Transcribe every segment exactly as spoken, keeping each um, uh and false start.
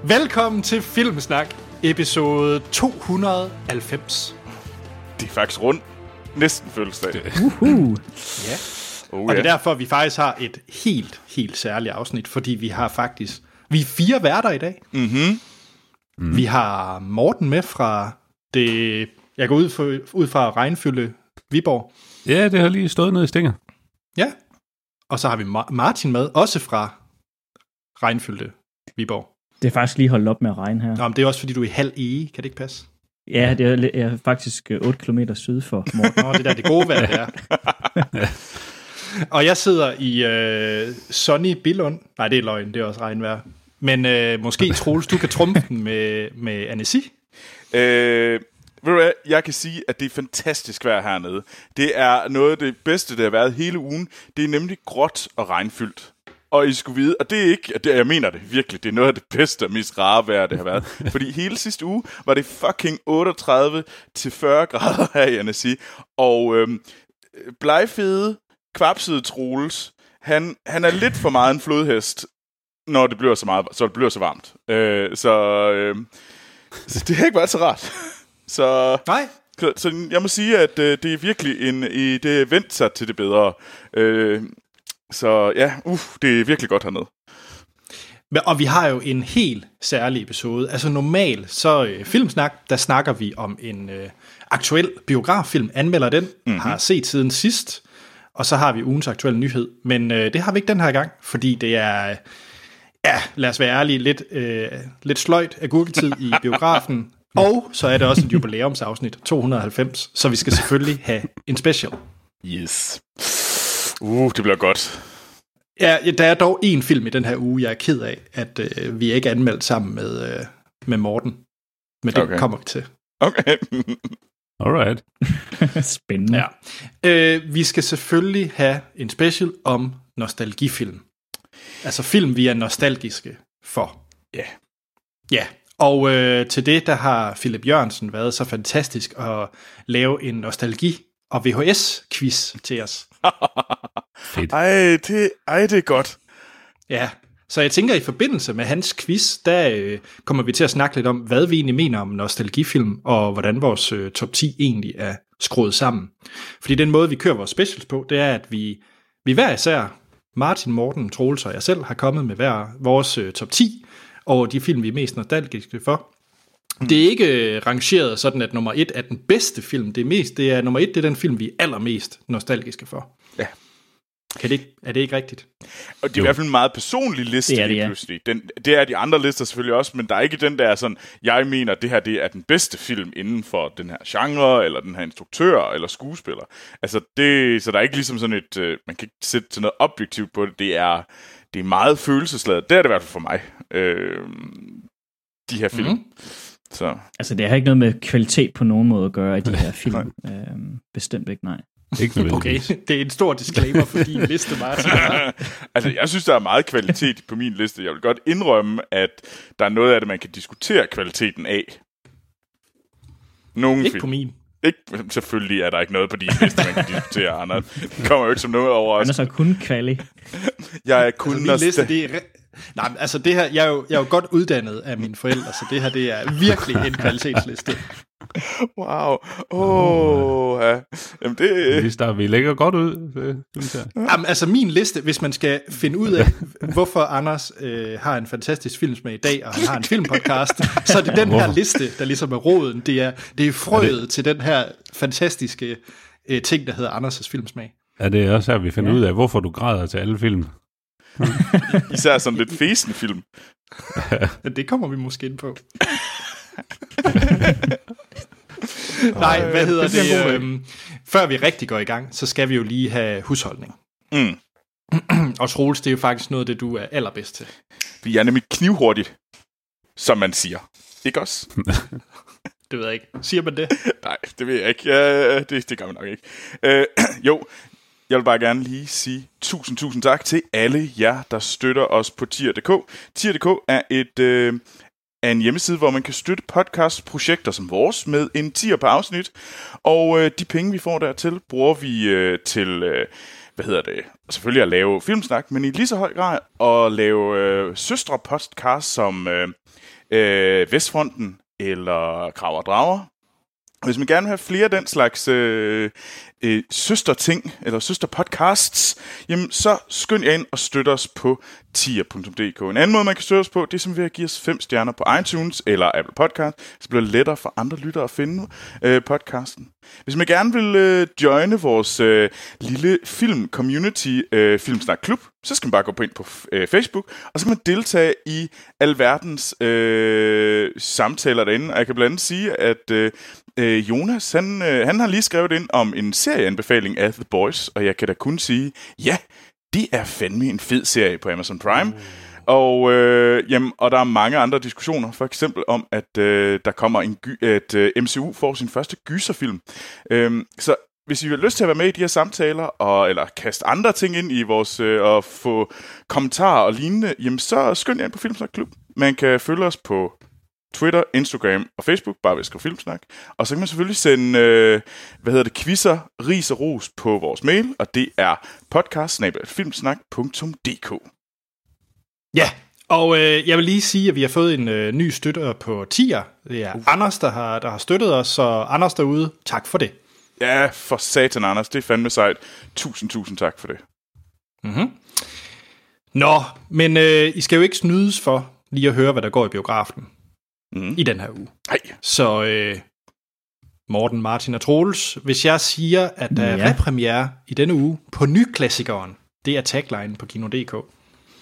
Velkommen til Filmsnak, episode to hundrede og halvfems. Det er faktisk rundt. Næsten fødselsdag. Uh-huh. Ja. Oh, og det er ja. derfor, vi faktisk har et helt, helt særligt afsnit, fordi vi har faktisk... Vi er fire værter i dag. Mm-hmm. Mm. Vi har Morten med fra det... Jeg går ud, for, ud fra Regnfylde Viborg. Ja, det har lige stået nede i Stinger. Ja. Og så har vi Ma- Martin med, også fra Regnfylde Viborg. Det er faktisk lige holdt op med at regne her. Nå, men det er også fordi, du er i halv ege. Kan det ikke passe? Ja, det er, jeg er faktisk otte kilometer syd for Morten. Nå, det der det gode vejr, det er. Og jeg sidder i øh, Sonny Billund. Nej, det er løgn, det er også regnvejr. Men øh, måske, Troels, du kan trumfe den med, med Annecy. Øh, ved du hvad, jeg kan sige, at det er fantastisk vejr hernede. Det er noget af det bedste, det har været hele ugen. Det er nemlig gråt og regnfyldt. Og I skulle vide, og det er ikke, det, jeg mener det virkelig, det er noget af det bedste og mest rare vejr, det har været. Fordi hele sidste uge var det fucking otteogtredive til fyrre grader her i Annecy. Og øhm, blegfede, kvapsede Troels, han, han er lidt for meget en flodhest, når det bliver så meget, så det bliver så varmt. Øh, så, øh, så det har ikke været så rart. Så, Nej. Så, så jeg må sige, at øh, det er virkelig en, i, det er vendt sig til det bedre. Øh, Så ja, uh, det er virkelig godt hernede. Og vi har jo en helt særlig episode. Altså normalt, så øh, Filmsnak, der snakker vi om en øh, aktuel biograffilm, anmelder den, mm-hmm. har set siden sidst, og så har vi ugens aktuelle nyhed. Men øh, det har vi ikke den her gang, fordi det er, ja, lad os være ærlige, lidt, øh, lidt sløjt af gurketid i biografen. Og så er det også et jubilæumsafsnit, to hundrede og halvfems, så vi skal selvfølgelig have en special. Yes. Uh, det bliver godt. Ja, der er dog en film i den her uge, jeg er ked af, at øh, vi ikke er anmeldt sammen med, øh, med Morten. Men det okay. kommer vi til. Okay. Alright. Spændende. Ja. Øh, vi skal selvfølgelig have en special om nostalgifilm. Altså film, vi er nostalgiske for. Ja. Yeah. Ja, og øh, til det, der har Philip Jørgensen været så fantastisk at lave en nostalgi- og V H S-quiz til os. Fedt. Ej, det, ej, det er godt. Ja, så jeg tænker, i forbindelse med hans quiz, der øh, kommer vi til at snakke lidt om, hvad vi egentlig mener om nostalgifilm, og hvordan vores øh, top ti egentlig er skruet sammen. Fordi den måde, vi kører vores specials på, det er, at vi, vi hver især, Martin, Morten, Troels og jeg selv, har kommet med hver vores øh, top ti, over de film, vi er mest nostalgiske for. Det er ikke rangeret sådan, at nummer et er den bedste film. Det er, mest, det er nummer et, det er den film, vi er allermest nostalgiske for. Ja. Kan det ikke, er det ikke rigtigt? Og det er jo i hvert fald en meget personlig liste, det er det, ja. pludselig. Den, det er de andre lister selvfølgelig også, men der er ikke den der sådan, jeg mener, det her det er den bedste film inden for den her genre, eller den her instruktør, eller skuespiller. Altså, det, så der er ikke ligesom sådan et, øh, man kan ikke sætte til noget objektivt på det. Det er, det er meget følelsesladet. Det er det i hvert fald for mig. Øh, de her film. Mm-hmm. Så. Altså, det har ikke noget med kvalitet på nogen måde at gøre, de her film. øhm, bestemt ikke, nej. Ikke okay, det er en stor disclaimer for din liste, Martin. Altså, jeg synes, der er meget kvalitet på min liste. Jeg vil godt indrømme, at der er noget af det, man kan diskutere kvaliteten af. Nogle ikke film. På min. Ikke, selvfølgelig er der ikke noget på din liste, man kan diskutere, Anders. Det kommer jo ikke som noget over os. Han er så kun kvali. Jeg er kun altså, min liste, det er... Re- Nej, altså det her, jeg er, jo, jeg er jo godt uddannet af mine forældre, så det her, det er virkelig en kvalitetsliste. Wow. Åh, oh, ja. Jamen det... Vi starter, vi lægger godt ud, synes jeg. Jamen, altså min liste, hvis man skal finde ud af, hvorfor Anders øh, har en fantastisk filmsmag i dag, og han har en filmpodcast, så er det den her liste, der ligesom er roden. Det er, det er frøet det... til den her fantastiske øh, ting, der hedder Anders' filmsmag. Er det også her, vi finder ja. ud af, hvorfor du græder til alle film? Især sådan lidt fæsende film. Det kommer vi måske ind på. Nej, hvad hedder det? det øhm, før vi rigtig går i gang, så skal vi jo lige have husholdning. Mm. Og Troels, det er jo faktisk noget af det, du er allerbedst til. Vi er nemlig knivhurtigt, som man siger. Ikke også? Det ved jeg ikke. Siger man det? Nej, det ved jeg ikke. Ja, det, det gør man nok ikke. Øh, jo, jeg vil bare gerne lige sige tusind, tusind tak til alle jer, der støtter os på tier punktum d k. tier punktum d k er et... Øh, er en hjemmeside, hvor man kan støtte podcastprojekter som vores med en tier per afsnit. Og øh, de penge, vi får dertil, bruger vi øh, til, øh, hvad hedder det, selvfølgelig at lave filmsnak, men i lige så høj grad at lave øh, søstre podcast som øh, øh, Vestfronten eller Krav og Drager. Hvis man gerne vil have flere af den slags øh, øh, søsterting, eller søsterpodcasts, jamen så skynd jer ind og støt os på tier punktum d k. En anden måde, man kan støtte os på, det er som ved at give os fem stjerner på iTunes eller Apple Podcast, så bliver det lettere for andre lyttere at finde øh, podcasten. Hvis man gerne vil øh, joine vores øh, lille film-community, øh, Filmsnak Klub, så skal man bare gå på ind på øh, Facebook, og så kan man deltage i alverdens øh, samtaler derinde. Og jeg kan blandt andet sige, at øh, Jonas, han, øh, han har lige skrevet ind om en serieanbefaling af The Boys, og jeg kan da kun sige, ja, det er fandme en fed serie på Amazon Prime. Mm. Og, øh, jamen, og der er mange andre diskussioner, for eksempel om, at øh, der kommer en gy- at øh, M C U får sin første gyserfilm. Øhm, så hvis I har lyst til at være med i de her samtaler, og, eller kaste andre ting ind i vores, øh, og få kommentarer og lignende, jamen så skynd jer ind på Filmsnak Klub. Man kan følge os på Twitter, Instagram og Facebook, bare ved at skrive Filmsnak. Og så kan man selvfølgelig sende, øh, hvad hedder det, quizzer, ris og ros på vores mail, og det er podcast bindestreg filmsnak punktum d k. Ja, og øh, jeg vil lige sige, at vi har fået en øh, ny støtter på tier. Det er uh. Anders, der har, der har støttet os, så Anders derude, tak for det. Ja, for satan, Anders, det er fandme sejt. Tusind, tusind tak for det. Mm-hmm. Nå, men øh, I skal jo ikke snydes for lige at høre, hvad der går i biografen mm. i den her uge. Hej. Så øh, Morten, Martin og Troels, hvis jeg siger, at der er ja. repremiere i denne uge på nyklassikeren, det er tagline på Kino punktum d k.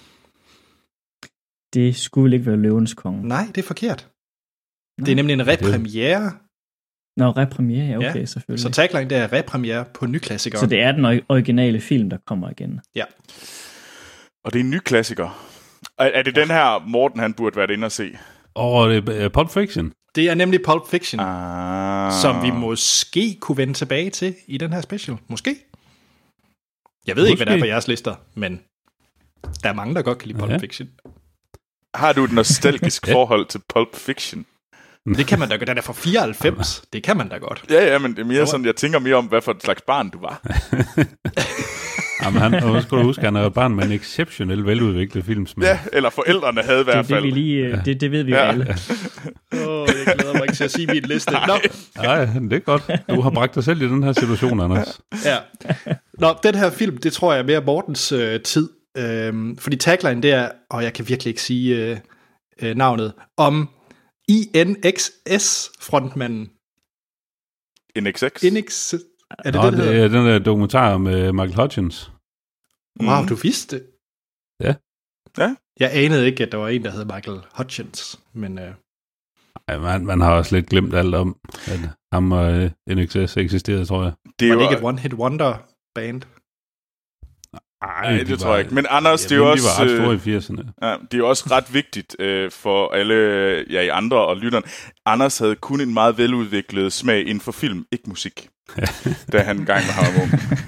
Det skulle vel ikke være Løvens Konge. Nej, det er forkert. Nej. Det er nemlig en repremiere. Nå, repremiere, ja, okay, ja. selvfølgelig. Så tagline, det er repremiere på nyklassikeren. Så det er den originale film, der kommer igen. Ja. Og det er en ny klassiker. Er, er det den her, Morten han burde være inde og se? Og det er Pulp Fiction. Det er nemlig Pulp Fiction, ah. som vi måske kunne vende tilbage til i den her special. Måske. Jeg ved måske. ikke, hvad der er på jeres lister, men der er mange, der godt kan lide Pulp ja. Fiction. Har du et nostalgisk forhold til Pulp Fiction? Det kan man da godt. Den er fra fireoghalvfems. Det kan man da godt. Ja, ja, men det er mere sådan, jeg tænker mere om, hvad for et slags barn du var. Jamen, han, og skal du huske, han er jo barn med en exceptionelt veludviklet filmsmag. Ja, eller forældrene havde i hvert fald. Det, det, vi lige, det, det ved vi jo ja. alle. Åh, oh, jeg glæder mig ikke til at sige min liste. Nej. Nå. Nej, det er godt. Du har bragt dig selv i den her situation, Anders. Ja. Nå, den her film, det tror jeg er mere Mortens øh, tid. Øhm, fordi tagline, det er, og jeg kan virkelig ikke sige øh, øh, navnet, om I N X S-frontmanden. N X X? N X Er det Nå, det, det, det hedder? er den der dokumentar med Michael Hutchins. Wow, mm. du vidste det? Ja. Ja. Jeg anede ikke, at der var en, der hed Michael Hutchins, men... Øh... Ej, man, man har også lidt glemt alt om, at ham og uh, N X S eksisterede, tror jeg. Det var det ikke et one-hit wonder-band? Nej, det de tror jeg ikke. Men Anders, ja, det er jo også... De var ret store i firserne. Ja, det er jo også ret vigtigt øh, for alle ja, i andre og lytterne. Anders havde kun en meget veludviklet smag inden for film, ikke musik. Da han engang var ham ung.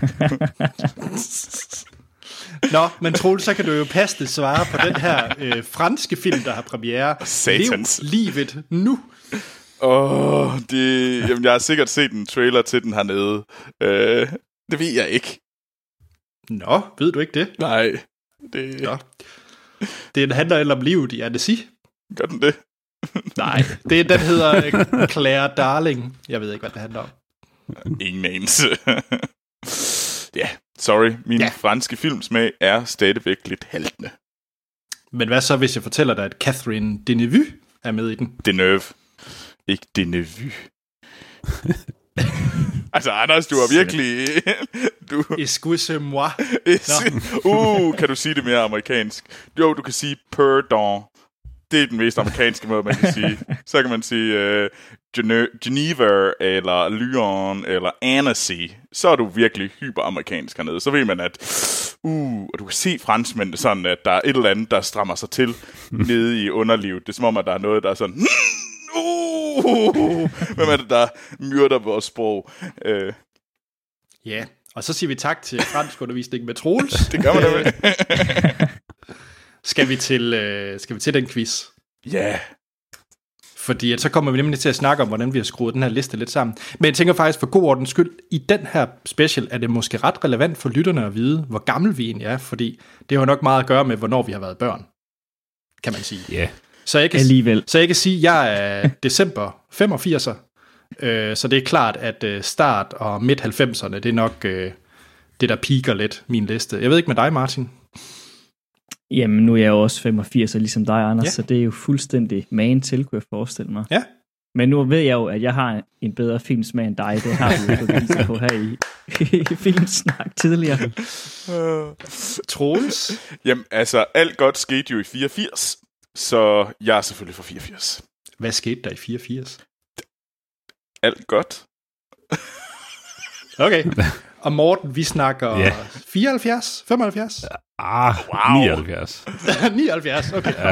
Nå, men Troels, så kan du jo passende svare på den her øh, franske film, der har premiere. Satans. Lev livet nu. Åh, oh, det... Jamen, jeg har sikkert set en trailer til den hernede. Øh, det ved jeg ikke. Nå, ved du ikke det? Nej. Det... Nå. Det handler eller om livet i Annecy. Gør den det? Nej, det, den hedder Claire Darling. Jeg ved ikke, hvad det handler om. Ingen anelse. Ja, sorry. Min ja. franske filmsmag er stadigvæk lidt haltende. Men hvad så, hvis jeg fortæller dig, at Catherine Deneuve er med i den? Deneuve. Ikke Deneuve. Altså, Anders, du har virkelig... du... Excuse-moi. uh, kan du sige det mere amerikansk? Jo, du kan sige pardon. Det er den mest amerikanske måde, man kan sige. Så kan man sige uh, Gene- Geneva, eller Lyon, eller Annecy. Så er du virkelig hyperamerikansk hernede. Så ved man, at uh, og du kan se franskmændene sådan, at der er et eller andet, der strammer sig til nede i underlivet. Det er som om, at der er noget, der er sådan... Uh, hvem er det, der myrder vores sprog? Uh. Ja, og så siger vi tak til fransk undervisning med Troels. Det gør man da vel. Skal vi til, øh, skal vi til den quiz? Ja. Yeah. Fordi at så kommer vi nemlig til at snakke om, hvordan vi har skruet den her liste lidt sammen. Men jeg tænker faktisk, for god ordens skyld, i den her special er det måske ret relevant for lytterne at vide, hvor gammel vi egentlig er. Fordi det har nok meget at gøre med, hvornår vi har været børn, kan man sige. Ja. Yeah. Så jeg kan, alligevel. Så jeg kan sige, at jeg er december femogfirser, øh, så det er klart, at øh, start og midt halvfemserne, det er nok øh, det, der piker lidt min liste. Jeg ved ikke med dig, Martin? Jamen, nu er jeg jo også femogfirs, ligesom dig, Anders, Ja. så det er jo fuldstændig magen til, kunne jeg forestille mig. Ja. Men nu ved jeg jo, at jeg har en bedre filmsmag end dig. Det har vi jo beviser på her i, i Filmsnak tidligere. Troels? Jamen, altså, alt godt skete jo i fireogfirs, så jeg er selvfølgelig fra fireogfirs. Hvad skete der i fireogfirs? Alt godt. Okay. Og Morten, vi snakker Ja. fireoghalvfjerds? femoghalvfjerds? Ah, Wow. nioghalvfjerds. nioghalvfjerds, okay. Ja.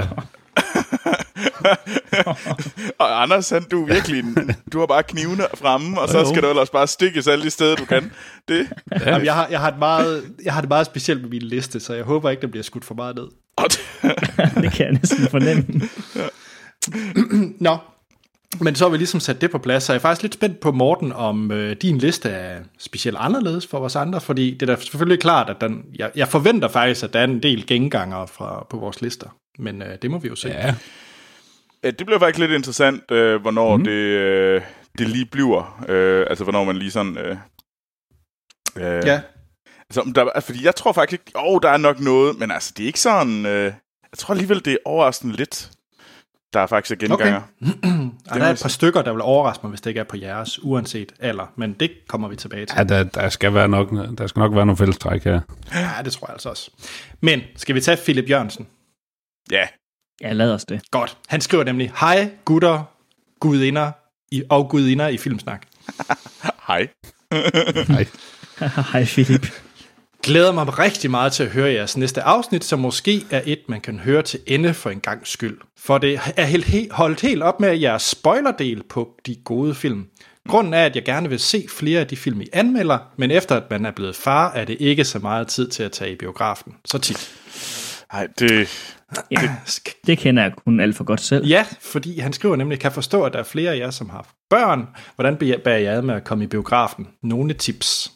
Og Anders, han, du er virkelig en, du har bare knivene fremme, og så Jo. skal du ellers bare stikkes alle de steder, du kan. Det. Jamen, jeg, har, jeg, har et meget, jeg har det meget specielt med min liste, så jeg håber ikke, der bliver skudt for meget ned. Og det. Det kan jeg næsten fornemme. Nå, men så har vi ligesom sat det på plads, så jeg er faktisk lidt spændt på, Morten, om øh, din liste er specielt anderledes for os andre, fordi det er da selvfølgelig klart, at den, jeg, jeg forventer faktisk, at der er en del gengangere fra, på vores lister, men øh, det må vi jo se. Ja. Ja, det bliver faktisk lidt interessant, øh, hvornår mm. det, øh, det lige bliver. Øh, altså, hvornår man lige sådan... Øh, øh, Ja. Altså, der, fordi jeg tror faktisk ikke... Åh, oh, der er nok noget, men altså, det er ikke sådan... Øh, jeg tror alligevel, det er overraskende lidt, der er faktisk er genganger. Okay. Og der er et par stykker, der vil overraske mig, hvis det ikke er på jeres, uanset alder, men det kommer vi tilbage til. Ja, der, der, skal være nok, der skal nok være nogle fællestræk her. Ja, det tror jeg altså også. Men skal vi tage Philip Jørgensen? Ja. Ja, lad os det. Godt. Han skriver nemlig, hej gutter, gudinder i, og gudinder i Filmsnak. Hej. Nej. Hej, Philip. Glæder mig rigtig meget til at høre jeres næste afsnit, som måske er et, man kan høre til ende for en gangs skyld. For det er helt, holdt helt op med jeres spoilerdel på de gode film. Grunden er, at jeg gerne vil se flere af de film, I anmelder, men efter at man er blevet far, er det ikke så meget tid til at tage i biografen. Så tit. Nej, det... Ja, det kender jeg kun alt for godt selv. Ja, fordi han skriver nemlig, kan forstå, at der er flere af jer, som har børn. Hvordan bærer jeg ad med at komme i biografen? Nogle tips.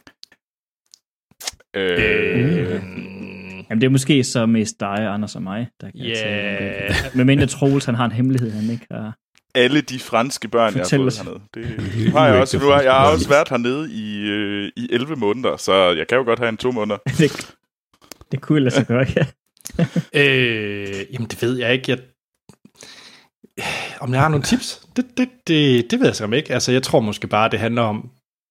Øh, Jamen, det er måske så mest dig, Anders og mig, der kan Ja. tage det. Men mindre Troels, han har en hemmelighed, han ikke har. alle de franske børn, Fortæl jeg os. har fået hernede. Det har jeg også. Nu har jeg har også været hernede i, øh, i elleve måneder, så jeg kan jo godt have en to måneder. det, det kunne lade sig gøre, ja. øh, jamen, det ved jeg ikke. Jeg... Om jeg har nogle tips? Det, det, det, det ved jeg så ikke. Altså, jeg tror måske bare, det handler om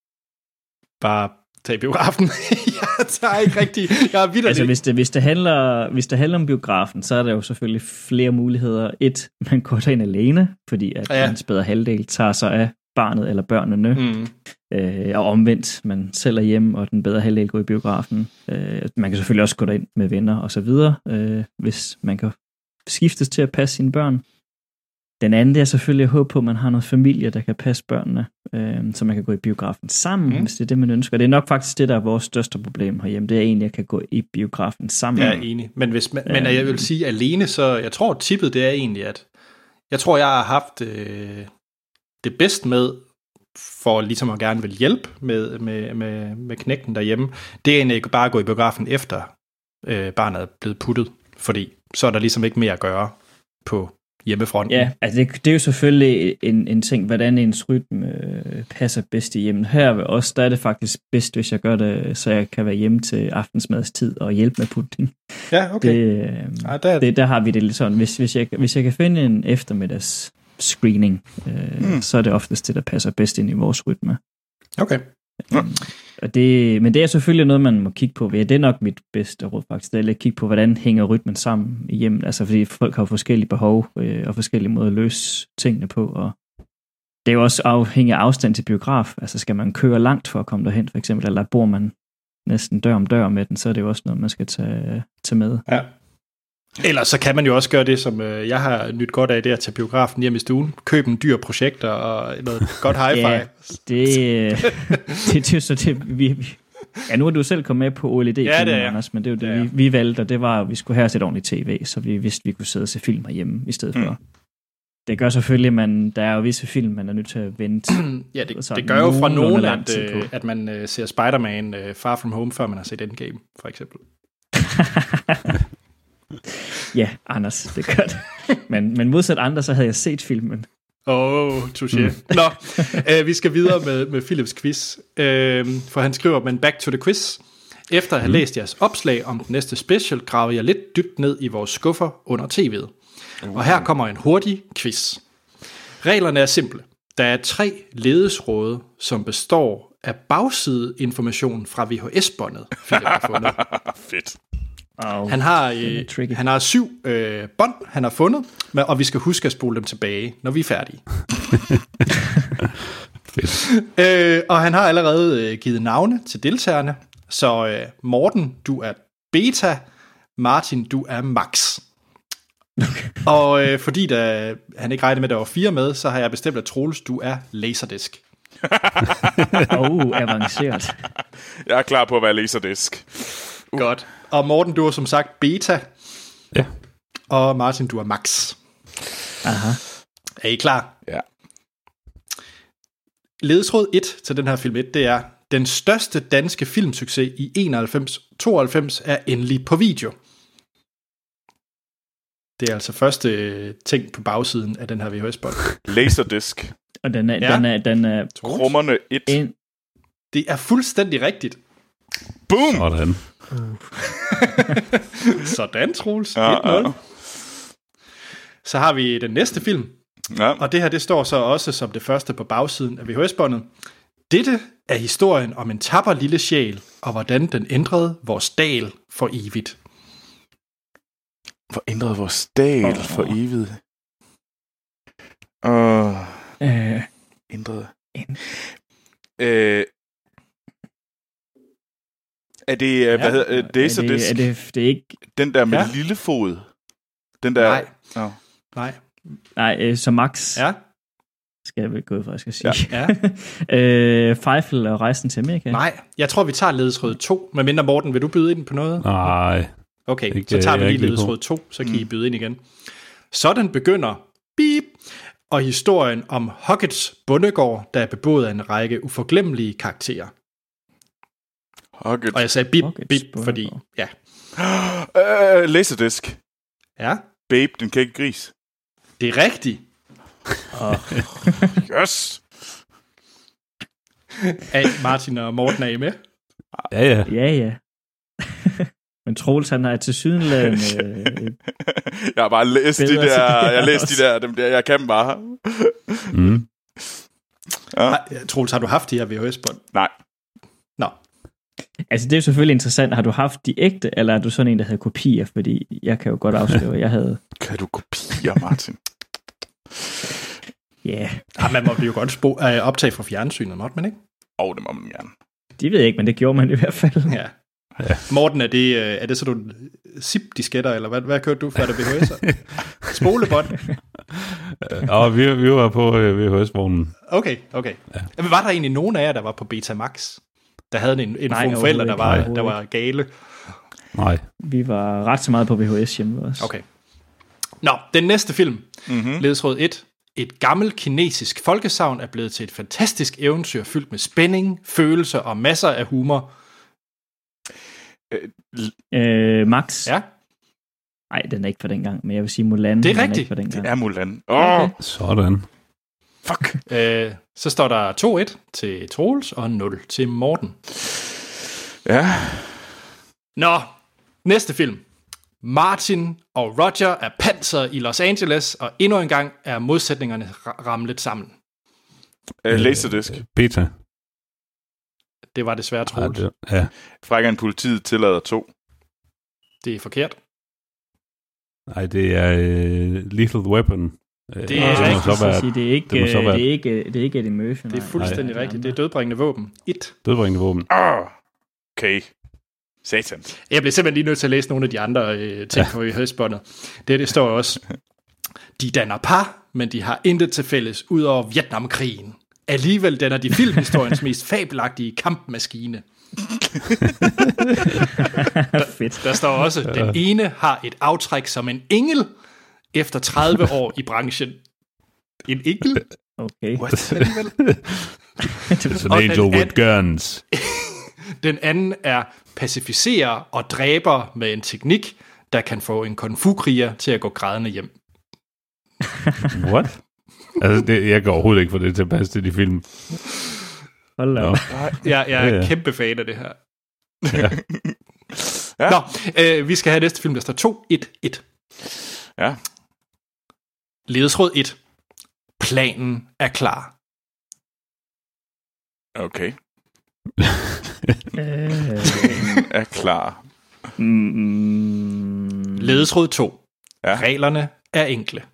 bare tage i biografen. Jeg tager ikke rigtig... Jeg er vildt Altså, hvis det, hvis, det handler, hvis det handler om biografen, så er der jo selvfølgelig flere muligheder. Et, man går derind alene, fordi at Ja. ja. ens bedre halvdel tager sig af barnet eller børnene. Mm. Øh, og omvendt, man selv er hjemme, og den bedre halvdel går i biografen. Øh, man kan selvfølgelig også gå derind med venner og så videre, øh, hvis man kan skiftes til at passe sine børn. Den anden er selvfølgelig at håbe på, at man har noget familie, der kan passe børnene, øh, så man kan gå i biografen sammen, Mm. mm. hvis det er det, man ønsker. Det er nok faktisk det, der er vores største problem herhjemme. Det er egentlig, at jeg kan gå i biografen sammen. Jeg er enig. Men, hvis man, men jeg vil sige alene, så jeg tror, tippet det er egentlig, at jeg tror, jeg har haft øh, det bedst med, for ligesom at gerne vil hjælpe med, med, med, med knægten derhjemme, det er egentlig bare at gå i biografen efter øh, barnet er blevet puttet, fordi så er der ligesom ikke mere at gøre på hjemmefronten. Ja, altså det, det er jo selvfølgelig en, en ting, hvordan ens rytme øh, passer bedst i hjemmet. Her ved os, der er det faktisk bedst, hvis jeg gør det, så jeg kan være hjemme til aftensmadstid og hjælpe med putning. Ja, okay. Det, øh, Ej, der, det, der har vi det lidt sådan, hvis, hvis, jeg, hvis jeg kan finde en eftermiddags screening, øh, mm. så er det oftest det, der passer bedst ind i vores rytme. okay. Ja. Og det, men det er selvfølgelig noget, man må kigge på. Det er nok mit bedste råd faktisk, det er at kigge på, hvordan hænger rytmen sammen i hjemmet. Altså fordi folk har forskellige behov øh, og forskellige måder at løse tingene på. Og det er jo også afhængig af afstand til biograf. Altså skal man køre langt for at komme derhen for eksempel, eller bor man næsten dør om dør med den, så er det jo også noget, man skal tage, tage med. Ja. Ellers så kan man jo også gøre det, som øh, jeg har nyt godt af, det at tage biografen hjem i stuen, købe en dyr projekter og noget godt hi-fi. Ja, det, det, det er så det, vi, vi, ja, nu er du selv kommet med på O L E D, Ja, det er jeg. Anders, men det er jo det, Ja, ja. vi, vi valgte, og det var, at vi skulle have os et ordentligt tv, så vi vidste, at vi kunne sidde og se film herhjemme i stedet Mm. for. Det gør selvfølgelig, at man, der er jo visse film, man er nødt til at vente. Ja, det, sådan det gør jo fra nogenlunde nogen, lang at, tid på. øh, at man øh, ser Spider-Man øh, Far From Home, før man har set Endgame, for eksempel. Ja, Anders, det er godt. men, men modsat andre, så havde jeg set filmen. Åh, oh, touché. Mm. Nå, øh, vi skal videre med, med Philips quiz. Øh, for han skriver, men back to the quiz. Efter at have mm. læst jeres opslag om den næste special, graver jeg lidt dybt ned i vores skuffer under tv'et. Uh. Og her kommer en hurtig quiz. Reglerne er simple. Der er tre ledesråde, som består af bagsideinformation fra V H S-båndet, Philip har fundet. Fedt. Oh, han har, øh, han har syv øh, bånd, han har fundet, og vi skal huske at spole dem tilbage, når vi er færdige. øh, og han har allerede øh, givet navne til deltagerne, så øh, Morten, du er beta, Martin, du er max. Okay. Og øh, fordi der, han ikke regnede med, at der var fire med, så har jeg bestemt, at Troels, du er Laserdisc. oh, avanceret. Jeg er klar på at være Laserdisc. Uh. Godt. Og Morten, du er som sagt beta. Ja. Og Martin, du er max. Aha. Er I klar? Ja. Ledetråd et til den her film et, det er: den største danske filmsucces i enoghalvfems tooghalvfems er endelig på video. Det er altså første ting på bagsiden af den her V H S-bånd. Laserdisc. Og den er, ja. den er, den er Krummerne et. En... Det er fuldstændig rigtigt. Boom! Sådan. Sådan, Troels. Ja, et nul. ja. Så har vi den næste film. Ja. Og det her, det står så også som det første på bagsiden af V H S-båndet. Dette er historien om en tapper lille sjæl, og hvordan den ændrede vores dal for evigt. Hvor ændrede vores dal oh. for evigt? Åh... Uh, øh. Ændrede... Øh... Er det, ja, hvad hedder det? Er det, er det, det er ikke... Den der med ja. lille fod. Den der... Nej. Oh. Nej. Nej, øh, så Max... Ja. Skal jeg vel gå ud fra, jeg skal sige. Ja. ja. øh, Feifel og Rejsen til Amerika. Nej, jeg tror, vi tager ledetråd to. Men mindre Morten, vil du byde ind på noget? Nej. Okay, ikke, så tager vi lige lige ledetråd to, så kan mm. I byde ind igen. Sådan begynder Beep, og historien om Hoggets bondegård, der er beboet af en række uforglemmelige karakterer. Hoggets. Og jeg sagde Beep, Hoggets Beep, bondegård. fordi... Ja. Uh, Laserdisc. Ja. Babe, den kække gris. Det er rigtigt. Oh. Yes! Hey, Martin og Morten, er I med? Ja, ja. Ja, ja. Men Troels, han har til sydenladende... jeg har bare læst de der... Jeg har læst de der, dem der, jeg kan dem bare. Mm. Ja. Har, Troels, har du haft de her V H S-bånd? Nej. Nå. Altså, det er jo selvfølgelig interessant. Har du haft de ægte, eller er du sådan en, der havde kopier? Fordi jeg kan jo godt afsløre, at jeg havde... Kan du kopier, Martin? Ja. Yeah. Ah, man må jo godt spo- øh, optage fra fjernsynet, måtte man ikke? Åh, oh, det må man gerne. Det ved jeg ikke, men det gjorde man i hvert fald. Ja. Ja. Morten, er det, er det sådan nogle zip-disketter, eller hvad, hvad kørte du for, det V H S'er? Spolebånd? Og vi, vi var på øh, V H S-vognen. Okay, okay. Ja. Men var der egentlig nogen af jer, der var på Betamax? Der havde en, en Nej, form forældre, der var, Nej. der var gale? Nej. Vi var ret så meget på V H S hjemme også. Okay. Nå, den næste film, mm-hmm. ledetråd et. Et gammelt kinesisk folkesagn er blevet til et fantastisk eventyr, fyldt med spænding, følelser og masser af humor. Øh, Max? Ja? Nej, den er ikke for dengang, men jeg vil sige Mulan. Det er rigtigt. Er ikke for dengang. Det er Mulan. Åh! Okay. Oh. Sådan. Fuck. Øh, så står der to et til Troels og nul til Morten. Ja. Nå, næste film. Martin og Roger er panser i Los Angeles, og endnu en gang er modsætningerne ramlet sammen. Uh, Laserdisc. Beta. Det var desværre Troels. Ja, det, ja. Frækkeren politiet tillader to. Det er forkert. Nej, det er uh, Lethal Weapon. Det uh, er det må så være, sige, det er ikke, det må så være, det er ikke, det er ikke Eddie Murphy. Det er fuldstændig nej, rigtigt. Det er dødbringende våben. Et. Dødbringende våben. Oh, okay. Satan. Jeg bliver simpelthen lige nødt til at læse nogle af de andre øh, ting fra V H S-båndet. Det, det står også. De danner par, men de har intet til fælles ud over Vietnamkrigen. Alligevel danner de filmhistoriens mest fabelagtige kampmaskine. der, Fedt. der står også, den ene har et aftræk som en engel efter tredive år i branchen. En engel? Okay. What? Alligevel? It's an angel with guns. Den anden er pacificerer og dræber med en teknik, der kan få en kung fu-kriger til at gå grædende hjem. What? Altså, det, jeg kan overhovedet ikke få det til at passe til de film. Hold da Nå. op. Jeg, jeg er Ja, ja. kæmpe fan af det her. Ja. Ja. Nå, øh, vi skal have næste film, der står to et et. Ja. Ledesråd et. Planen er klar. Okay. Øh, Er klar. mm, Ledesråd to. Ja. Reglerne er enkle.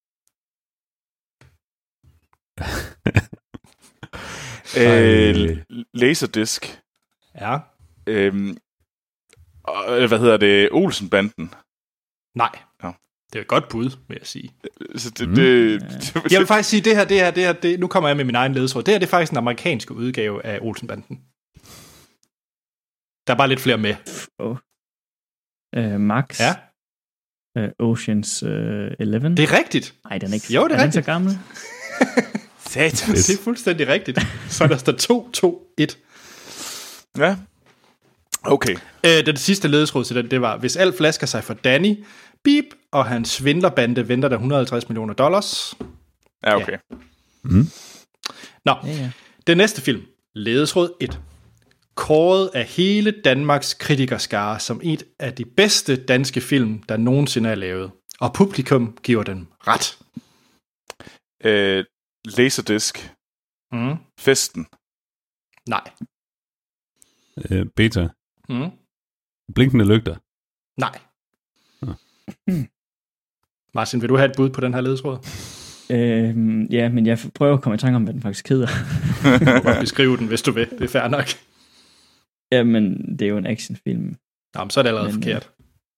Øh, Laserdisc. Ja. Øhm, og, hvad hedder det? Olsenbanden. Nej. Ja. Det er et godt bud, vil jeg sige. Så det, Mm. det, det, Jeg vil faktisk sige, det her, det her, det her, det, nu kommer jeg med min egen ledesråd. Det her, det er faktisk en amerikansk udgave af Olsenbanden. Der er bare lidt flere med. oh. øh, Max. Ja, Øh, Oceans øh, elleve. det er rigtigt. Nej, den er ikke. Jo, det er er den rigtigt. så gammel. Satan. Det er fuldstændig rigtigt. Så der står to to et. Ja. Okay. Øh, den sidste ledesråd til den, det var, hvis alt flasker sig for Danny, beep, og hans svindlerbande venter der et hundrede og halvtreds millioner dollars. Ja, okay. Mm. Nå, Ja, ja. den næste film, ledesråd et. Kåret af hele Danmarks kritikerskare som et af de bedste danske film, der nogensinde er lavet. Og publikum giver dem ret. Øh, Laserdisc. Mm. Festen. Nej. Øh, beta. Mm. Blinkende lygter. Nej. Nå. Martin, vil du have et bud på den her ledesråd? Øh, ja, men jeg prøver at komme i tanke om, hvad den faktisk hedder. Du kan godt beskrive den, hvis du vil. Det er fair nok. Jamen, det er jo en actionfilm. Nå, men så er det allerede Men, forkert.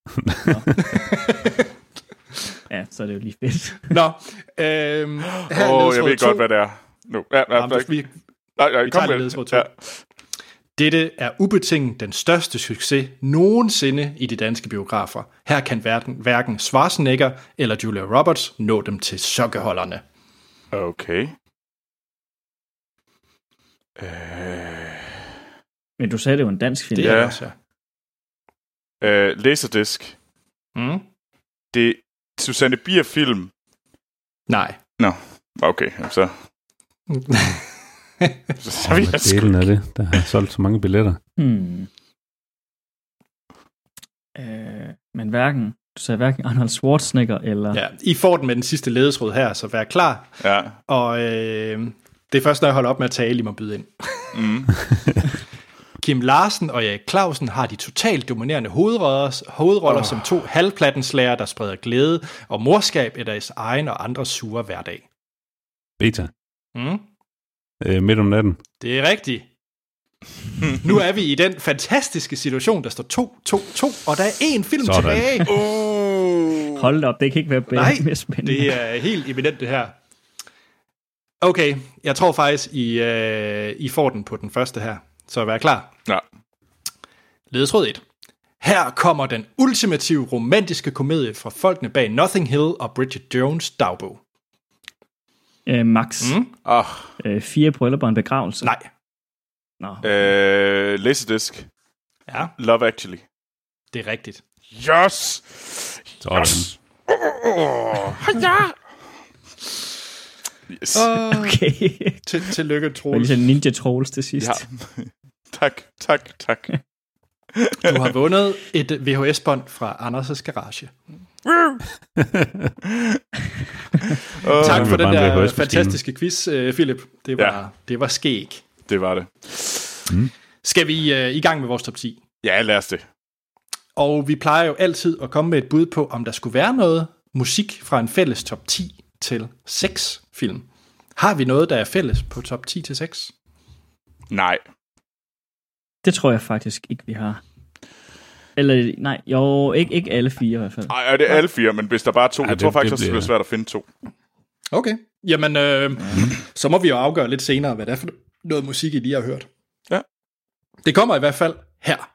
Ja, så er det jo lige fedt. Nå, øhm, her Åh, er oh, jeg ledesråd ved to. godt, hvad det er. Nu. Ja, ja, Jamen, ja, vi, nej, nej, vi kom tager med. ledesråd to. Ja. Dette er ubetinget den største succes nogensinde i de danske biografer. Her kan hverken, hverken Schwarzenegger eller Julia Roberts nå dem til sokkeholderne. Okay. Øh, Men du sagde, det var en dansk film. Det Ja. er det også, ja. øh, Laserdisc. Mm? Det er Susanne Bier film. Nej. Nå, okay. Så, så, så Åh, vi hvad delen er det? Der har solgt så mange billetter. Hmm. Øh, men hverken, du sagde hverken Arnold Schwarzenegger eller... Ja, I får den med den sidste ledesråd her, så vær klar. Ja. Og øh, det er først, når jeg holder op med at tale, I må byde ind. Mm. Kim Larsen og Erik Clausen har de totalt dominerende hovedroller, hovedroller oh. som to halvplattenslager, der spreder glæde og morskab i deres egen og andres sure hverdag. Beta. Mm? Øh, midt om natten. Det er rigtigt. Nu er vi i den fantastiske situation, der står to to to, og der er én film Sådan. tilbage. Uh. Hold da op, det kan ikke være bedre, Nej, mere spændende. det er helt evident det her. Okay, jeg tror faktisk, I, øh, I får den på den første her. Så vær klar. Ja. Ledesråd et. Her kommer den ultimative romantiske komedie fra folkene bag Notting Hill og Bridget Jones' dagbog. Øh, Max. Mm? Oh. Øh, fire bryllupper og en begravelse. Nej. Nå. Øh, Laserdisc. Ja, Love Actually. det er rigtigt. Yes! Sådan. Yes! Oh, ja! Yes. Okay. Til, tillykke, Og Troels. lige Ninja Trolls til sidst. Ja. tak, tak, tak. Du har vundet et V H S-bånd fra Anders' Garage. oh, Tak det for var den bare en der V H S-maskine. fantastiske quiz, uh, Philip. Det var, Ja. det var skæg. Det var det. Mm. Skal vi uh, i gang med vores top ti? Ja, lad os det. Og vi plejer jo altid at komme med et bud på, om der skulle være noget musik fra en fælles top ti til seks film. Har vi noget, der er fælles på top ti til seks? Nej. Det tror jeg faktisk ikke, vi har. Eller, nej, jo, ikke, ikke alle fire i hvert fald. Ej, det er alle fire, men hvis der bare er to, Ej, jeg det- tror faktisk det også, det bliver- bliver svært at finde to. Okay. Jamen, øh, så må vi jo afgøre lidt senere, hvad det er for noget musik, I lige har hørt. Ja. Det kommer i hvert fald her.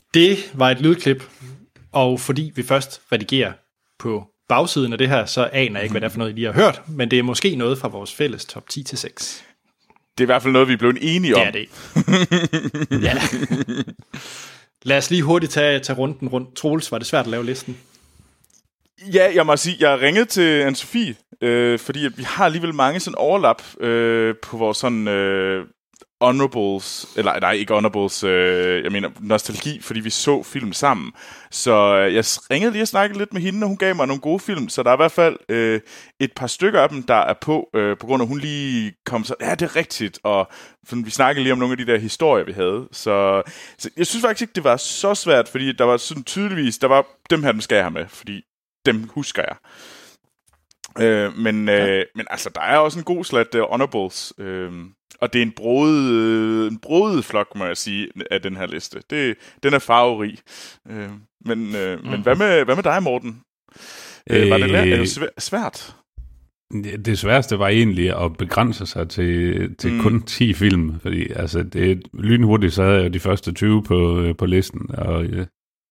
Det var et lydklip, og fordi vi først redigerer på bagsiden af det her, så aner jeg ikke, hvad det er for noget, I lige har hørt, men det er måske noget fra vores fælles top ti til seks. Det er i hvert fald noget, vi er blevet enige om. Det er det. Ja. Lad os lige hurtigt tage, tage runden rundt. Troels, var det svært at lave listen? Ja, jeg må sige, jeg ringede til Anne-Sophie, øh, fordi at vi har alligevel mange sådan overlap øh, på vores sådan øh, honorables, eller nej, ikke honorables, øh, jeg mener nostalgi, fordi vi så film sammen. Så øh, jeg ringede lige og snakkede lidt med hende, og hun gav mig nogle gode film, så der er i hvert fald øh, et par stykker af dem, der er på, øh, på grund af, at hun lige kom så, ja, det er rigtigt, og vi snakkede lige om nogle af de der historier, vi havde. Så, så jeg synes faktisk ikke, det var så svært, fordi der var sådan tydeligvis, der var dem her, dem skal jeg have med, fordi dem husker jeg. Øh, men, ja. øh, men altså, der er også en god slat uh, honorables, øh, og det er en brodet, øh, en brodet flok, må jeg sige, af den her liste. Det, den er farverig. Øh, men øh, mm. men hvad, med, hvad med dig, Morten? Øh, var det, er det svært? Det sværeste var egentlig at begrænse sig til, til mm. kun ti film, fordi altså, det er lynhurtigt, så havde jeg jo de første tyve på, på listen, og øh,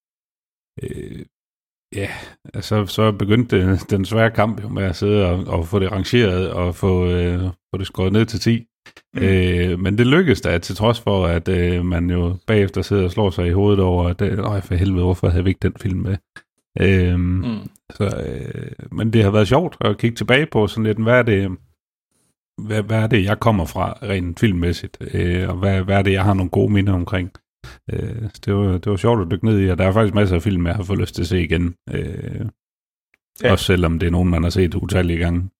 øh, ja, så, så begyndte den svære kamp jo med at sidde og, og få det rangeret og få, øh, få det skåret ned til ti. Mm. Øh, men det lykkedes da, til trods for, at øh, man jo bagefter sidder og slår sig i hovedet over, at øh, for helvede, hvorfor havde vi ikke den film med? Øh, mm. så, øh, men det har været sjovt at kigge tilbage på sådan lidt, hvad er det, hvad, hvad er det jeg kommer fra rent filmmæssigt, øh, og hvad, hvad er det, jeg har nogle gode minder omkring. Øh, det, var, det var sjovt at dykke ned i, og der er faktisk masser af film, jeg har fået lyst til at se igen. Øh, ja. Også selvom det er nogen, man har set utallige gange.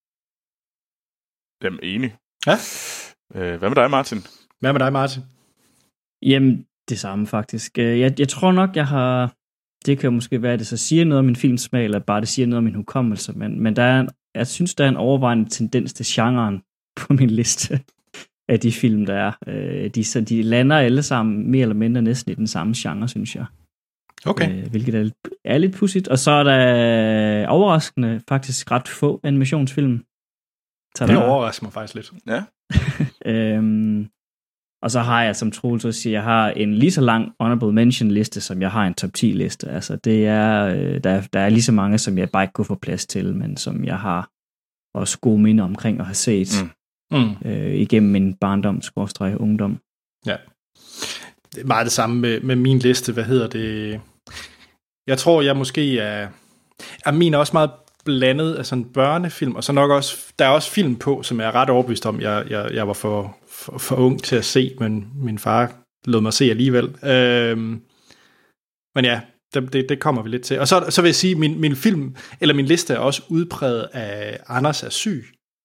Jamen, enig. Ja. Øh, hvad med dig, Martin? Hvad med dig, Martin? Jamen, det samme faktisk. Jeg, jeg tror nok, jeg har... Det kan måske være, at det så siger noget om min filmsmag, eller bare det siger noget om min hukommelse, men, men der er en, jeg synes, der er en overvejende tendens til genren på min liste af de film, der er. De, så de lander alle sammen mere eller mindre næsten i den samme genre, synes jeg. Okay. Øh, hvilket er, er lidt pudsigt. Og så er der overraskende faktisk ret få animationsfilm. Det overrasker mig faktisk lidt. Ja. øhm, og så har jeg, som Troels også siger, jeg har en lige så lang honorable mention liste, som jeg har en top ti liste. Altså det er, øh, der, der er lige så mange, som jeg bare ikke kunne få plads til, men som jeg har også gode minder omkring at have set mm. Mm. Øh, igennem min barndom, skråstreg, ungdom. Ja. Det er meget det samme med, med min liste. Hvad hedder det? Jeg tror, jeg måske er... er min er også meget blandet af sådan børnefilm, og så nok også... Der er også film på, som jeg er ret overbevist om, jeg, jeg, jeg var for, for, for ung til at se, men min far lod mig se alligevel. Øhm, men ja, det, det, det kommer vi lidt til. Og så, så vil jeg sige, min, min film, eller min liste er også udpræget af Anders er syg.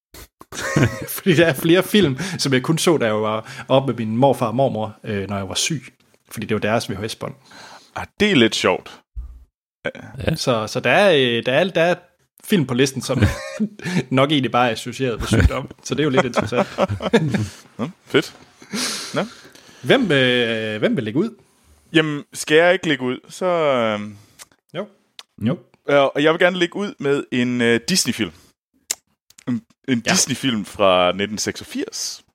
Fordi der er flere film, som jeg kun så, da jeg var oppe med min morfar og mormor, øh, når jeg var syg. Fordi det var deres V H S-bånd. Ah, det er lidt sjovt. Ja. Så, så der, er, der, er, der er film på listen, som nok egentlig bare er associeret med sygdom. Så det er jo lidt interessant. Nå, fedt. Nå. Hvem, øh, hvem vil lægge ud? Jamen, skal jeg ikke lægge ud, så... Øh... Jo. jo. Og jeg vil gerne lægge ud med en øh, Disney-film. En, en ja. Disney-film fra nitten seksogfirs.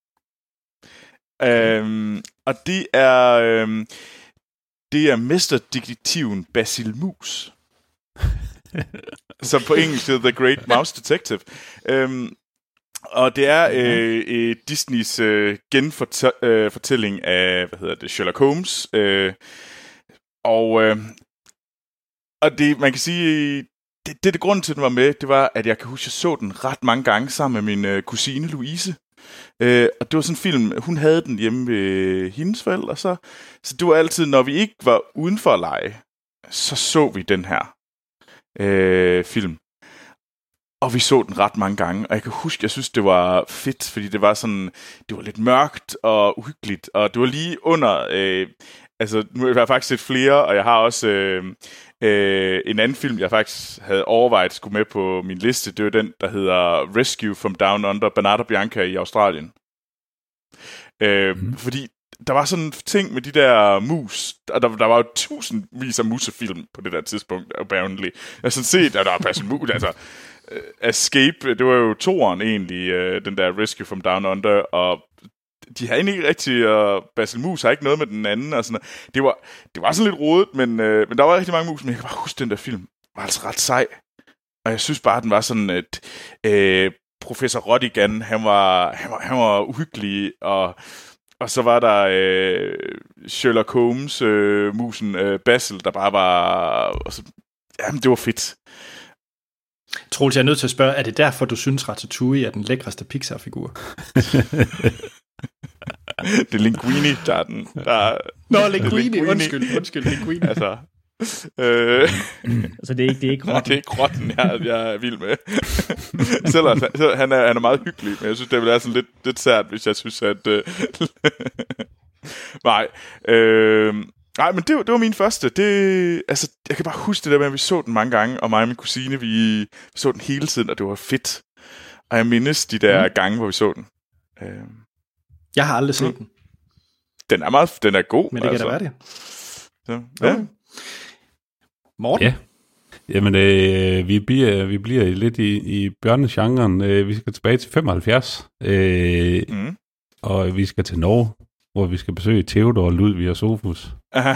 Øhm, og det er øhm, det er mesterdetektiven Basil Mus. Som på engelsk hedder The Great Mouse Detective. Øhm, og det er øh, øh, Disneys øh, genfortælling øh, af, hvad hedder det, Sherlock Holmes. Øh, og øh, og det, man kan sige, det, det, det grunden til, at den var med, det var, at jeg kan huske, at jeg så den ret mange gange sammen med min øh, kusine Louise. Øh, og det var sådan en film, hun havde den hjemme ved hendes forældre, så, så det var altid, når vi ikke var uden for at lege, så så vi den her øh, film. Og vi så den ret mange gange, og jeg kan huske, jeg synes, det var fedt, fordi det var sådan, det var lidt mørkt og uhyggeligt, og det var lige under, øh, altså nu har jeg faktisk set flere, og jeg har også øh, øh, en anden film, jeg faktisk havde overvejet skulle med på min liste, det var den, der hedder Rescue from Down Under, Bernard og Bianca i Australien. Øh, mm. Fordi der var sådan en ting med de der mus, og der, der var jo tusindvis af musefilm på det der tidspunkt, apparently. Jeg har sådan set, at der var Basil Mus, altså Escape, det var jo toeren egentlig, den der Rescue from Down Under, og de har egentlig ikke rigtig, og Basil Mus har ikke noget med den anden, og sådan noget. Det var, det var sådan lidt rodet, men, øh, men der var rigtig mange mus, men jeg kan bare huske, den der film var altså ret sej. Og jeg synes bare, at den var sådan, at øh, professor Rodigan, han var, han var, han var uhyggelig, og, og så var der øh, Sherlock Holmes, øh, musen øh, Basil, der bare var, og så, jamen det var fedt. Troels, jeg er nødt til at spørge, er det derfor, du synes, Ratatouille er den lækreste Pixar-figur? Det er Linguini, der er den. Der, Nå, Linguini. Linguini. Undskyld, undskyld, Linguini. Altså, øh, altså, det er ikke, det er ikke rotten. Nej, det er ikke rotten, jeg, jeg er vild med. Selvom han, han, er, han er meget hyggelig, men jeg synes, det ville være sådan lidt, lidt sært, hvis jeg synes, at... Øh, nej, øh, nej, men det, det var min første. Det, altså, jeg kan bare huske det der med, at vi så den mange gange, og mig og min kusine, vi, vi så den hele tiden, og det var fedt. Og jeg mindes de der mm. gange, hvor vi så den. Øh, jeg har aldrig set mm. den. Den er meget, den er god. Men det kan altså. da være det. Så, ja. Okay. Morten? Ja. Jamen, øh, vi, bliver, vi bliver lidt i, i børnegenren. Øh, vi skal tilbage til femoghalvfjerds. Øh, mm. Og vi skal til Norge, hvor vi skal besøge Theodor, Ludvig og Sofus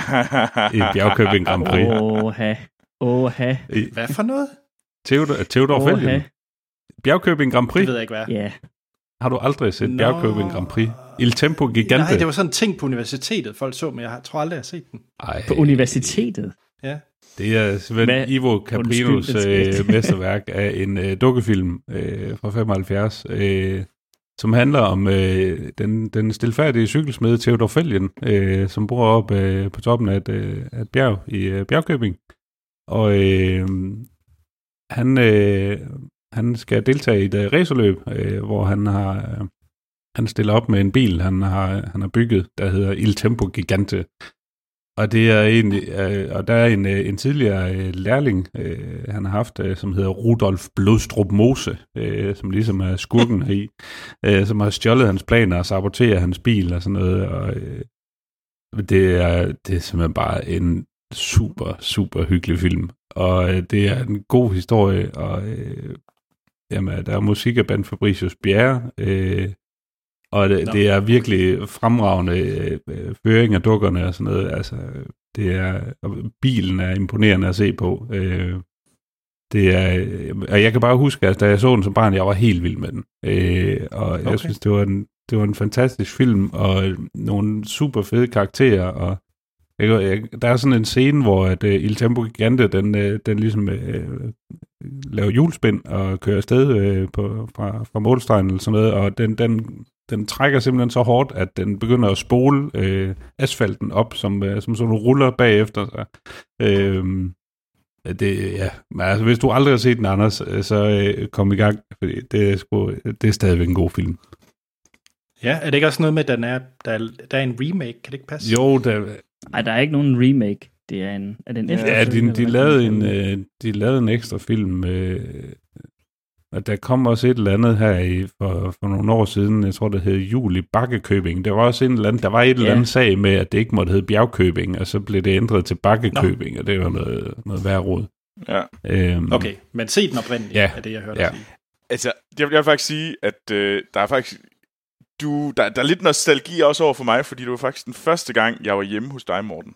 i Bjergkøbing Grand Prix. Åha. Åha. Hvad for noget? Theodor, Theodor Fælgen. Bjergkøbing Grand Prix. Det ved jeg ikke, hvad. Ja. Har du aldrig set no. Bjergkøbing Grand Prix? Il Tempo Gigante. Nej, det var sådan en ting på universitetet, folk så, men jeg tror aldrig, jeg har set den. Ej. På universitetet? Ja. Det er Svend Ivo Caprinos øh, mesterværk af en øh, dukkefilm øh, fra femoghalvfjerds, øh, som handler om øh, den, den stilfærdige cykelsmed Theodor Fælgen, øh, som bor oppe øh, på toppen af et, øh, af et bjerg i øh, Bjergkøbing. Og øh, han, øh, han skal deltage i et øh, racerløb, øh, hvor han har øh, han stiller op med en bil, han har, han har bygget, der hedder Il Tempo Gigante. Og det er egentlig, øh, og der er en, en tidligere øh, lærling, øh, han har haft, øh, som hedder Rudolf Blodstrup Mose, øh, som ligesom er skurken heri, øh, som har stjålet hans planer og saboteret hans bil og sådan noget. Og øh, det er det er simpelthen bare en super, super hyggelig film. Og øh, det er en god historie, og øh, jamen, der er musik af Bent Fabricius Bjerre, øh, og det, det er virkelig fremragende øh, føring af dukkerne og sådan noget. Altså, det er, bilen er imponerende at se på. Øh, det er, og jeg kan bare huske, at da jeg så den som barn, jeg var helt vild med den. Øh, og okay. Jeg synes, det var, en, det var en fantastisk film, og nogle super fede karakterer. Og jeg, jeg, der er sådan en scene, hvor at, uh, Il Tempo Gigante, den, uh, den ligesom uh, laver hjulspind og kører afsted uh, på, fra, fra målstregen eller sådan noget, og den, den Den trækker simpelthen så hårdt, at den begynder at spole øh, asfalten op, som, øh, som sådan ruller bagefter sig. Øh, det, ja. Men altså, hvis du aldrig har set den, Anders, så øh, kom i gang, fordi det er, sgu, det er stadigvæk en god film. Ja, er det ikke også noget med, at den er, der, er, der er en remake? Kan det ikke passe? Jo, der... Nej, der er ikke nogen remake. Det er en, er det en ja, de, de, lavede en, øh, de lavede en ekstra film... Øh, Og der kom også et eller andet her i, for, for nogle år siden, jeg tror det hed Jul i Bakkekøbing. Der var også en eller anden, der var et eller andet ja. sag med, at det ikke måtte hedde Bjergkøbing, og så blev det ændret til Bakkekøbing, Nå. og det var noget, noget værre råd. Ja. Øhm, okay, men se den oprindeligt, ja. er det, jeg hørte ja. sige. Altså, jeg vil, jeg vil faktisk sige, at øh, der er faktisk... Du, der, der er lidt nostalgi også over for mig, fordi det var faktisk den første gang, jeg var hjemme hos dig, Morten.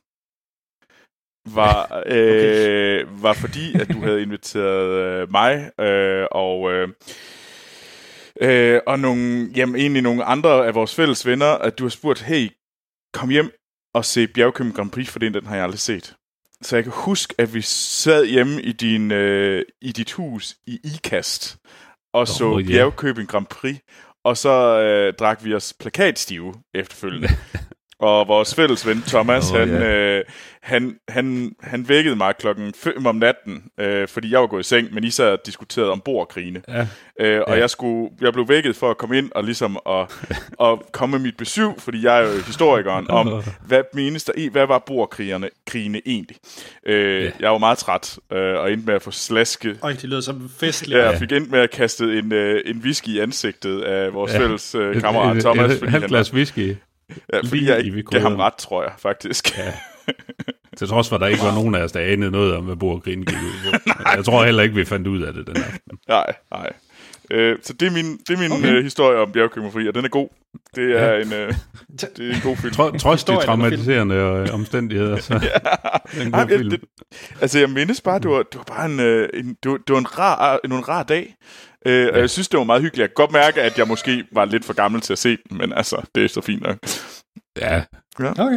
Var, øh, okay. var fordi, at du havde inviteret øh, mig øh, og øh, øh, og nogle, jamen, egentlig nogle andre af vores fælles venner, at du har spurgt, hey, kom hjem og se Bjergkøbing Grand Prix, for den, den har jeg aldrig set. Så jeg kan huske, at vi sad hjemme i, din, øh, i dit hus i Ikast og oh, så yeah. Bjergkøbing Grand Prix, og så øh, drak vi os plakatstive efterfølgende. Og vores fælles ven Thomas, oh, han, yeah. øh, han, han, han vækkede mig klokken fem om natten, øh, fordi jeg var gået i seng, men I sad og diskuterede om bordkrigene. Ja. Øh, og ja. jeg, skulle, jeg blev vækket for at komme ind og, ligesom og, og komme med mit besøg, fordi jeg er jo historikeren, om hvad menes der, hvad var bordkrigene krigene egentlig. Øh, yeah. Jeg var meget træt øh, og endte med at få slaske. Øj, det lyder som festligt. Ja, jeg fik endt med at kaste en, øh, en whisky i ansigtet af vores ja. fælles øh, kammerat Thomas. Et, et, et halvt glas whisky. Ja, fordi lige jeg ikke gav ham ret, tror jeg, faktisk. Ja. Til trods for, at der ikke var nogen af os, der anede noget om, hvad bordkrigen gik ud på. Jeg tror heller ikke, vi fandt ud af det den aften. Nej, nej. Øh, så det er min, det er min Okay. øh, historie om Bjergkøbmerfri, og den er god. Det er, ja. en, øh, det er en god film. Tro, trods de Historien eller traumatiserende øh, omstændigheder, så det er en Ej, god jeg, film. det, altså, jeg mindes bare, det var, det var bare en, øh, en, det var, det var en, rar, en, en rar dag. Øh, og jeg synes, det var meget hyggeligt. Jeg kan godt mærke, at jeg måske var lidt for gammel til at se den, men altså, det er så fint nok. Ja, Okay.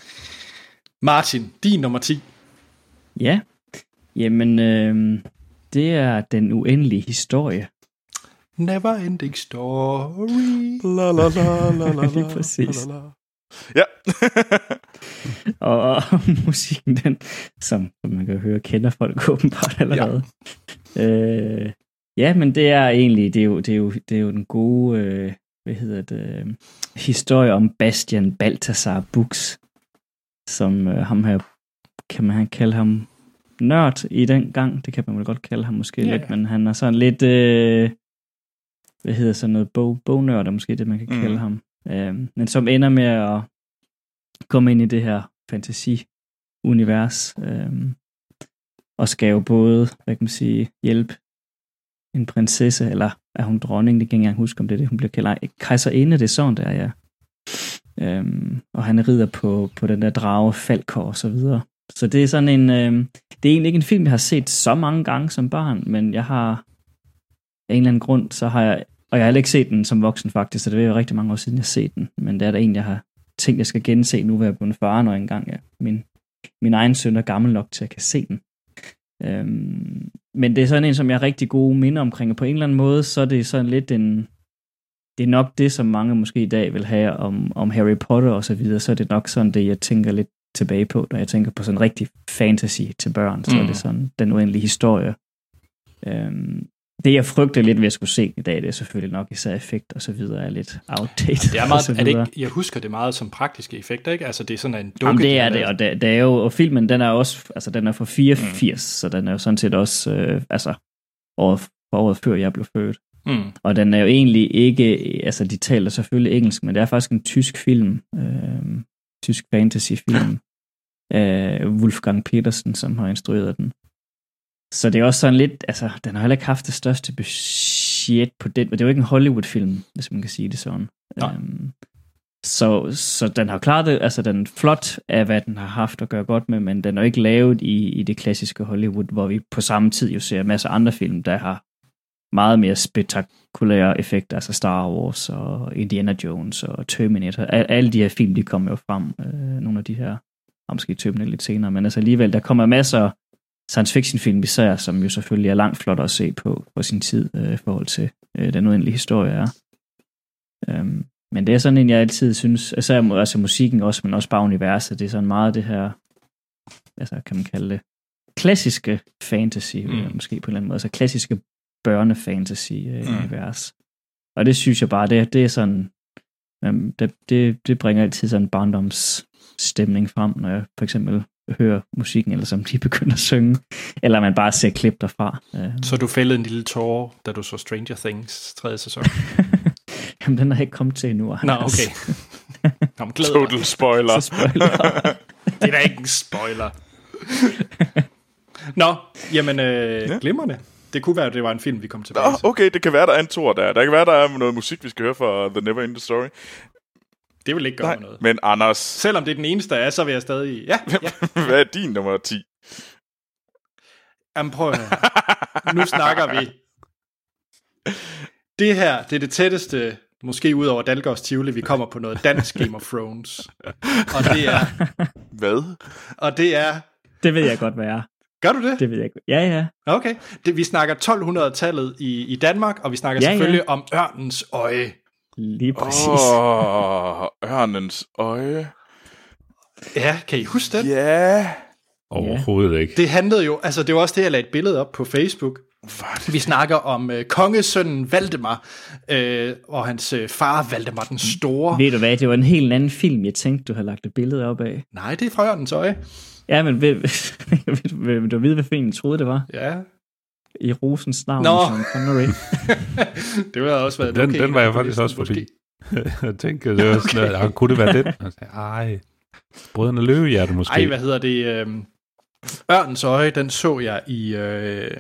Martin, din nummer ti. Ja, jamen, øh, det er Den Uendelige Historie. Never ending story. La, la, la, la, la, Lige præcis. la, la. Ja. og, og musikken, den, som, som man kan høre, kender folk åbenbart allerede. Ja. Øh, ja, men det er egentlig, det er jo, det er jo, det er jo den gode, øh, hvad hedder det, øh, historie om Bastian Balthasar Buchs, som øh, ham her, kan man kalde ham nørd i den gang, det kan man vel godt kalde ham måske Ja, lidt, ja. men han er sådan lidt, øh, hvad hedder sådan noget, bog, bognørd, er måske det, man kan kalde Mm. ham. Øh, men som ender med at komme ind i det her fantasi-univers, øh, og skal jo både, hvad kan man sige, hjælpe en prinsesse, eller er hun dronning, det kan jeg ikke engang huske, om det er det, hun bliver kaldt. Ej, kejserinde, det er sådan der, ja. Øhm, og han rider på, på den der drage, Falkor og så videre. Så det er sådan en, øhm, det er egentlig ikke en film, jeg har set så mange gange som barn, men jeg har af en eller anden grund, så har jeg, og jeg har heller ikke set den som voksen faktisk, så det er jo rigtig mange år siden, jeg har set den, men det er der en, jeg har tænkt, jeg skal gense nu, hvor jeg er blevet far, når engang ja, min, min egen søn er gammel nok til at kan se den. Øhm, men det er sådan en, som jeg har rigtig gode minder omkring, og på en eller anden måde, så er det sådan lidt en, det er nok det, som mange måske i dag vil have om, om Harry Potter og så videre, så er det nok sådan det, jeg tænker lidt tilbage på, når jeg tænker på sådan rigtig fantasy til børn, så mm. er det sådan den uendelige historie. Øhm, det jeg frygter lidt ved at skulle se i dag, det er selvfølgelig nok især effekt og så videre er lidt outdated. Det er og meget, så er det videre. ikke, jeg husker det meget som praktiske effekter, ikke? Altså det er sådan en dukke. Jamen, det de er har det, lavet. og det, det er jo, og filmen, den er også, altså den er fra fireogfirs, mm. så den er jo sådan set også, øh, altså, året, for året før jeg blev født. Mm. Og den er jo egentlig ikke, altså de taler selvfølgelig engelsk, men det er faktisk en tysk film, øh, tysk fantasyfilm, af Wolfgang Petersen, som har instrueret den. Så det er også sådan lidt, altså den har heller ikke haft det største budget på den, men det er jo ikke en Hollywood-film, hvis man kan sige det sådan. Øhm, så, så den har klaret det, altså den er flot af, hvad den har haft at gøre godt med, men den er jo ikke lavet i, i det klassiske Hollywood, hvor vi på samme tid jo ser masser af andre film, der har meget mere spektakulære effekter, altså Star Wars og Indiana Jones og Terminator. Alle de her film, de kommer jo frem, øh, nogle af de her, og måske Terminator lidt senere, men altså alligevel, der kommer masser science fiction film især, som jo selvfølgelig er langt flot at se på på sin tid øh, i forhold til øh, den uendelige historie er. Øhm, men det er sådan en, jeg altid synes, især altså musikken også, men også bare universet, det er sådan meget det her, altså kan man kalde det, klassiske fantasy, mm. øh, måske på en eller anden måde, altså klassiske børnefantasy-univers. Mm. Og det synes jeg bare, det, det er sådan, øh, det, det, det bringer altid sådan en barndomsstemning frem, når jeg for eksempel hører musikken, eller som de begynder at synge, eller man bare ser klip derfra. Så du fældede en lille tårer, da du så Stranger Things tredje sæson? Jamen, den har jeg ikke kommet til endnu. Nå, okay. Kom, glæd dig. Total spoiler. Så spoiler. Det er da ikke en spoiler. Nå, jamen, øh, Ja. glimrende. Det kunne være, at det var en film, vi kom tilbage Nå, til. okay, det kan være, der er en tor der. Der kan være, der er noget musik, vi skal høre fra The Never Ending Story. Det vil ikke gøre Nej, mig noget. men Anders, Selvom det er den eneste, der er, så vil jeg stadig... Ja, ja. hvad er din nummer ti? Jamen, prøv at høre. Nu snakker vi. Det her, det er det tætteste, måske ud over Dalgårds Tivoli, vi kommer på noget dansk Game of Thrones. Og det er... Hvad? Og det er... Det ved jeg godt, hvad er. Gør du det? Det ved jeg godt. Ja, ja. Okay. Det, vi snakker tolv hundrede-tallet i, i Danmark, og vi snakker Ja, selvfølgelig ja. om ørnens øje. Lige præcis. Åh, oh, ørnens øje. Ja, kan I huske det? Ja. Overhovedet ikke. Det handlede jo, altså det var også det, jeg lagde et billede op på Facebook. Hvad? Vi snakker om øh, kongesønnen Valdemar, øh, og hans øh, far Valdemar den Store. Ved du hvad, det var en helt anden film, jeg tænkte, du havde lagt et billede op af. Nej, det er fra ørnens øje. Ja, men vil, vil, vil, vil du vide, hvad filmen troede, det var? Ja. I Rosens navn, Nå. som Connery. Det ville også været Den, okay, den var jeg på faktisk listen, også forbi. måske. Jeg tænkte, det var sådan, okay. Kunne det være den? Og så, ej, Brødrene Løvehjerte måske. Ej, hvad hedder det? Øh, ørnens øje, den så jeg i, øh,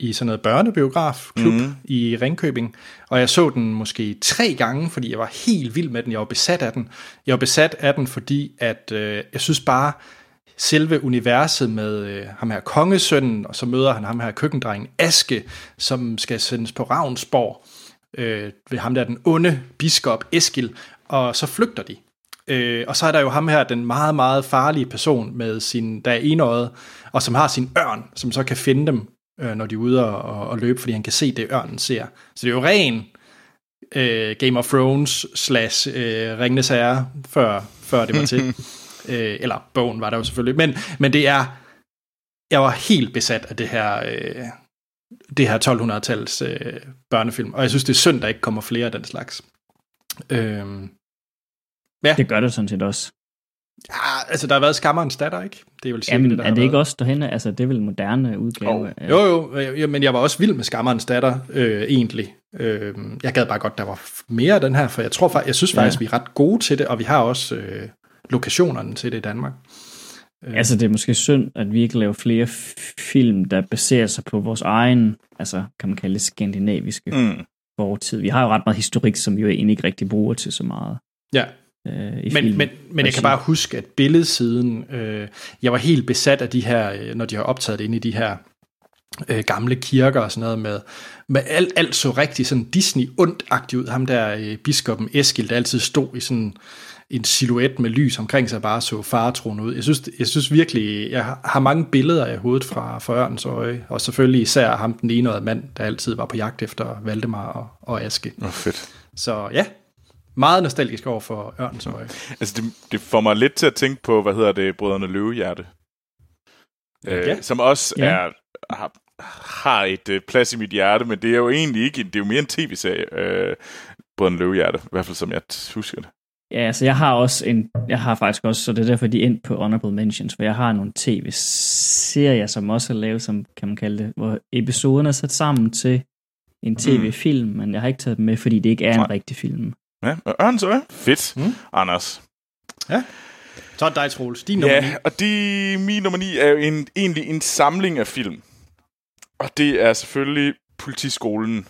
i sådan noget børnebiografklub Mhm. i Ringkøbing, og jeg så den måske tre gange, fordi jeg var helt vild med den. Jeg var besat af den. Jeg var besat af den, fordi at øh, jeg synes bare, selve universet med øh, ham her kongesønnen, og så møder han ham her køkkendrengen Aske, som skal sendes på Ravnsborg øh, ved ham der den onde biskop Eskil, og så flygter de. Øh, og så er der jo ham her, den meget, meget farlige person med sin, der er enøjet, og som har sin ørn, som så kan finde dem, øh, når de er ude og, og, og løbe, fordi han kan se det, ørnen ser. Så det er jo ren øh, Game of Thrones slash øh, Ringenes Herre, før, før det var til. øh, eller bogen var der jo selvfølgelig. Men, men det er, jeg var helt besat af det her, øh, det her tolv hundrede-tals øh, børnefilm, og jeg synes, det er synd, der ikke kommer flere af den slags. Øh, Ja. Det gør det sådan set også. Ja, altså der har været Skammerens datter, ikke? Det er vel Jamen, det, der er det ikke også derhenne? Altså, det er vel en moderne udgave? Oh. Af... Jo, jo, jo, men jeg var også vild med Skammerens datter, øh, egentlig. Øh, jeg gad bare godt, der var mere af den her, for jeg tror faktisk, jeg synes faktisk, ja. vi er ret gode til det, og vi har også øh, lokationerne til det i Danmark. Øh. Altså, det er måske synd, at vi ikke laver flere film, der baserer sig på vores egen, altså, kan man kalde det skandinaviske mm. fortid. Vi har jo ret meget historik, som vi jo egentlig ikke rigtig bruger til så meget. Ja. Øh, men, men, men jeg kan bare huske, at billedsiden, øh, jeg var helt besat af de her, når de har optaget det inde i de her øh, gamle kirker og sådan noget med, med alt, alt så rigtig sådan Disney-ondt-agtigt ud. Ham der øh, biskoppen Eskil, der altid stod i sådan en silhuet med lys omkring sig, bare så faretroende ud. Jeg synes, jeg synes virkelig, jeg har mange billeder i hovedet fra, fra Ørnens øje, og selvfølgelig især ham, den enøjede mand, der altid var på jagt efter Valdemar og, og Aske. Åh, oh, fedt. Så ja, meget nostalgisk over for Ørnens øje. Altså, det, det får mig lidt til at tænke på, hvad hedder det, Brødrene Løvehjerte. Øh, ja. Som også ja. er, har, har et uh, plads i mit hjerte, men det er jo egentlig ikke, det er jo mere en tv-serie, øh, Brødrene Løvehjerte, i hvert fald som jeg husker det. Ja, altså jeg har også en, jeg har faktisk også, så det er derfor, de er endt på Honorable Mentions, for jeg har nogle tv-serier, som også er lavet, som kan man kalde det, hvor episoderne er sat sammen til en tv-film, mm. men jeg har ikke taget dem med, fordi det ikke er en rigtig film. Ja, Ørnens øje. Fedt, mm. Anders. Ja. Så er det dig, Troels. Din nummer ni. Ja, og de, min nummer ni er jo en, egentlig en samling af film. Og det er selvfølgelig Politiskolen.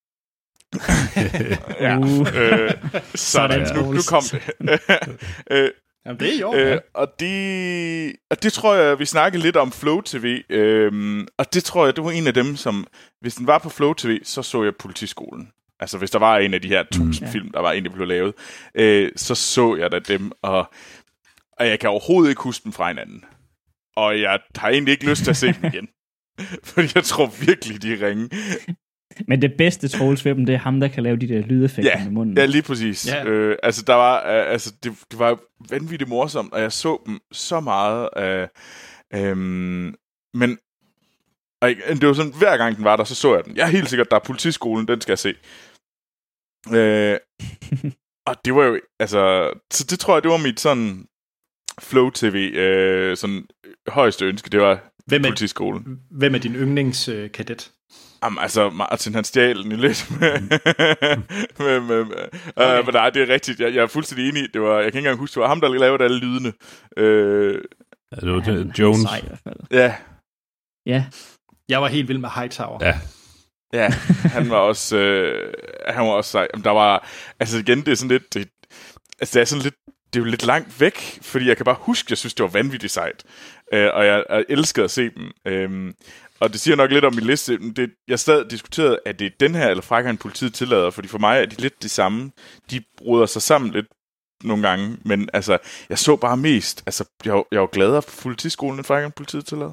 ja, uh. øh, sådan, sådan nu, nu kom det. øh, Jamen, det er jo. Øh, og, det, og det tror jeg, vi snakkede lidt om Flow T V. Øh, og det tror jeg, det var en af dem, som, hvis den var på Flow T V, så så jeg Politiskolen. Altså, hvis der var en af de her tusind mm. film, der var egentlig blev lavet, øh, så så jeg da dem, og, og jeg kan overhovedet ikke huske dem fra hinanden. Og jeg har egentlig ikke lyst til at se dem igen. Fordi jeg tror virkelig, de er ringe. Men det bedste Troels ved dem, det er ham, der kan lave de der lydeffekter ja, med munden. Ja, lige præcis. Ja. Øh, altså, der var, øh, altså det, det var vanvittigt morsomt, og jeg så dem så meget. Øh, øh, men og det var sådan, hver gang den var der, så så jeg den. Jeg er helt sikkert, der er Politiskolen, den skal jeg se. Øh, og det var jo, altså, så det tror jeg, det var mit sådan Flow T V, øh, sådan højeste ønske, det var hvem er, Politiskolen. Hvem er din yndlingskadet? Jamen, altså, Martin, han stjal den lidt med, med, med, med okay. uh, men nej, det er rigtigt, jeg, jeg er fuldstændig enig, det var, jeg kan ikke engang huske, det var ham, der lavede alle lydene. Uh, ja, det var han, Jones. Sej, i hvert fald. Ja. Ja. Jeg var helt vild med Hightower. Ja. Ja, han var også, øh, han var også sej. Jamen, der var, altså igen, det er sådan lidt, det, altså det er sådan lidt, det er jo lidt langt væk, fordi jeg kan bare huske, jeg synes, det var vanvittigt sejt. Uh, og jeg, jeg elskede at se dem. Uh, Og det siger nok lidt om min liste. Det, jeg stadig diskuterede, at det er den her, eller frækker politiet tillader, fordi for mig er de lidt de samme. De bryder sig sammen lidt nogle gange, men altså, jeg så bare mest, altså, jeg, jeg var gladere for Politiskolen, end frækker politiet tillader.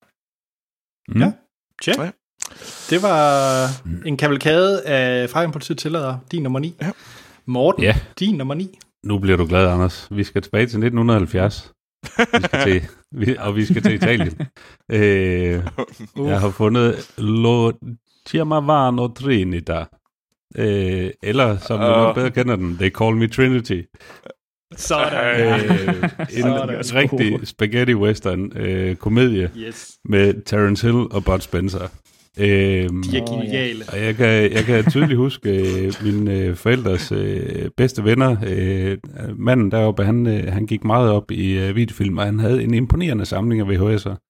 Mm. Ja, check. Ja. Det var en kavalkade af frækker politiet tillader, din nummer ni. Ja. Morten, ja. din nummer ni. Nu bliver du glad, Anders. Vi skal tilbage til nitten halvfjerds. Vi skal til, vi, og vi skal til Italien. Øh, uh. Jeg har fundet Lo Chiamavano Trinita. Øh, eller, som du uh. nok bedre kender den, They Call Me Trinity. Sådan. Øh, en Sådan. rigtig spaghetti western øh, komedie yes. med Terence Hill og Bud Spencer. Øh, De er geniale. Og jeg kan, jeg kan tydeligt huske øh, mine øh, forældres øh, bedste venner. Øh, manden deroppe, han, øh, han gik meget op i øh, videofilm, og han havde en imponerende samling af V H S'er.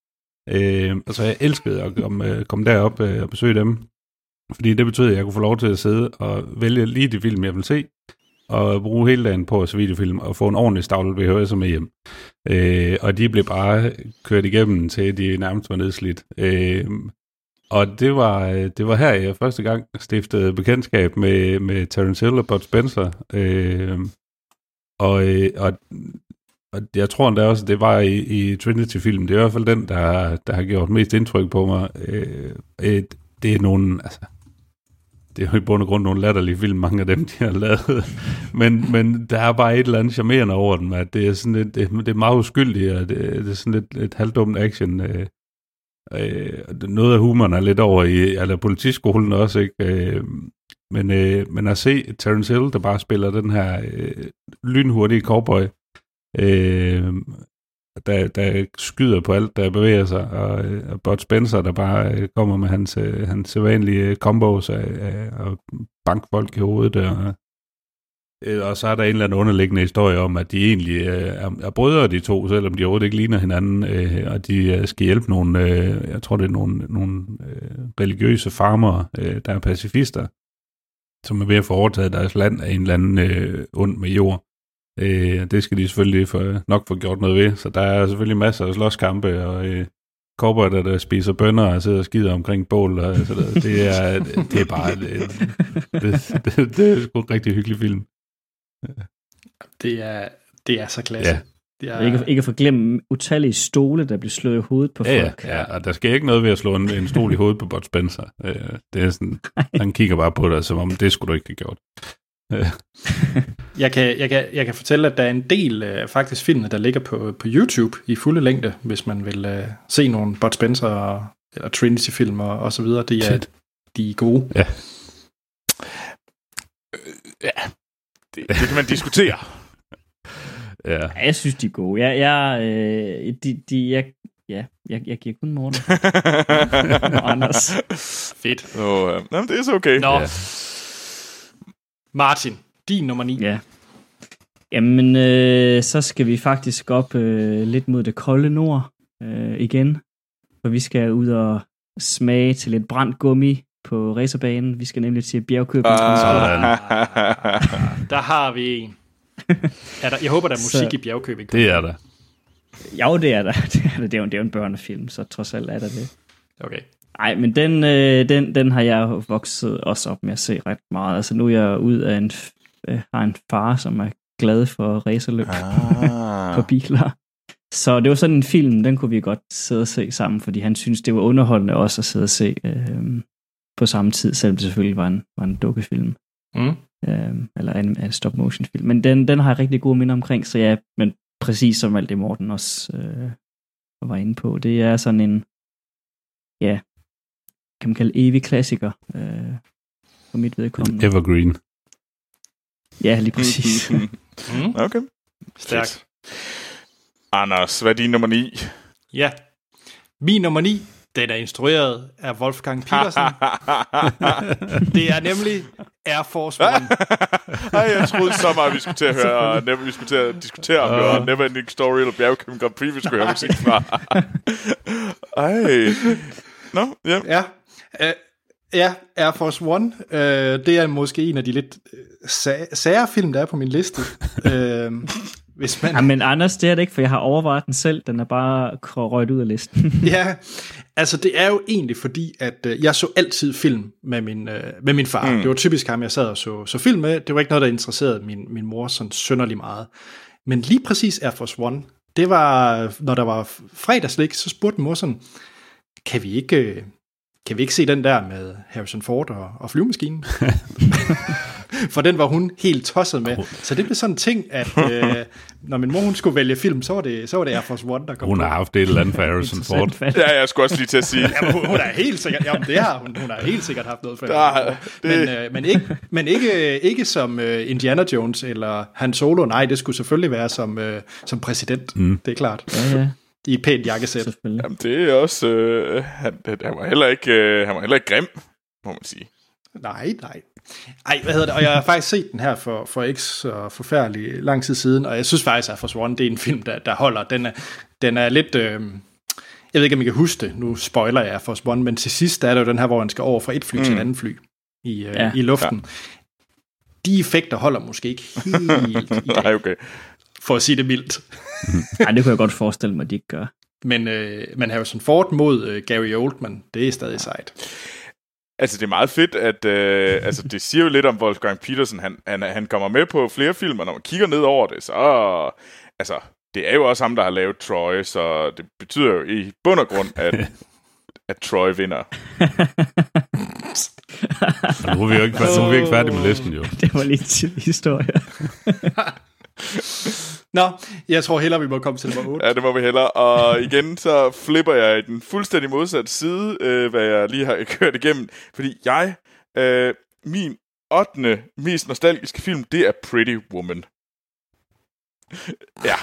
Øh, og så jeg elskede at komme, komme derop øh, og besøge dem, fordi det betød, at jeg kunne få lov til at sidde og vælge lige de film, jeg vil se, og bruge hele dagen på at se videofilm, og få en ordentlig stavlet V H S'er med hjem. Øh, og de blev bare kørt igennem, til de nærmest var nedslidt. Øh, og det var, det var her, jeg første gang stiftede bekendtskab med, med Terence Hill og Bud Spencer. Øh, og, og, og jeg tror endda også, det var i, i Trinity-filmen. Det er i hvert fald den, der, der har gjort mest indtryk på mig. Øh, det er nogle... Altså, det er jo i bund og grund nogle latterlige film, mange af dem, de har lavet. men, men der er bare et eller andet charmerende over dem, at det er sådan lidt, det, det er meget uskyldigt, og det, det er sådan lidt et halvdumt action. Øh, øh, noget af humoren er lidt over i, eller politiskolen også, ikke? Øh, men, øh, men at se Terence Hill, der bare spiller den her øh, lynhurtige cowboy, øh, der, der skyder på alt, der bevæger sig, og, og Bud Spencer, der bare kommer med hans, hans sædvanlige combos af, af at banke folk i hovedet. Og, og så er der en eller anden underliggende historie om, at de egentlig er, er brødre, de to, selvom de overhovedet ikke ligner hinanden, og de skal hjælpe nogle, jeg tror det er nogle, nogle religiøse farmere, der er pacifister, som er ved at få overtaget deres land af en eller anden ond med jord. Øh, det skal de selvfølgelig for, nok få gjort noget ved, så der er selvfølgelig masser af slåskampe og øh, cowboyer, der spiser bønner og sidder og skider omkring bål og så der. Det er, det er bare det, det, det, det er sgu en rigtig hyggelig film. Det er, det er så klasse. Ja. Det er... Ikke, ikke at forglemme utallige stole, der bliver slået i hovedet på ja, folk. Ja, ja, og der skal ikke noget ved at slå en, en stol i hovedet på Bud Spencer. Øh, det er sådan, han kigger bare på dig, som om det skulle du ikke have gjort. jeg, kan, jeg, kan, jeg kan fortælle, at der er en del øh, faktisk filmene, der ligger på, på YouTube i fulde længde, hvis man vil øh, se nogle Bud Spencer og, eller Trinity-film og, og så videre. De er, de er gode. Ja. Øh, ja, det, det kan man diskutere. Ja. Ja, jeg synes, de er gode. Jeg, jeg, øh, de, de, jeg, ja, jeg, jeg giver kun Morten. Og Anders. Fedt. Nå, øh, jamen, det er så okay. Nå. Ja. Martin, din nummer ni. Ja. Jamen, øh, så skal vi faktisk op øh, lidt mod det kolde nord øh, igen. For vi skal ud og smage til lidt brændt gummi på racerbanen. Vi skal nemlig til Bjergkøbing. Ah. Der har vi en. Er der, jeg håber, der er musik så, i Bjergkøbing. Det er der. Jo, det er der. Det er, der. Det er, jo, det er jo en børnefilm, så trods alt er der det. Okay. Nej, men den, øh, den, den har jeg vokset også op med at se ret meget. Altså nu er jeg ud af en, øh, har en far, som er glad for racerløb Ah. på biler. Så det var sådan en film, den kunne vi godt sidde og se sammen, fordi han synes det var underholdende også at sidde og se øh, på samme tid, selvom det selvfølgelig var en, var en dukkefilm. Mm. Øh, eller en, en stop-motion film. Men den, den har jeg rigtig gode minder omkring, så ja, men præcis som alt det Morten også øh, var inde på. Det er sådan en, ja, kan man kalde evig klassiker øh, for mit vedkommende. Evergreen. Ja, lige præcis. Mm. Okay. Stærkt. Anders, hvad er din nummer ni? Ja. Min nummer ni, den er instrueret af Wolfgang Petersen. Det er nemlig Air Force One. Ej, jeg troede så meget, vi skulle til at høre, never, vi skulle til at diskutere, om det var Neverending Story eller Bjergkøbing Grand Prix, vi skulle høre musik fra. Ej. Nå, ja. Ja. Uh, ja, Air Force One. Uh, det er måske en af de lidt sa- sære film, der er på min liste. Uh, hvis man... Ja, men Anders, det er det ikke, for jeg har overvejet den selv. Den er bare røget ud af listen. Ja, altså det er jo egentlig fordi, at uh, jeg så altid film med min, uh, med min far. Mm. Det var typisk ham, jeg sad og så, så film med. Det var ikke noget, der interesserede min, min mor sådan synderligt meget. Men lige præcis Air Force One, det var, når der var fredagslik, så spurgte mor sådan, kan vi ikke... Kan vi ikke se den der med Harrison Ford og, og flyvemaskinen? For den var hun helt tosset med. Så det blev sådan en ting, at øh, når min mor hun skulle vælge film, så var det, så var det Air Force One, der kom Hun på. har haft et eller andet for Harrison Ford. Ja, jeg skulle også lige til at sige. Jamen, hun, hun er helt sikkert, jamen, det har hun, hun har helt sikkert haft noget for Der, det. Men, øh, men, ikke, men ikke, ikke som øh, Indiana Jones eller Han Solo. Nej, det skulle selvfølgelig være som, øh, som præsident. Mm. Det er klart. Ja, ja. I et pænt jakkesæt. Selvfølgelig. Jamen, det er også... Øh, han, han, var heller ikke, øh, han var heller ikke grim, må man sige. Nej, nej. Ej, hvad hedder det? Og jeg har faktisk set den her for, for ikke så forfærdelig lang tid siden, og jeg synes faktisk, at Air Force One, det er en film, der, der holder. Den er, den er lidt... Øh, jeg ved ikke, om I kan huske det, nu spoiler jeg Force One, men til sidst der er der jo den her, hvor han skal over fra et fly mm. til en anden fly i, øh, ja. i luften. Ja. De effekter holder måske ikke helt i dag, Nej, okay. for at sige det mildt. Nej, det kunne jeg godt forestille mig, at de ikke gør. Men, øh, men Harrison Ford mod øh, Gary Oldman, det er stadig sejt. Altså, det er meget fedt, at øh, altså, det siger jo lidt om Wolfgang Petersen. Han, han, han kommer med på flere film, og når man kigger ned over det, så... Altså, det er jo også ham, der har lavet Troy, så det betyder jo i bund og grund, at, at Troy vinder. nu er vi jo ikke, nu er vi ikke færdige med listen, jo. Det var lige en tidlig historie. Nå, jeg tror hellere, vi må komme til nummer otte. Ja, det må vi hellere. Og igen, så flipper jeg i den fuldstændig modsatte side, øh, hvad jeg lige har kørt igennem. Fordi jeg, øh, min ottende mest nostalgiske film, det er Pretty Woman. Ja.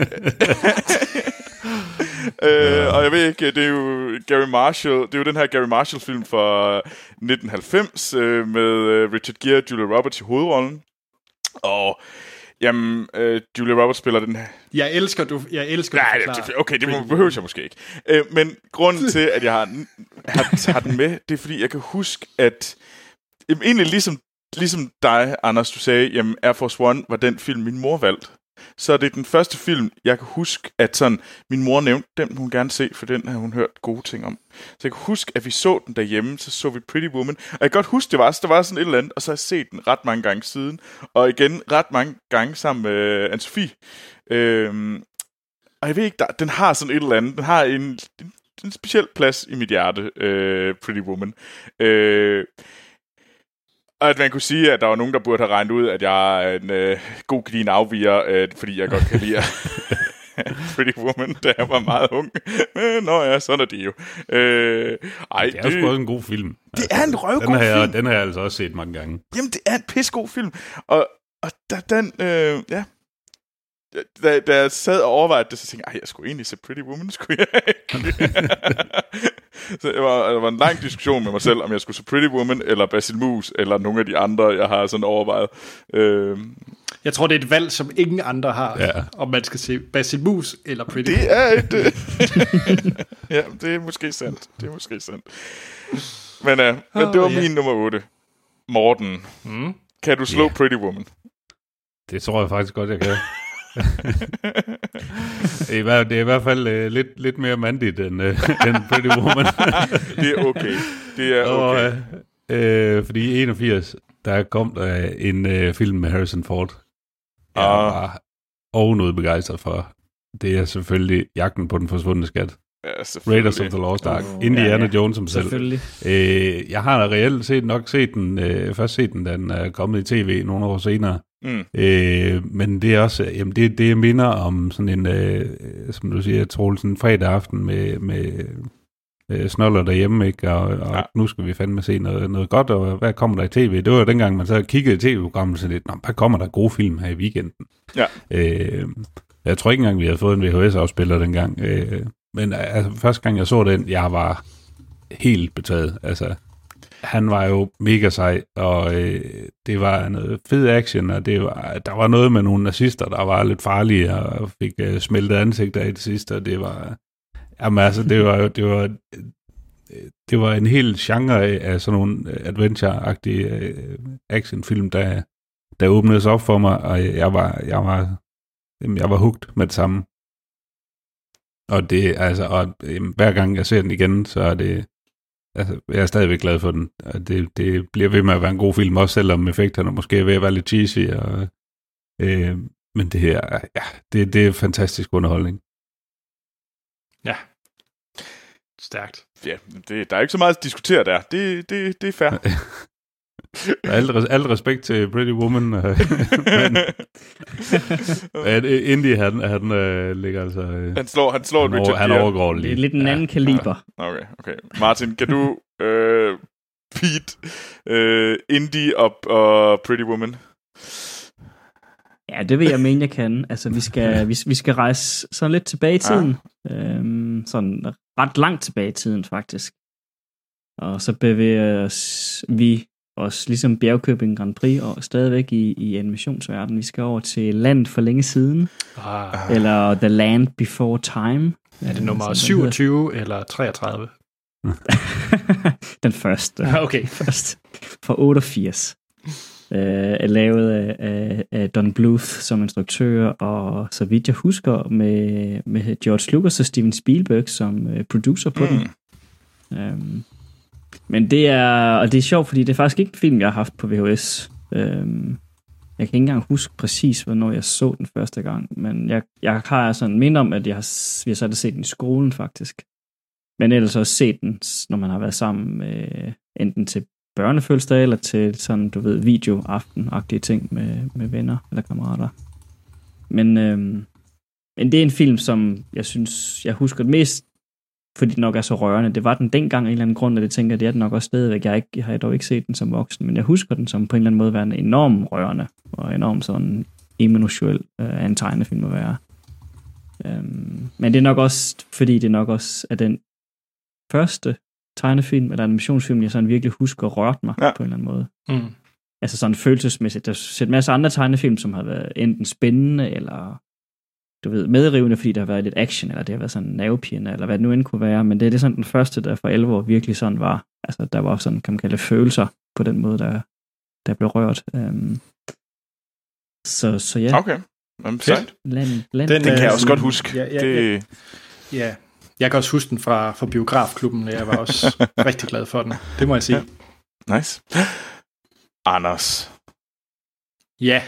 øh, og jeg ved ikke, det er jo Gary Marshall, det er jo den her Gary Marshall film fra nitten halvfems øh, med Richard Gere og Julia Roberts i hovedrollen. Og jamen, øh, Julia Roberts spiller den her. Jeg elsker du, jeg elsker Nej, du det, okay, det må, behøver jeg måske ikke. Øh, men grunden til, at jeg har, har, har den med, det er fordi, jeg kan huske, at jamen, egentlig ligesom, ligesom dig, Anders, du sagde, jamen Air Force One var den film, min mor valgte. Så det er den første film, jeg kan huske, at sådan, min mor nævnte, den hun gerne se, for den har hun hørt gode ting om. Så jeg kan huske, at vi så den derhjemme, så så vi Pretty Woman. Og jeg kan godt huske, det var, der var sådan et eller andet, og så har jeg set den ret mange gange siden. Og igen, ret mange gange sammen med Anne-Sophie. Øhm, og jeg ved ikke, der, den har sådan et eller andet, den har en, en, en speciel plads i mit hjerte, øh, Pretty Woman. Øh, Og at man kunne sige, at der var nogen, der burde have regnet ud, at jeg er en øh, god gedigen afviger, øh, fordi jeg godt kan lide Pretty Woman, da jeg var meget ung. Men, nå ja, sådan er det jo. Øh, ej, det er det, sgu også en god film. Det er en røvgod den har jeg, film. Den har jeg altså også set mange gange. Jamen, det er en pissegod film. Og, og da den, øh, ja... Da, da jeg sad og overvejede det, så tænkte jeg, jeg skulle egentlig se Pretty Woman, skulle jeg ikke? Så det var, det var en lang diskussion med mig selv, om jeg skulle se Pretty Woman, eller Basil Mus, eller nogle af de andre, jeg har sådan overvejet. Øh... Jeg tror, det er et valg, som ingen andre har, ja. om man skal se Basil Mus eller Pretty Det er et... Øh... ja, det er måske sandt. Det er måske sandt. Men, øh, men det var oh, min yeah. nummer otte. Morten, mm. kan du slå yeah. Pretty Woman? Det tror jeg faktisk godt, jeg kan. det er i hvert fald uh, lidt, lidt mere mandigt end, uh, end Pretty Woman. Det er okay. Det er okay. Og, uh, fordi i enogfirs, der kom der en uh, film med Harrison Ford. Jeg ah. var ovenud begejstret for. Det er selvfølgelig Jagten på den forsvundne skat. Ja, Raiders of the Lost Ark. Oh, Indiana ja, ja. Jones som selv. Øh, jeg har reelt set nok set den, øh, først set den, da den er kommet i tv nogle år senere. Mm. Øh, men det er også, jamen det, det minder om sådan en, øh, som du siger, Troels, en fredag aften med, med øh, snoller derhjemme, ikke? Og, og ja. Nu skal vi fandme se noget, noget godt, og hvad kommer der i tv? Det var dengang, man så kiggede i tv-programmet, så lidt, nå, hvad kommer der gode film her i weekenden? Ja. Øh, jeg tror ikke engang, vi havde fået en V H S-afspiller dengang. Øh, men altså, første gang jeg så den, jeg var helt betaget. Altså, han var jo mega sej, og øh, det var noget fed action, og det var, der var noget med nogle nazister, der var lidt farlige, og fik øh, smeltet ansigter i det sidste, og det var, jamen altså, det var, det var, det var en hel genre af sådan nogle adventure-agtige øh, actionfilm, der, der åbnede sig op for mig, og jeg var, jeg var, jeg var hooked med det samme. Og det, altså, og jamen, hver gang jeg ser den igen, så er det, altså, jeg er stadigvæk glad for den. Det, det bliver ved med at være en god film, også selvom effekterne måske er ved at være lidt cheesy. Og, øh, men det her, ja, det, det er fantastisk underholdning. Ja. Stærkt. Ja, det, der er ikke så meget at diskutere der. Det, det, det er fair. Alt, alt respekt til Pretty Woman. men, men Indy, han, han øh, ligger altså... Øh, han slår, han slår han, over, han overgår lige. Det er lidt en anden ja. kaliber. Ja. Okay, okay. Martin, kan du øh, beat øh, Indy op og Pretty Woman? Ja, det vil jeg mene, jeg kan. Altså, vi skal, vi, vi skal rejse sådan lidt tilbage i tiden. Ah. Øhm, sådan ret langt tilbage i tiden, faktisk. Og så bevæger os, vi os ligesom Bjergkøbing Grand Prix og stadigvæk i, i animationsverdenen. Vi skal over til Landet for længe siden. Ah. Eller The Land Before Time. Er det nummer syvogtyve eller treogtredive? Den første. Okay. Først. Fra otteogfirs. Øh, er lavet af, af, af Don Bluth som instruktør, og så vidt jeg husker, med, med George Lucas og Steven Spielberg som uh, producer på mm. den. Um, men det er, og det er sjovt, fordi det er faktisk ikke en film, jeg har haft på V H S. Um, jeg kan ikke engang huske præcis, hvornår jeg så den første gang, men jeg, jeg har sådan minde om, at jeg har, vi har så set den i skolen faktisk. Men ellers også set den, når man har været sammen med, enten til børnefødselsdag, eller til sådan, du ved, videoaften-agtige ting med, med venner eller kammerater. Men, øhm, men det er en film, som jeg synes, jeg husker det mest, fordi den nok er så rørende. Det var den dengang af en eller anden grund, og det tænker jeg, det er den nok også stadigvæk. Jeg, ikke, jeg har dog ikke set den som voksen, men jeg husker den som på en eller anden måde være en enorm rørende, og enormt sådan emotionel øh, en tegnefilm at være. Øhm, men det er nok også, fordi det nok også er den første tegnefilm eller animationsfilm, jeg sådan virkelig husker rørt mig ja. på en eller anden måde. Mm. Altså sådan følelsesmæssigt. Der har set en masse andre tegnefilm, som har været enten spændende, eller du ved, medrivende, fordi der har været lidt action, eller det har været sådan nervepirrende, eller hvad det nu end kunne være, men det er det sådan den første, der for alvor virkelig sådan var. Altså der var sådan, kan man kalde det, følelser på den måde, der, der blev rørt. Um, så, så ja. Okay. Jamen, sejt. Land, land, den, den kan jeg også godt huske. Ja, ja, det... ja. ja. Jeg kan også huske den fra, fra Biografklubben, og jeg var også rigtig glad for den. Det må jeg sige. Ja. Nice. Anders. Ja.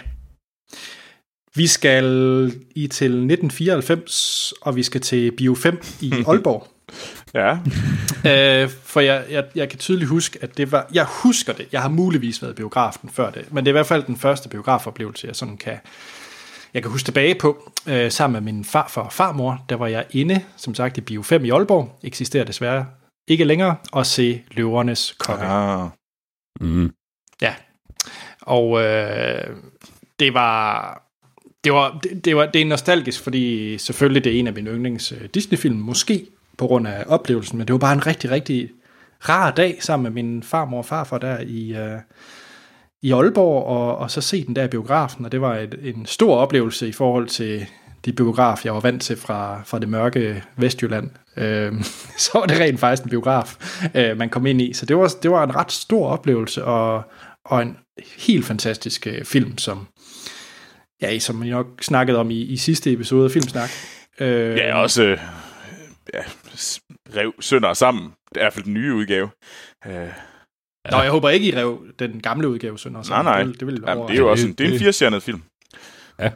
Vi skal i til nitten fireoghalvfems, og vi skal til Bio fem i Aalborg. Ja. øh, for jeg, jeg, jeg kan tydeligt huske, at det var... Jeg husker det. Jeg har muligvis været i biografen før det, men det er i hvert fald den første biografoplevelse, jeg sådan kan... Jeg kan huske tilbage på, øh, sammen med min farfar og farmor, der var jeg inde, som sagt, i Bio fem i Aalborg, eksisterer desværre ikke længere, og se Løvernes Konge. Ah. Mm. Ja, og øh, det var, det var, det, det var, det er nostalgisk, fordi selvfølgelig det er en af mine yndlings øh, Disney-film, måske på grund af oplevelsen, men det var bare en rigtig, rigtig rar dag sammen med min farmor og farfar der i... Øh, i Aalborg, og, og så se den der i biografen, og det var et, en stor oplevelse i forhold til de biograf, jeg var vant til fra, fra det mørke Vestjylland. Øhm, så var det rent faktisk en biograf, øh, man kom ind i. Så det var, det var en ret stor oplevelse, og, og en helt fantastisk øh, film, som, ja, som jeg nok snakkede om i, i sidste episode af Filmsnak. Øh, ja, også øh, ja, rev sønder sammen. Det er i hvert fald den nye udgave. Øh. Nå, jeg håber ikke, I rev den gamle udgave sønder. Nej, nej. Det, det, vil Jamen, det er jo også en, det er en firestjernet film. Ja.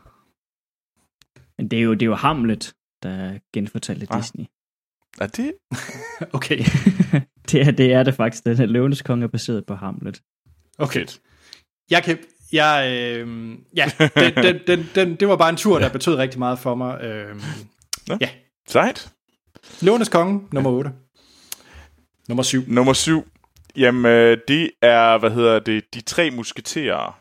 Men det er jo, det er jo Hamlet, der genfortalte ah. Disney. Er det? Okay. det, er, det er det faktisk. Den her Løvenes Konge er baseret på Hamlet. Okay. Jeg kan... Jeg, øh, ja, den, den, den, den, det var bare en tur, der betød rigtig meget for mig. Øh, ja. Sejt. Løvenes Konge, nummer otte. Nummer syv. Nummer syv. Jamen, det er, hvad hedder det, De Tre Musketerer.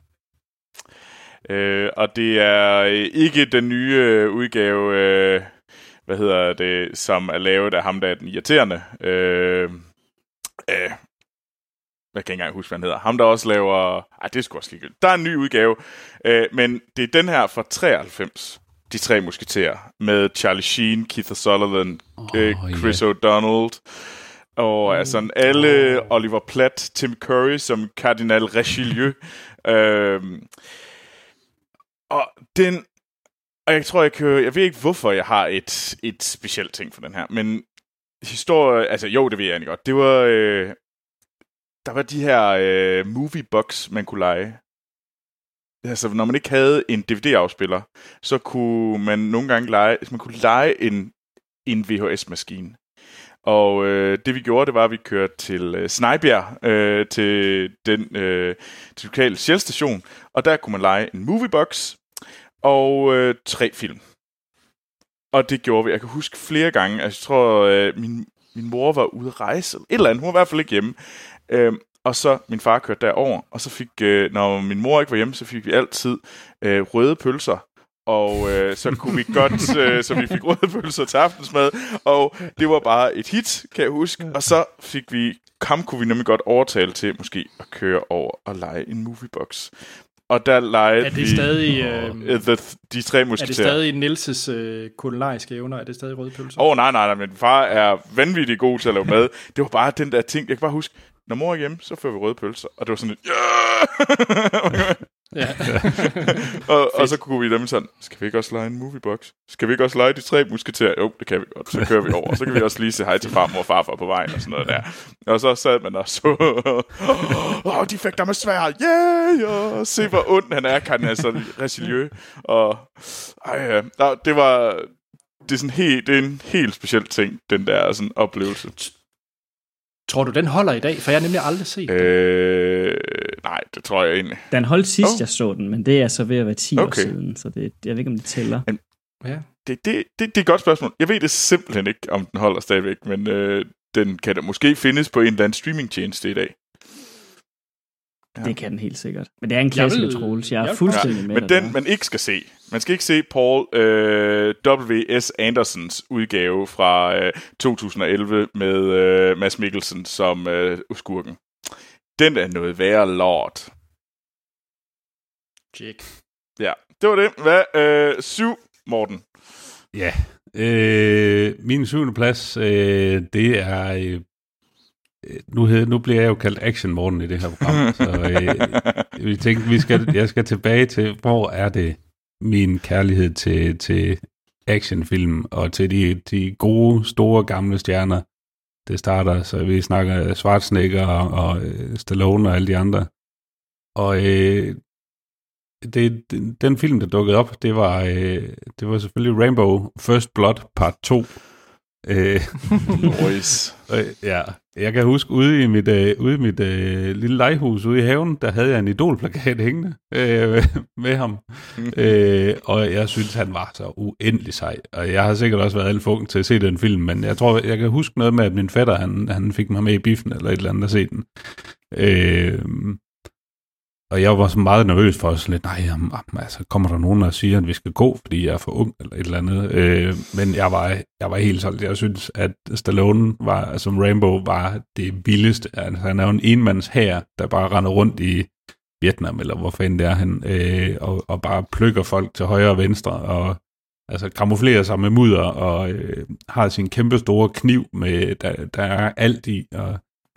Øh, og det er ikke den nye udgave, øh, hvad hedder det, som er lavet af ham, der er den irriterende. Øh, øh, jeg kan ikke engang huske, hvad han hedder. Ham, der også laver... Ej, det er sgu også ligegyldigt. Der er en ny udgave, øh, men det er den her fra treoghalvfems. De Tre Musketerer. Med Charlie Sheen, Keith Sutherland, oh, øh, Chris yeah. O'Donnell... Og oh, altså alle, oh. Oliver Platt, Tim Curry som Kardinal Richelieu. øhm, og den... Og jeg tror, jeg kan... Jeg ved ikke, hvorfor jeg har et, et specielt ting for den her, men historie... Altså, jo, det ved jeg egentlig godt. Det var... Øh, der var de her øh, movie-box, man kunne lege. Altså, når man ikke havde en D V D-afspiller, så kunne man nogle gange lege... Man kunne lege en, en V H S-maskine. Og øh, det vi gjorde, det var, at vi kørte til øh, Snejbjerg, øh, til den øh, til lokale Shell-station, og der kunne man lege en moviebox og øh, tre film. Og det gjorde vi. Jeg kan huske flere gange, altså jeg tror, øh, min, min mor var ude at rejse, et eller andet, hun var i hvert fald ikke hjemme. Øh, og så min far kørte derover, og så fik, øh, når min mor ikke var hjemme, så fik vi altid øh, røde pølser. Og øh, så kunne vi godt, øh, så vi fik røde pølser til aftensmad, og det var bare et hit, kan jeg huske. Og så fik vi, ham kunne vi nemlig godt overtale til måske at køre over og lege en moviebox. og der legede er det vi... stadig, øh, the, de tre musketerer. Er det stadig Nilses øh, kulinariske evner? Er det stadig røde pølser? Åh, oh, nej, nej, nej, min far er vanvittig god til at lave mad. Det var bare den der ting, jeg kan bare huske, når mor er hjemme, så fører vi røde pølser, og det var sådan lidt, yeah! Ja. og, og så kunne vi dem sådan, skal vi ikke også lege en moviebox? Skal vi ikke også lege de tre musketerer? Jo, det kan vi godt. Så kører vi over, og så kan vi også lige sige hej til farmor og farfar på vejen og sådan noget der. Og så sad man og så, åh, oh, de fik der med svær, yeah, yeah. Se hvor ond han er, kan han altså resiliø. Og ej, ja, det var, det er sådan helt, det er en helt speciel ting, den der sådan oplevelse. Tror du, den holder i dag? For jeg har nemlig aldrig set den. Øh, nej, det tror jeg egentlig. Den holdt sidst, oh. jeg så den, men det er så ved at være ti okay. år siden, så det, jeg ved ikke, om det tæller. Men, ja. det, det, det, det er et godt spørgsmål. Jeg ved det simpelthen ikke, om den holder stadigvæk, men øh, den kan da måske findes på en eller anden streamingtjeneste i dag. Ja. Det kan den helt sikkert. Men det er en klassiker, Troels. Jeg er jeg fuldstændig ja, med men den, man ikke skal se. Man skal ikke se Paul øh, W S Andersons udgave fra øh, to tusind og elleve med øh, Mads Mikkelsen som øh, skurken. Den er noget værre lort. Check. Ja, det var det. Hvad? Øh, syv, Morten. Ja. Øh, min syvende plads, øh, det er... Øh, Nu, hed, nu bliver jeg jo kaldt Action Morten i det her program, så øh, vi tænkte, vi skal, jeg skal tilbage til, hvor er det min kærlighed til, til actionfilm og til de, de gode, store, gamle stjerner. Det starter, så vi snakker Schwarzenegger og, og Stallone og alle de andre. Og øh, det, den film, der dukkede op, det var, øh, det var selvfølgelig Rambo First Blood part to. Øh, Noise. Ja, jeg kan huske, ude i mit, øh, ude i mit øh, lille legehus ude i haven, der havde jeg en idolplakat hængende øh, med ham. Mm. Øh, og jeg synes, han var så uendelig sej. Og jeg har sikkert også været alt for ung til at se den film, men jeg tror, jeg kan huske noget med, at min fætter, han, han fik mig med i biffen eller et eller andet at se den. Øh, Og jeg var så meget nervøs for sådan lidt, nej, jamen, altså, kommer der nogen, der siger, at vi skal gå, fordi jeg er for ung, eller et eller andet. Øh, men jeg var, jeg var helt solgt. Jeg synes, at Stallone var, som Rambo var det vildeste. Altså, han er jo en enmands hær, der bare render rundt i Vietnam, eller hvor fanden det er han, øh, og, og bare plukker folk til højre og venstre, og altså kamuflerer sig med mudder, og øh, har sin kæmpe store kniv, med, der, der er alt i, og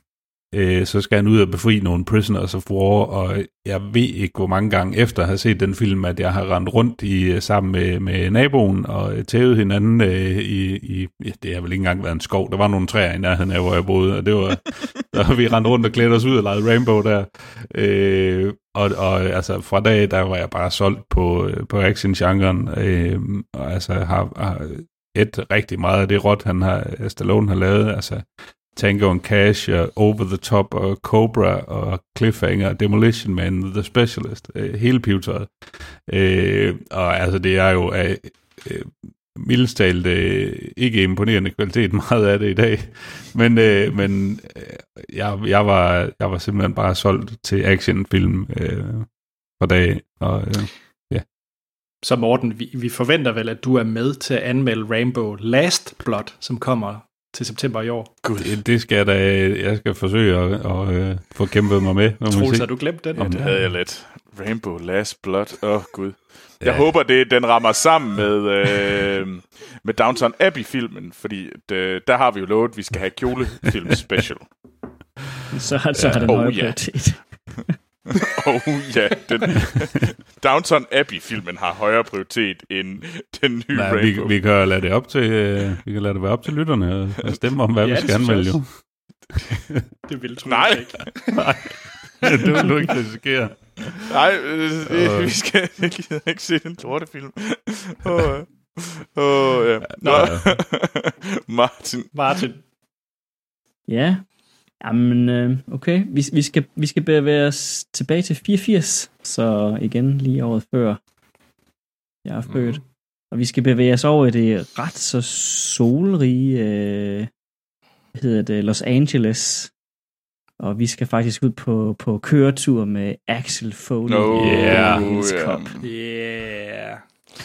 øh, så skal han ud og befri nogle prisoners of war, og jeg ved ikke, hvor mange gange efter at have set den film, at jeg har rendt rundt i, sammen med, med naboen, og tævet hinanden øh, i, i, ja, det har vel ikke engang været en skov, der var nogle træer i nærheden af, hvor jeg boede, og det var, der vi rendt rundt og klædte os ud og legede Rainbow der, øh, og, og altså fra dag, der var jeg bare solgt på, på action-genren, øh, og altså har, har et rigtig meget af det råt, han har, Stallone har lavet, altså Tango and Cash, og Over the Top, og Cobra, og Cliffhanger, Demolition Man, The Specialist, øh, hele pivetøjet. Øh, og altså, det er jo øh, øh, mildest talt øh, ikke imponerende kvalitet, meget af det i dag. Men, øh, men øh, jeg, jeg, var, jeg var simpelthen bare solgt til actionfilm øh, for dag. Og, øh, ja. Så Morten, vi, vi forventer vel, at du er med til at anmelde Rambo Last Blood, som kommer til september i år. Gud. Det, det skal jeg da, jeg skal forsøge at, at, at få kæmpet mig med. Troels, har du glemt den? Jamen, det havde jeg lidt. Rainbow Last Blood, åh oh, gud. Jeg ja. håber, det den rammer sammen med, øh, med Downton Abbey-filmen, fordi det, der har vi jo lovet, at vi skal have kjolefilm special. Så, har, så ja. har den højere prioritet. Åh oh, ja, den, Downton Abbey-filmen har højere prioritet end den nye Nej, Rainbow. Vi, vi kan lade det op til, øh, vi kan lade det være op til lytterne og, og stemme om, hvad ja, vi skal anmelde. Jo. Det vil du Nej. ikke. Nej, det vil du ikke risikere. Nej, øh, det, vi skal jeg ikke se den lortefilm. Åh, oh, oh, ja. Nå. Martin. Martin. Ja. Jamen, øh, okay. Vi, vi, skal, vi skal bevæge os tilbage til fireogfirs, så igen lige året før jeg er født. Mm. Og vi skal bevæge os over i det ret så solrige, øh, hvad hedder det, Los Angeles. Og vi skal faktisk ud på, på køretur med Axel Foley. Oh, yeah. Yeah. Yeah.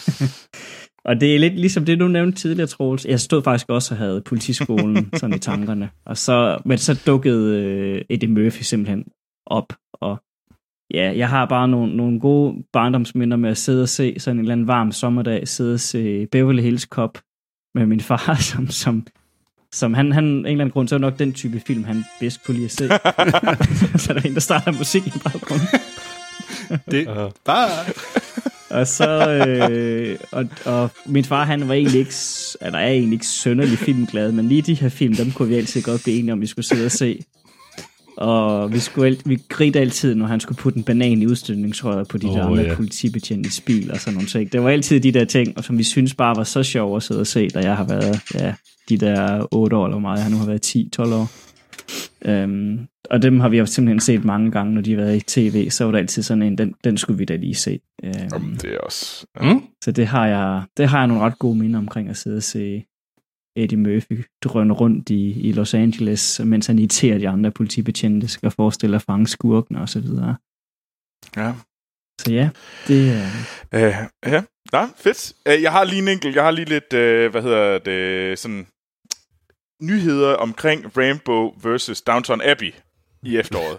Og det er lidt ligesom det, du nævnte tidligere, Troels. Jeg stod faktisk også og havde politiskolen sådan i tankerne. Og så, men så dukkede uh, Eddie Murphy simpelthen op. Og ja, jeg har bare nogle, nogle gode barndomsminder med at sidde og se sådan en eller anden varm sommerdag, sidde og se Beverly Hills Cop med min far, som, som, som han, han, en eller anden grund, så er nok den type film, han bedst kunne lide at se. Så er der en, der starter musik i baggrunden. Det er bare... Og så, øh, og, og min far, han var egentlig ikke, eller er egentlig ikke sønderlig filmglad, men lige de her film, dem kunne vi altid godt blive enige om, vi skulle sidde og se. Og vi, skulle, vi grinte altid, når han skulle putte en banan i udstødningsrøret på de oh, der andre yeah. politibetjentes bil og sådan nogle ting. Det var altid de der ting, og som vi synes bare var så sjov at sidde og se, da jeg har været ja, de der otte år eller meget. Jeg har nu har været ti tolv år. Um, og dem har vi jo simpelthen set mange gange, når de har været i tv, så var der altid sådan en, den, den skulle vi da lige se. Um, Jamen, det er også... Ja. Mm. Så det har, jeg, det har jeg nogle ret gode minder omkring at sidde og se Eddie Murphy drøne rundt i, i Los Angeles, mens han irriterer de andre politibetjente, skal forestille at fange skurkene og så videre. Ja. Så ja, det er... Uh, ja, ja, fedt. Uh, jeg har lige en enkelt, jeg har lige lidt, uh, hvad hedder det, sådan... nyheder omkring Rainbow versus Downton Abbey i efteråret.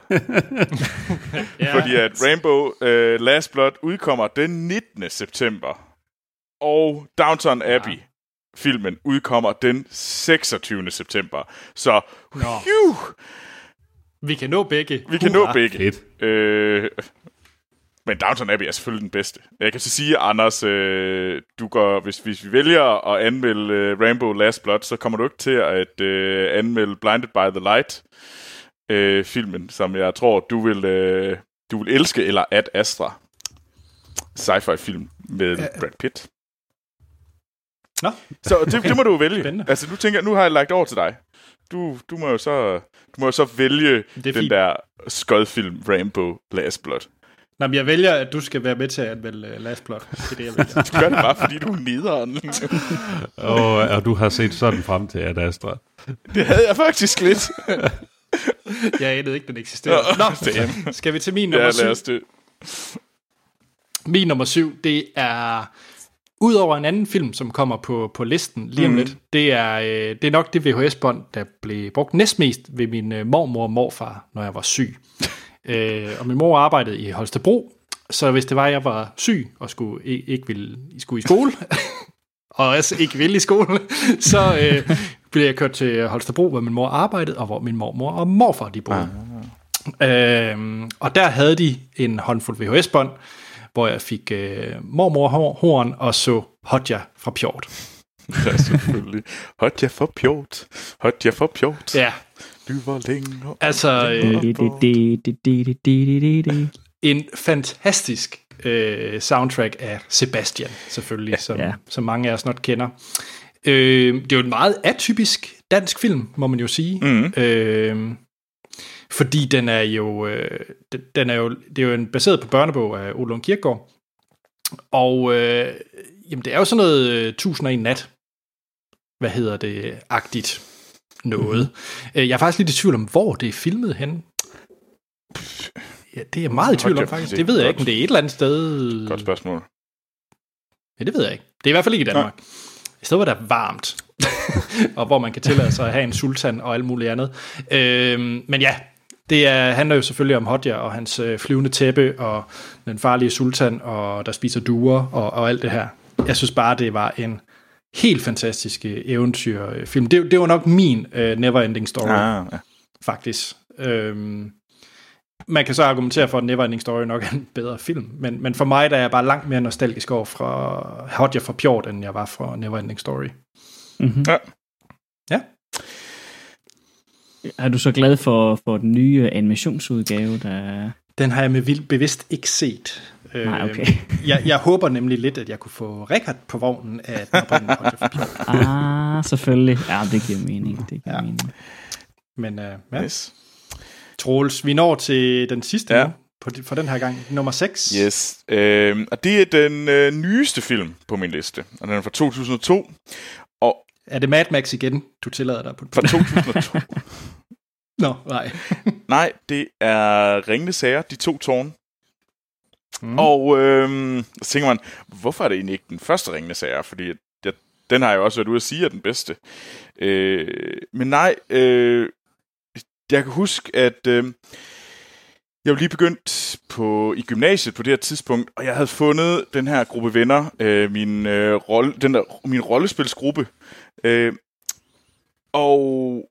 ja. Fordi at Rainbow uh, Last Blood udkommer den nittende september, og Downton ja. Abbey filmen udkommer den seksogtyvende september. Så uh, vi kan nå begge. Vi kan nå begge. Øh, men Downton Abbey er selvfølgelig den bedste. Jeg kan så sige, Anders, øh, du går, hvis, hvis vi vælger at anmelde øh, Rainbow Last Blood, så kommer du ikke til at øh, anmelde Blinded by the Light øh, filmen, som jeg tror, du vil, øh, du vil elske, eller Ad Astra. Sci-fi film med ja. Brad Pitt. Nå. Så det, okay. det må du vælge. Spændende. Altså, du tænker, nu har jeg lagt over til dig. Du, du må jo så, du må jo så vælge den fint. Der skodfilm Rainbow Last Blood. Nå, men jeg vælger, at du skal være med til at vælge Last Blood. Det er det, jeg vælger. Du gør det bare, fordi du er nederen. og, og du har set sådan frem til Ad Astra. Det havde jeg faktisk lidt. Jeg anede ikke, den eksisterede. Nå, Nå skal vi til min nummer ja, syv? Lad os det. Min nummer syv, det er... Udover en anden film, som kommer på, på listen lige om mm. lidt, det er, øh, det er nok det V H S-bånd, der blev brugt næstmest ved min øh, mormor og morfar, når jeg var syg. øh, og min mor arbejdede i Holstebro, så hvis det var, at jeg var syg og skulle, ikke, ikke ville, skulle i skole, og altså ikke ville i skole, så øh, blev jeg kørt til Holstebro, hvor min mor arbejdede, og hvor min mormor og morfar de boede. Ah. Øh, og der havde de en håndfuld V H S-bånd, hvor jeg fik øh, mormorhorn og så Hodja fra Pjort. Ja, selvfølgelig. Hodja fra Pjort. Hodja fra Pjort. Ja. Du var længe. Altså, øh, en fantastisk øh, soundtrack af Sebastian, selvfølgelig, ja, som, ja. som mange af os nok kender. Øh, det er jo en meget atypisk dansk film, må man jo sige. Mm. Øh, Fordi den er jo, øh, den er jo, det er jo en, baseret på børnebog af Ole Lund Kirkegaard. Og øh, jamen, det er jo sådan noget øh, tusind og en nat, hvad hedder det, agtigt noget. Mm-hmm. Jeg er faktisk lidt i tvivl om, hvor det er filmet henne. Ja, det er jeg meget i tvivl om, faktisk. Det ved jeg ikke, men det er et eller andet sted. Godt spørgsmål. Ja, det ved jeg ikke. Det er i hvert fald ikke i Danmark. Et sted, hvor der er varmt, og hvor man kan tillade sig at have en sultan og alt muligt andet. Øhm, men ja, det er, handler jo selvfølgelig om Hodja og hans øh, flyvende tæppe, og den farlige sultan, og der spiser duer, og, og alt det her. Jeg synes bare, det var en helt fantastisk eventyrfilm. Det, det var nok min øh, Neverending Story, ah, ja. faktisk. Øhm, man kan så argumentere for, at Neverending Story nok er en bedre film, men, men for mig der er jeg bare langt mere nostalgisk over fra Hodja fra Pjort, end jeg var fra Neverending Story. Mm-hmm. Ja. Ja. Er du så glad for, for den nye animationsudgave, der... Den har jeg med vildt bevidst ikke set. Nej, okay. jeg, jeg håber nemlig lidt, at jeg kunne få Richard på vognen af den oprindelige Hodja fra Pjort. Ah, selvfølgelig. Ja, det giver mening. Det giver ja. mening. Men uh, ja. Yes. Troels, vi når til den sidste ja. nu, på, for den her gang, nummer seks. Yes, øh, og det er den øh, nyeste film på min liste, og den er fra to tusind og to. Og er det Mad Max igen, du tillader dig på? Fra to tusind og to. Nå, nej. Nej, det er Ringenes Herre, De to tårne. Mm. Og øh, så tænker man, hvorfor er det egentlig ikke den første Ringenes Herre? Fordi jeg, den har jeg jo også været ude at sige er den bedste. Øh, men nej, øh, jeg kan huske, at øh, Jeg var lige begyndt på, i gymnasiet på det her tidspunkt, og jeg havde fundet den her gruppe venner, øh, min, øh, rolle, den der, min rollespilsgruppe. Øh, og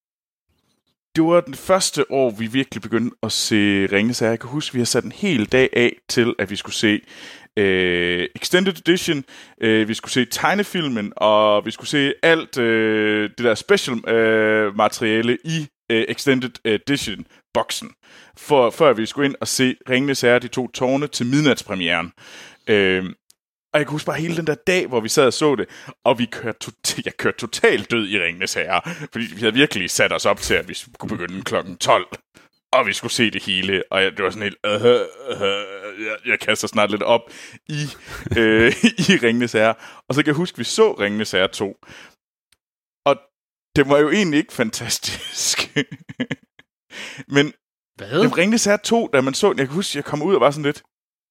det var den første år, vi virkelig begyndte at se Ringenes Herre. Jeg kan huske, vi har sat en hel dag af til, at vi skulle se øh, Extended Edition, øh, vi skulle se tegnefilmen, og vi skulle se alt øh, det der special øh, materiale i øh, Extended Edition-boksen, for, før vi skulle ind og se Ringenes Herre, de to tårne, til midnatspremieren. Øh, Og jeg kan huske bare hele den der dag, hvor vi sad og så det, og vi kørte to- jeg kørte totalt død i Ringenes Herre, fordi vi havde virkelig sat os op til, at vi skulle begynde klokken tolv, og vi skulle se det hele, og jeg, det var sådan helt, øh, øh, jeg, jeg kaster snart lidt op i, øh, i Ringenes Herre. Og så kan jeg huske, at vi så Ringenes Herre to, og det var jo egentlig ikke fantastisk. Men Hvad? Ringenes Herre to, da man så den, jeg kan huske, at jeg kom ud og var sådan lidt,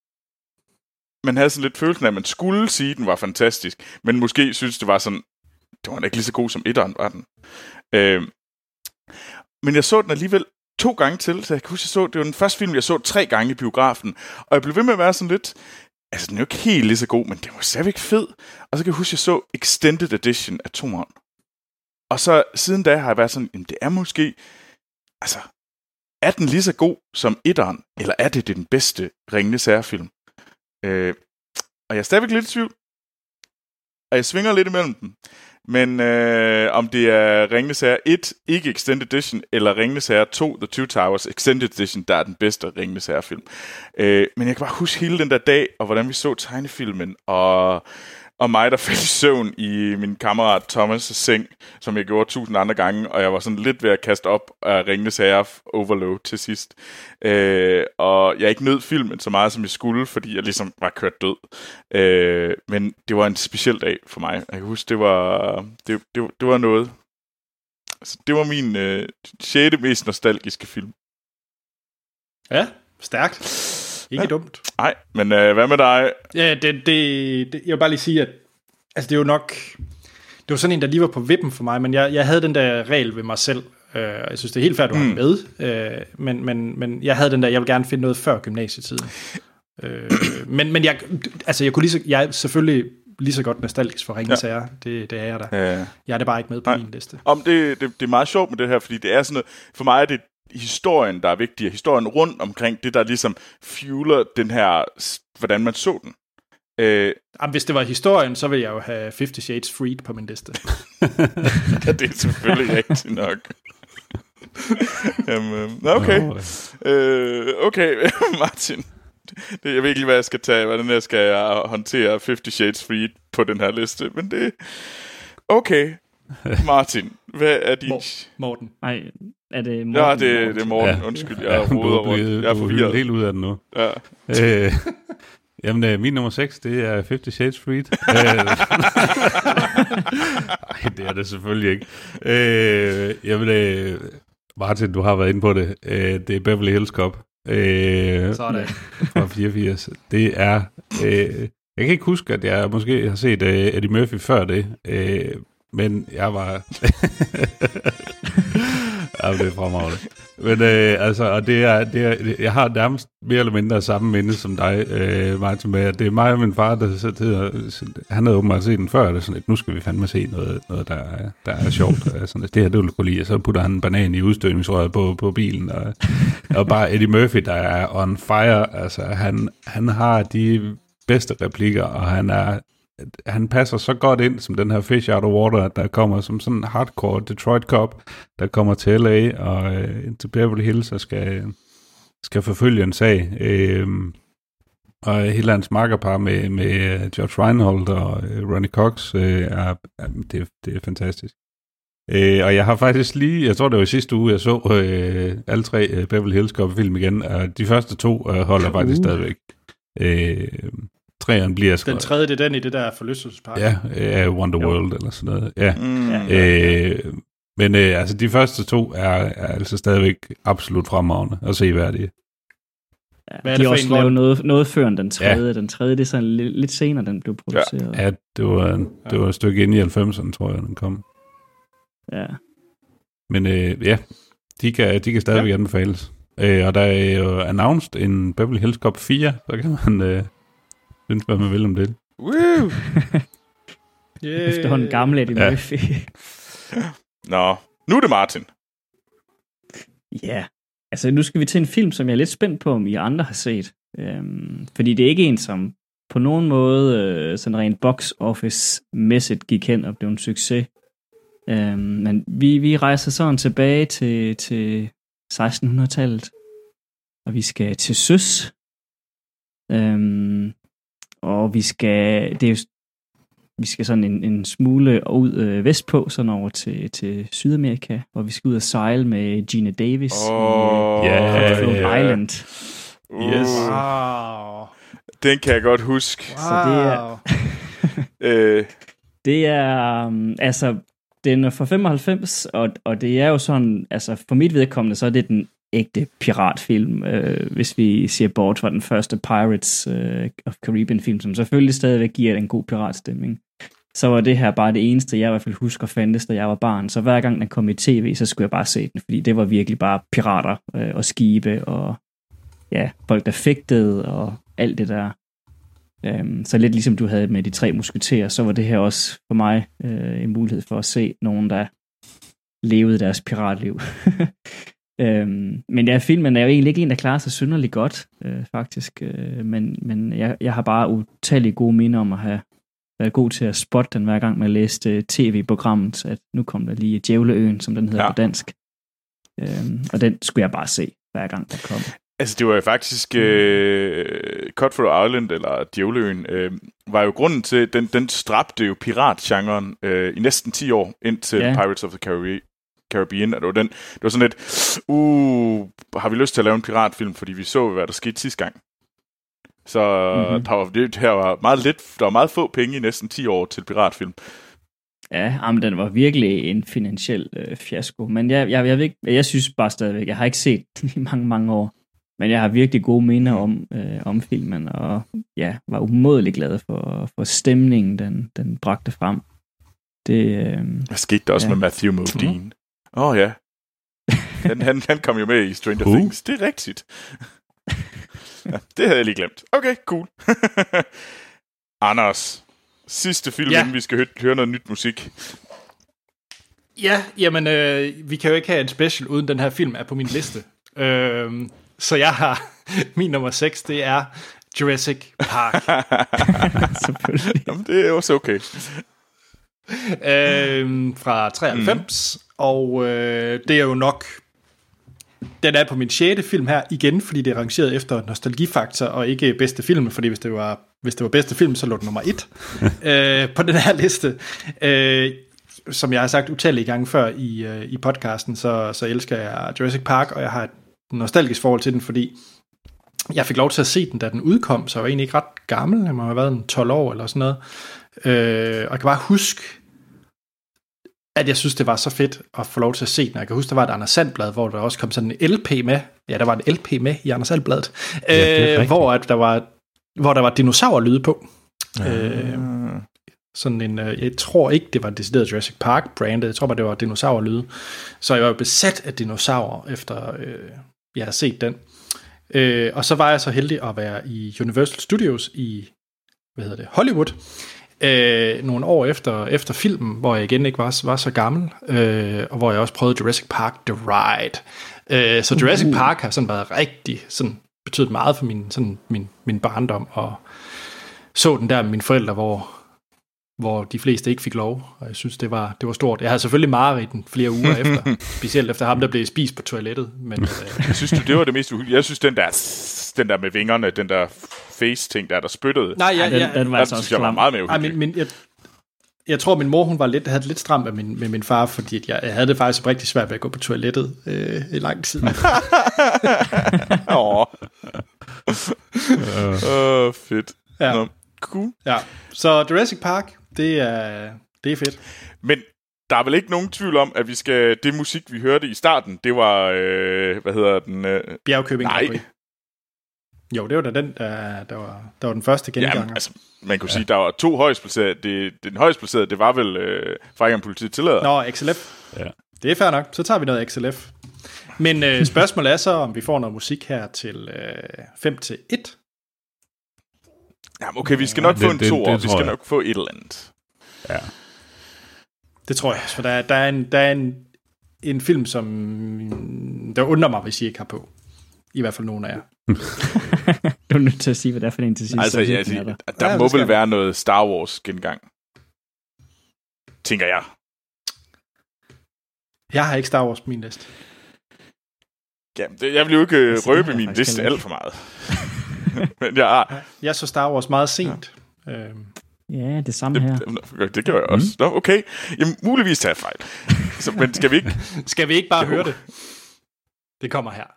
man havde sådan lidt følelsen af, at man skulle sige, at den var fantastisk, men måske synes det var sådan, det var ikke lige så god som etteren var den. Øh, men jeg så den alligevel to gange til, så jeg kan huske, jeg så, det var den første film, jeg så tre gange i biografen, og jeg blev ved med at være sådan lidt, altså den er jo ikke helt lige så god, men det var stadigvæk fed. Og så kan jeg huske, jeg så Extended Edition af toeren. Og så siden da har jeg været sådan, jamen det er måske, altså, er den lige så god som etteren, eller er det, det den bedste Ringenes Herre-film? Øh, og jeg er stadigvæk lidt i tvivl. Og jeg svinger lidt imellem dem. Men øh, om det er Ringenes Herre et, ikke Extended Edition, eller Ringenes Herre to, The Two Towers Extended Edition, der er den bedste Ringenes Herre-film. Øh, men jeg kan bare huske hele den der dag, og hvordan vi så tegnefilmen, og, og mig, der faldt i søvn i min kammerat Thomas' seng, som jeg gjorde tusind andre gange, og jeg var sådan lidt ved at kaste op af Ringenes Herre Overload til sidst. Øh, og jeg ikke nød filmen så meget, som jeg skulle, fordi jeg ligesom var kørt død. Øh, men det var en speciel dag for mig. Jeg kan huske, det var, det, det, det var noget. Altså, det var min øh, sjette mest nostalgiske film. Ja, stærkt. Ikke Ja. dumt. Nej, men øh, hvad med dig? Ja, det, det, det, jeg vil bare lige sige, at altså, det er jo nok, det var sådan en, der lige var på vippen for mig, men jeg, jeg havde den der regel ved mig selv, øh, jeg synes, det er helt fair, du har Mm. den med, øh, men, men, men jeg havde den der, jeg vil gerne finde noget før gymnasietiden. øh, men, men jeg, altså, jeg kunne lige så, jeg er selvfølgelig lige så godt nostalgisk for Ringenes Ja. Herre, det, det er jeg da. Øh, Jeg er det bare ikke med på Nej. min liste. om det, det, det er meget sjovt med det her, fordi det er sådan noget, for mig er det historien, der er vigtig, historien rundt omkring det, der ligesom fueler den her, s- hvordan man så den. Øh, Jamen, hvis det var historien, så ville jeg jo have Fifty Shades Freed på min liste. ja, det er selvfølgelig rigtigt nok. Jamen, øh, nå, okay. Nå, Øh, okay, Martin. Det, jeg ved ikke lige, hvad jeg skal tage, hvordan jeg skal jeg håndtere Fifty Shades Freed på den her liste, men det... Okay, Martin, hvad er din... Mor- Morten. Nej, er det Morten? Ja, det, det er Morten. Ja. Undskyld, jeg Ja, er du rodet er rundt. blevet- Jeg er du er forvirret. helt ud af den nu. Ja. øh, jamen, øh, min nummer seks, det er Fifty Shades Freed. Nej, det er det selvfølgelig ikke. Øh, jamen, øh, Martin, du har været inde på det. Øh, det er Beverly Hills Cop. Øh, Sådan. fra fireogfirs. Det er... Øh, jeg kan ikke huske, at jeg måske har set øh, Eddie Murphy før det, øh, men jeg var... ja, det er fremragende. Men øh, altså, og det er, det er, jeg har nærmest mere eller mindre samme minde som dig, øh, Martin, med, at det er mig og min far, der sidder, han havde åbenbart set den før, det er sådan, at nu skal vi fandme se noget, noget der, er, der er sjovt. Sådan, at det her, det vil du kunne lide, og så putter han en banan i udstødningsrøret på, på bilen, og, og bare Eddie Murphy, der er on fire, altså, han, han har de bedste replikker, og han er han passer så godt ind som den her fish out of water, der kommer som sådan en hardcore Detroit cop, der kommer til L A og øh, til Beverly Hills og skal, skal forfølge en sag. Øh, og hele hans makkerpar med, med George Reinhold og øh, Ronnie Cox øh, er, er, det, det er fantastisk. Øh, og jeg har faktisk lige, jeg tror det var i sidste uge, jeg så øh, alle tre øh, Beverly Hills Cop-film igen, og de første to øh, holder faktisk uh. stadigvæk. Øh, Træerne bliver skrevet. Den tredje, det er den i det der forlystelsespark. Ja, uh, Wonderworld eller sådan noget. Ja. Mm. Ja. Øh, men øh, altså de første to er, er altså stadigvæk absolut fremragende og seværdige. Ja, Hvad er de det har for også en, hvor- lavet noget, noget før end den tredje. Ja. Den tredje, det er sådan lidt, lidt senere, den blev produceret. Ja, det var, det var et stykke inde i halvfemserne, tror jeg, den kom. Ja. Men øh, ja, de kan, de kan stadigvæk ja. anbefales. Øh, og der er jo announced en Beverly Hills Cop fire, så kan man øh, synes, hvad man vil om det. Woo! Yeah. Efterhånden gammel Eddie ja. Murphy. Nå, nu er det Martin. Ja, yeah. Altså nu skal vi til en film, som jeg er lidt spændt på, om I andre har set. Øhm, fordi det er ikke en, som på nogen måde øh, sådan rent box office-mæssigt gik hen og blev en succes. Øhm, men vi, vi rejser sådan tilbage til, til sekstenhundredetallet, og vi skal til søs. Øhm, og vi skal, det er jo, vi skal sådan en, en smule ud øh, vestpå, sådan over til, til Sydamerika, hvor vi skal ud og sejle med Gina Davis oh, i yeah, Cutthroat yeah. Island. Yes. Wow. Den kan jeg godt huske. Wow. Så det er, øh. det er um, altså, den er fra femoghalvfems, og, og det er jo sådan, altså for mit vedkommende, så er det den ægte piratfilm, øh, hvis vi ser bort fra den første Pirates øh, of Caribbean-film, som selvfølgelig stadigvæk giver en god piratstemning. Så var det her bare det eneste, jeg i hvert fald husker fandtes, da jeg var barn. Så hver gang den kom i tv, så skulle jeg bare se den, fordi det var virkelig bare pirater øh, og skibe, og ja, folk der fægtede, og alt det der. Øhm, så lidt ligesom du havde med de tre musketerer, så var det her også for mig øh, en mulighed for at se nogen, der levede deres piratliv. Øhm, men ja, filmen er jo egentlig ikke en, der klarer sig synderligt godt, øh, faktisk. Øh, men men jeg, jeg har bare utallige gode minder om at have været god til at spotte den, hver gang man læste tv-programmet, at nu kom der lige Djævleøen, som den hedder ja. på dansk. Øhm, og den skulle jeg bare se, hver gang der kom. Altså, det var jo faktisk øh, Cutthroat Island, eller Djævleøen, øh, var jo grunden til, den, den strabte jo piratgenren øh, i næsten ti år, indtil ja. Pirates of the Caribbean. Caribbean, og det var, den, det var sådan lidt, uh, har vi lyst til at lave en piratfilm, fordi vi så, hvad der skete sidste gang. Så mm-hmm. der var, det her var meget lidt, der var meget få penge i næsten ti år til piratfilm. Ja, men den var virkelig en finansiel øh, fiasko, men jeg, jeg, jeg, jeg, jeg synes bare stadigvæk, jeg har ikke set den i mange, mange år, men jeg har virkelig gode minder om, øh, om filmen, og ja, var umådelig glad for, for stemningen, den, den bragte frem. Det, øh, Hvad skete der også ja. med Matthew Modine? Åh oh, ja. Han, han, han kom jo med i Stranger uh. Things. Det er rigtigt. Ja, det havde jeg lige glemt. Okay, cool. Anders, sidste film, ja. inden vi skal høre, høre noget nyt musik. Ja, jamen, øh, vi kan jo ikke have en special, uden den her film er på min liste. Øh, så jeg har, min nummer seks, det er Jurassic Park. Selvfølgelig. Jamen, det er også okay. Øh, fra treoghalvfems, mm. og øh, det er jo nok, den er på min sjette film her igen, fordi det er rangeret efter nostalgifaktor og ikke bedste film, fordi hvis det var, hvis det var bedste film, så lå den nummer et øh, på den her liste. Øh, som jeg har sagt utallige gange før i, øh, i podcasten, så, så elsker jeg Jurassic Park, og jeg har et nostalgisk forhold til den, fordi jeg fik lov til at se den, da den udkom, så jeg var egentlig ikke ret gammel, jeg må have været en tolv år eller sådan noget. Øh, og jeg kan bare huske, at jeg synes, det var så fedt at få lov til at se den. Jeg kan huske, der var et Anders Sandblad, hvor der også kom sådan en L P med. Ja, der var en L P med i Anders Sandbladet, ja, øh, hvor, at der var, hvor der var dinosaurlyde på. Ja. Øh, sådan en, jeg tror ikke, det var decideret Jurassic Park brandet. Jeg tror bare, det var dinosaurlyde. Så jeg var besat af dinosaurer, efter øh, jeg havde set den. Øh, og så var jeg så heldig at være i Universal Studios i, hvad hedder det, Hollywood, øh, nogle år efter, efter filmen, hvor jeg igen ikke var, var så gammel, øh, og hvor jeg også prøvede Jurassic Park The Ride. Øh, så Jurassic uh. Park har sådan været rigtig, sådan betydet meget for min, sådan, min, min barndom, og så den der med mine forældre, hvor hvor de fleste ikke fik lov, og jeg synes, det var, det var stort. Jeg havde selvfølgelig mareridten flere uger efter, specielt efter ham, der blev spist på toilettet. Men, øh... jeg synes du, det var det mest uhyggelige? Jeg synes, den der, den der med vingerne, den der face-ting, der der spyttede, nej, ja, ja, den, den var der, altså synes også jeg var meget mere uhyggelig. Ej, min, min, jeg, jeg tror, min mor, hun var lidt, havde det lidt stramt med min, med min far, fordi jeg, jeg havde det faktisk rigtig svært ved at gå på toilettet øh, i lang tid. Åh. Åh, fedt. Ja. Nå, cool. Ja, så Jurassic Park, det er, det er fedt. Men der er vel ikke nogen tvivl om, at vi skal, det musik, vi hørte i starten, det var, øh, hvad hedder den? Øh... Bjergkøbing. Nej. Jo, det var da den, der, der, var, der var den første genganger. Jamen, altså, man kunne ja. sige, der var to højst placerede. Det, den højst placerede, det var vel øh, fra en politiet tillader. Nå, X L F. Ja. Det er fair nok. Så tager vi noget X L F. Men øh, spørgsmålet er så, om vi får noget musik her til øh, fem til et. Jamen okay, vi skal nok ja, få det, en to, det, og vi skal nok få et eller andet. Ja. Det tror jeg også, for der, der er, en, der er en, en film, som der undrer mig, hvis I ikke har på. I hvert fald nogen af jer. Du er nødt til at sige, hvad det er for en til sidst. Altså, ja, der, der Ja, må skal vel være noget Star Wars gengang. Tænker jeg. Jeg har ikke Star Wars på min liste. Ja, det, jeg vil jo ikke Altså, røbe det har jeg min faktisk liste heller alt for meget. Men jeg har... Jeg så Star Wars meget sent. Ja. Øhm. Ja, det samme her. Det, det gør jeg også. Nå, okay. Jamen, muligvis tager jeg fejl. Så, men skal vi ikke... Skal vi ikke bare Jo. høre det? Det kommer her.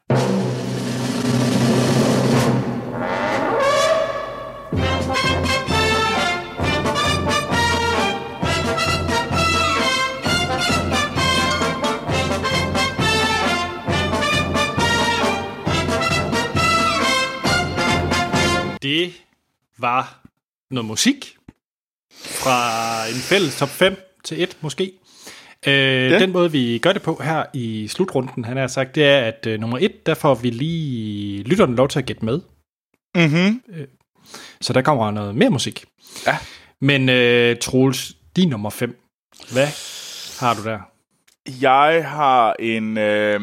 Det var noget musik fra en fælles top fem til et måske. Øh, ja. Den måde, vi gør det på her i slutrunden, han har sagt, det er, at øh, nummer et, der får vi lige lytterne lov til at gætte med. Mm-hmm. Øh, så der kommer noget mere musik. Ja. Men øh, Troels, din nummer fem, hvad har du der? Jeg har en... Øh,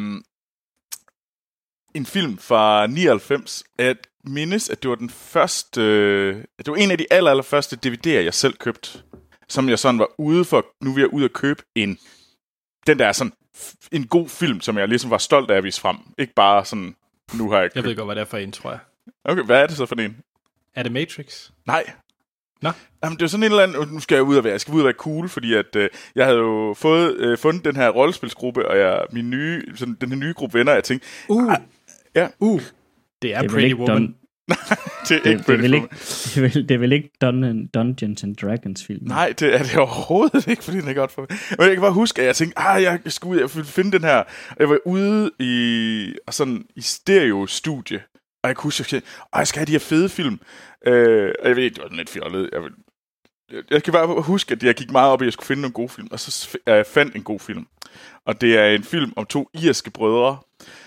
en film fra nioghalvfems. Jeg mindes, at det var den første... Øh, det var en af de aller, aller første D V D'er, jeg selv købte. Som jeg sådan var ude for... Nu vil jeg ud og købe en... Den der er sådan... En god film, som jeg ligesom var stolt af at vise frem. Ikke bare sådan... Nu har jeg købt. Jeg ved godt, hvad det er for en, tror jeg. Okay, hvad er det så for en? Er det Matrix? Nej. Nå? Jamen, det er sådan en eller anden... Nu skal jeg ud og være... Jeg skal ud og være cool, fordi at... Øh, jeg havde jo fået, øh, fundet den her rollespilsgruppe, og jeg, min nye, sådan, den her nye gruppe venner, jeg tænkte... Uh! Ja. Uh! Det er, Det er vel Pretty ikke Woman. det er Det, ikke det, er Pretty vel Woman. ikke, det, er vel, det er vel ikke Dun- Dungeons and Dragons film? Nej, det er det overhovedet ikke, fordi den er godt for mig. Men jeg kan bare huske, at jeg tænkte, ah, jeg skal ud, jeg vil finde den her. Og jeg var ude i sådan i stereo-studie, og jeg kunne huske, at jeg, ah, jeg skal have de her fede film. Øh, og jeg ved ikke, det var lidt fjollet. Jeg, jeg, jeg kan bare huske, at jeg gik meget op i, at jeg skulle finde nogle gode film, og så jeg fandt en god film. Og det er en film om to irske brødre.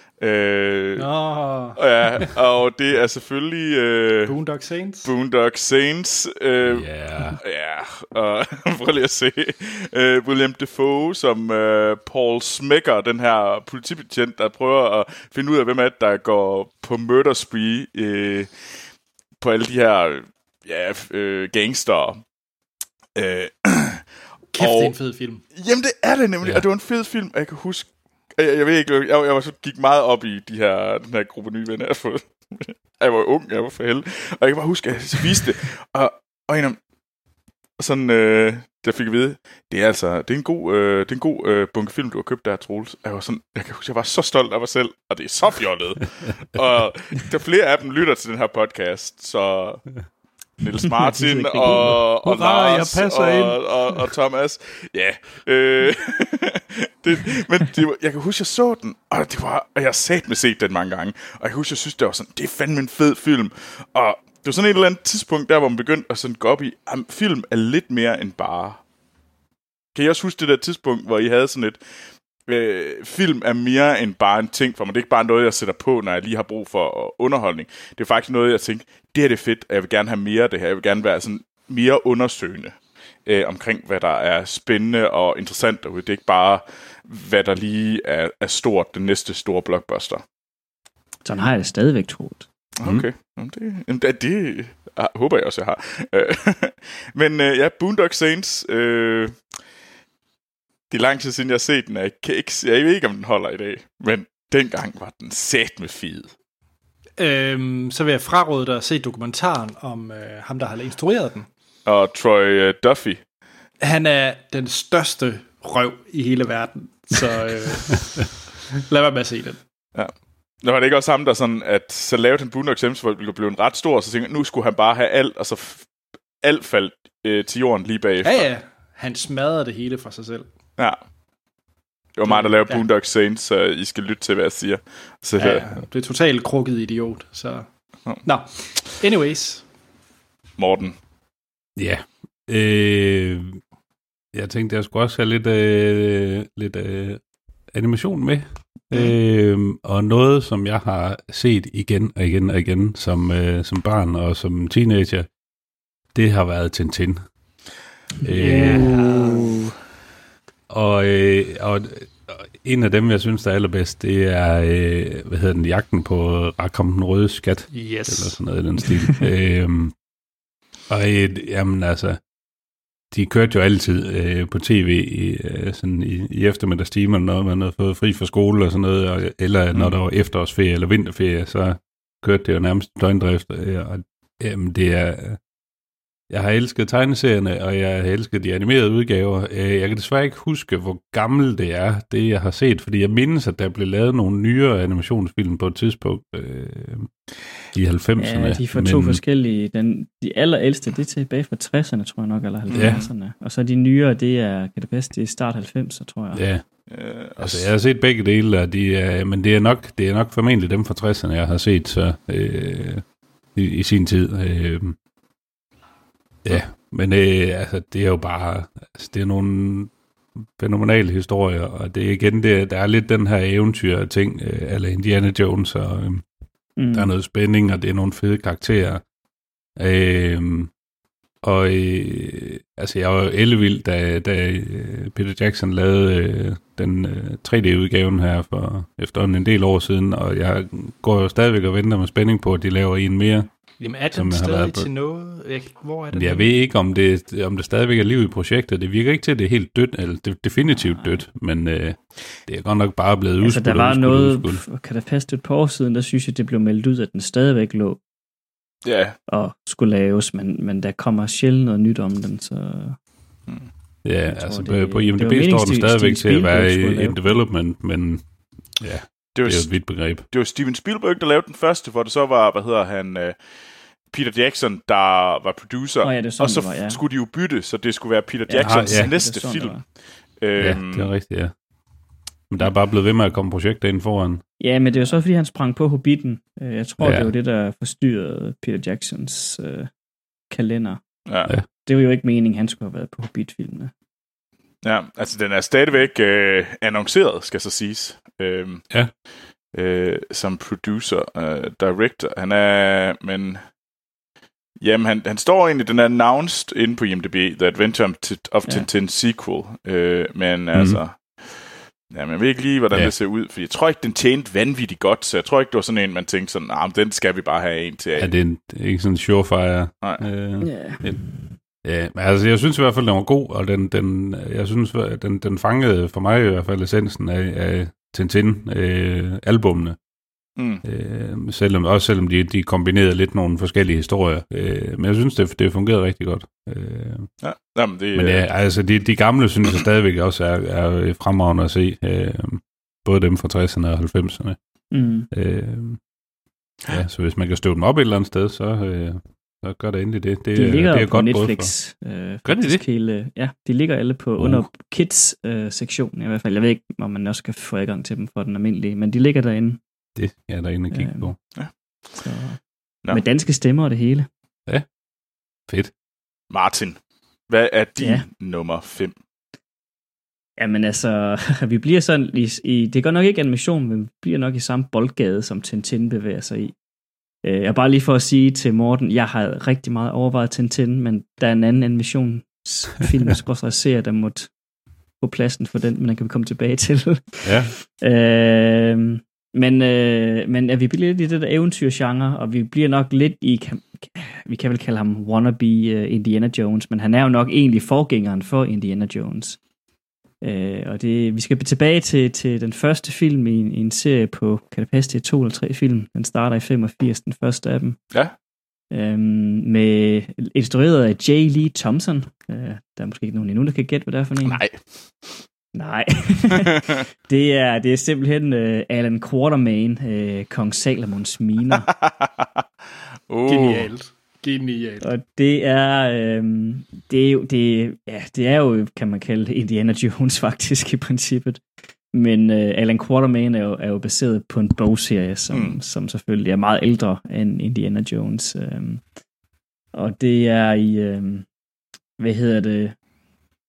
Øh, Nå, ja, og det er selvfølgelig... Øh, Boondock Saints. Boondock Saints. Øh, Yeah. Ja, og prøv lige at se. Uh, William Dafoe som uh, Paul Smecker, den her politibetjent, der prøver at finde ud af, hvem er det, der går på murder spree uh, på alle de her ja, uh, gangster. Uh, Kæft, og, det er en fed film. Jamen, det er det nemlig, ja. Og det var en fed film, og jeg kan huske, jeg, jeg ved ikke, jeg, jeg var så gik meget op i de her, den her gruppe nye venner, jeg har fået. Jeg var ung, jeg var for heldig. Og jeg kan bare huske, at jeg viste det. Og, og en af sådan, øh, der fik jeg vide, det er altså, det er en god, øh, det er en god øh, bunke film, du har købt der, Troels. Jeg var sådan, jeg kan huske, jeg var så stolt af mig selv, og det er så fjollet. Og der flere af dem lytter til den her podcast, så Niels Martin og, og Hurra, Lars jeg passer og, ind. og, og, og Thomas. Ja. Øh, det, men det var, jeg kan huske, jeg så den, og det var, og jeg har sat med set den mange gange. Og jeg kan huske, jeg synes, det var sådan, det er fandme en fed film. Og det var sådan et eller andet tidspunkt, der hvor man begyndte at sådan gå op i, at film er lidt mere end bare. Kan I også huske det der tidspunkt, hvor I havde sådan et, øh, film er mere end bare en ting for mig. Det er ikke bare noget, jeg sætter på, når jeg lige har brug for underholdning. Det er faktisk noget, jeg tænker, det her det er fedt, og jeg vil gerne have mere af det her. Jeg vil gerne være sådan mere undersøgende øh, omkring, hvad der er spændende og interessant derude. Det er ikke bare, hvad der lige er, er stort, den næste store blockbuster. Sådan har jeg det stadigvæk, troet. Okay, mm. det, det, det ah, håber jeg også, jeg har. Men øh, ja, Boondock Saints, øh, det er lang tid siden, jeg har set den. Jeg, kan ikke, jeg ved ikke, om den holder i dag, men dengang var den sat med fed. Øhm, så vil jeg fraråde dig at se dokumentaren om øh, ham, der har instrueret den. Og Troy øh, Duffy. Han er den største røv i hele verden, så øh, lad være med at se den. Ja. Nå, var det ikke også ham, der sådan, at så lavede han Boondock Saints, hvor det blev en ret stor, og så tænkte jeg, nu skulle han bare have alt, og så f- alt faldt øh, til jorden lige bagefter. Ja, ja. Han smadrede det hele for sig selv. Ja. Det var mig, der lavede Ja. Boondock Saints, så I skal lytte til, hvad jeg siger. Så, Ja, ja. Det er totalt krukket idiot, så... Nå, anyways. Morten. Ja. Øh, jeg tænkte, jeg skulle også have lidt, øh, lidt øh, animation med Øh, og noget, som jeg har set igen og igen og igen som, øh, som barn og som teenager, det har været Tintin. Yeah. Øh, og, øh, og en af dem, jeg synes, der er allerbedst, det er, øh, hvad hedder den, Jagten på Rackham den røde skat. Yes. Eller sådan noget i den stil. øhm, og øh, jamen altså, de kørte jo altid øh, på tv i, øh, sådan i, i eftermiddagstimer, når man havde fået fri fra skole og sådan noget, og, eller mm. når der var efterårsferie eller vinterferie, så kørte det jo nærmest døgndrift. Øh, og jamen, det er... Jeg har elsket tegneserierne, og jeg har elsket de animerede udgaver. Jeg kan desværre ikke huske, hvor gammel det er, det jeg har set, fordi jeg mindes, at der blev lavet nogle nyere animationsfilm på et tidspunkt øh, i halvfemserne. Ja, de er for to men... forskellige. Den, de allerældste, det er tilbage fra tresserne, tror jeg nok, eller halvfemserne. Ja. Og så de nyere, det er, kan det passe, det er start halvfemser, tror jeg. Ja, øh, altså jeg har set begge dele, og de er, men det er, nok, det er nok formentlig dem fra tresserne, jeg har set så, øh, i, i sin tid. Øh, Ja, men øh, altså, det er jo bare, altså, det er nogle fænomenale historier, og det er igen, det, der er lidt den her eventyr-ting, øh, eller Indiana Jones, og øh, mm. der er noget spænding, og det er nogle fede karakterer. Øh, og øh, altså, jeg var jo ellevild, da, da Peter Jackson lavede øh, den øh, tre D-udgaven her for efterhånden en del år siden, og jeg går jo stadigvæk og venter med spænding på, at de laver en mere. Jamen er den stadig til noget? Jeg, hvor er det? Jeg ved ikke, om det, om det stadigvæk er liv i projektet. Det virker ikke til, at det er helt dødt, eller det er definitivt dødt, men øh, det er godt nok bare blevet udskudt. Altså, der var udskudt, noget, udskudt. Kan der passe et par år siden, der synes jeg, det blev meldt ud, at den stadigvæk lå ja. og skulle laves, men, men der kommer sjældent noget nyt om den, så... Hmm. Ja, altså tror, det, på I M D B står den stadigvæk til at være i in development, men ja, det, det er jo et vidt begreb. Det var Steven Spielberg, der lavede den første, hvor det så var, hvad hedder han... Øh, Peter Jackson, der var producer, oh, ja, sådan, og så var, ja. skulle de jo bytte, så det skulle være Peter Jacksons ja, ja. næste det film. Øhm, ja, det er rigtigt, ja. Men der er bare blevet ved med at komme projekter ind foran. Ja, men det er jo så, fordi han sprang på Hobbiten. Jeg tror, ja. det var det, der forstyrrede Peter Jacksons øh, kalender. Ja. Det var jo ikke meningen, han skulle have været på Hobbit-filmene. Ja, altså den er stadigvæk øh, annonceret, skal så siges. Øhm, ja. Øh, som producer, øh, director. Han er, men... Jamen, han, han står egentlig, den er announced inde på I M D B, The Adventure of Tintin ja. Sequel. Øh, men mm. altså, jamen, jeg ved ikke lige, hvordan ja. det ser ud, for jeg tror ikke, den tjente vanvittigt godt, så jeg tror ikke, det var sådan en, man tænkte sådan, nah, den skal vi bare have en til af. Ja, det er, en, det er ikke sådan en surefire. Nej. Øh, yeah. Ja, men altså, jeg synes i hvert fald, den var god, og den, den, jeg synes, den, den fangede for mig i hvert fald essensen af, af Tintin-albumene. Øh, Mm. Øh, selvom, også selvom de, de kombinerede lidt nogle forskellige historier. Øh, men jeg synes, det, det fungerede rigtig godt. Øh, ja, jamen det, men ja, altså de, de gamle synes jeg stadigvæk også er, er fremragende at se. Øh, både dem fra tresserne og halvfemserne. Mm. Øh, ja, så hvis man kan støve dem op et eller andet sted, så, øh, så gør det endelig det. det de ligger det er på godt Netflix. Øh, gør de det? Hele, ja, de ligger alle på uh. under Kids-sektionen øh, i hvert fald. Jeg ved ikke, om man også kan få adgang til dem for den almindelige, men de ligger derinde. Det er der inde at kigge øhm, på. Ja. Så, med danske stemmer og det hele. Ja, fedt. Martin, hvad er din ja. nummer fem? Jamen altså, vi bliver sådan i, i, det går nok ikke animation, men vi bliver nok i samme boldgade, som Tintin bevæger sig i. Jeg er bare lige for at sige til Morten, jeg har rigtig meget overvejet Tintin, men der er en anden animationsfilm, jeg skal også se, der måtte på pladsen for den, men den kan vi komme tilbage til. Ja. øh, Men, øh, men at vi bliver lidt i det der eventyrgenre, og vi bliver nok lidt i, kan, vi kan vel kalde ham wannabe uh, Indiana Jones, men han er jo nok egentlig forgængeren for Indiana Jones. Øh, og det, vi skal tilbage til, til den første film i en, i en serie på, kan det passe, det er to eller tre film. Den starter i femogfirs, den første af dem. Ja. Øhm, med instrueret af J. Lee Thompson. Øh, der er måske ikke nogen endnu, der kan gætte, hvad det er for en. Nej. Nej, det, er, det er simpelthen uh, Alan Quatermain, uh, Kong Salomons miner. uh. Genialt. Genialt. Og det er, øhm, det er jo, det, ja, det er jo, kan man kalde det, Indiana Jones faktisk i princippet. Men uh, Alan Quatermain er jo, er jo baseret på en bogserie, som, mm. som selvfølgelig er meget ældre end Indiana Jones. Um, og det er i, um, hvad hedder det,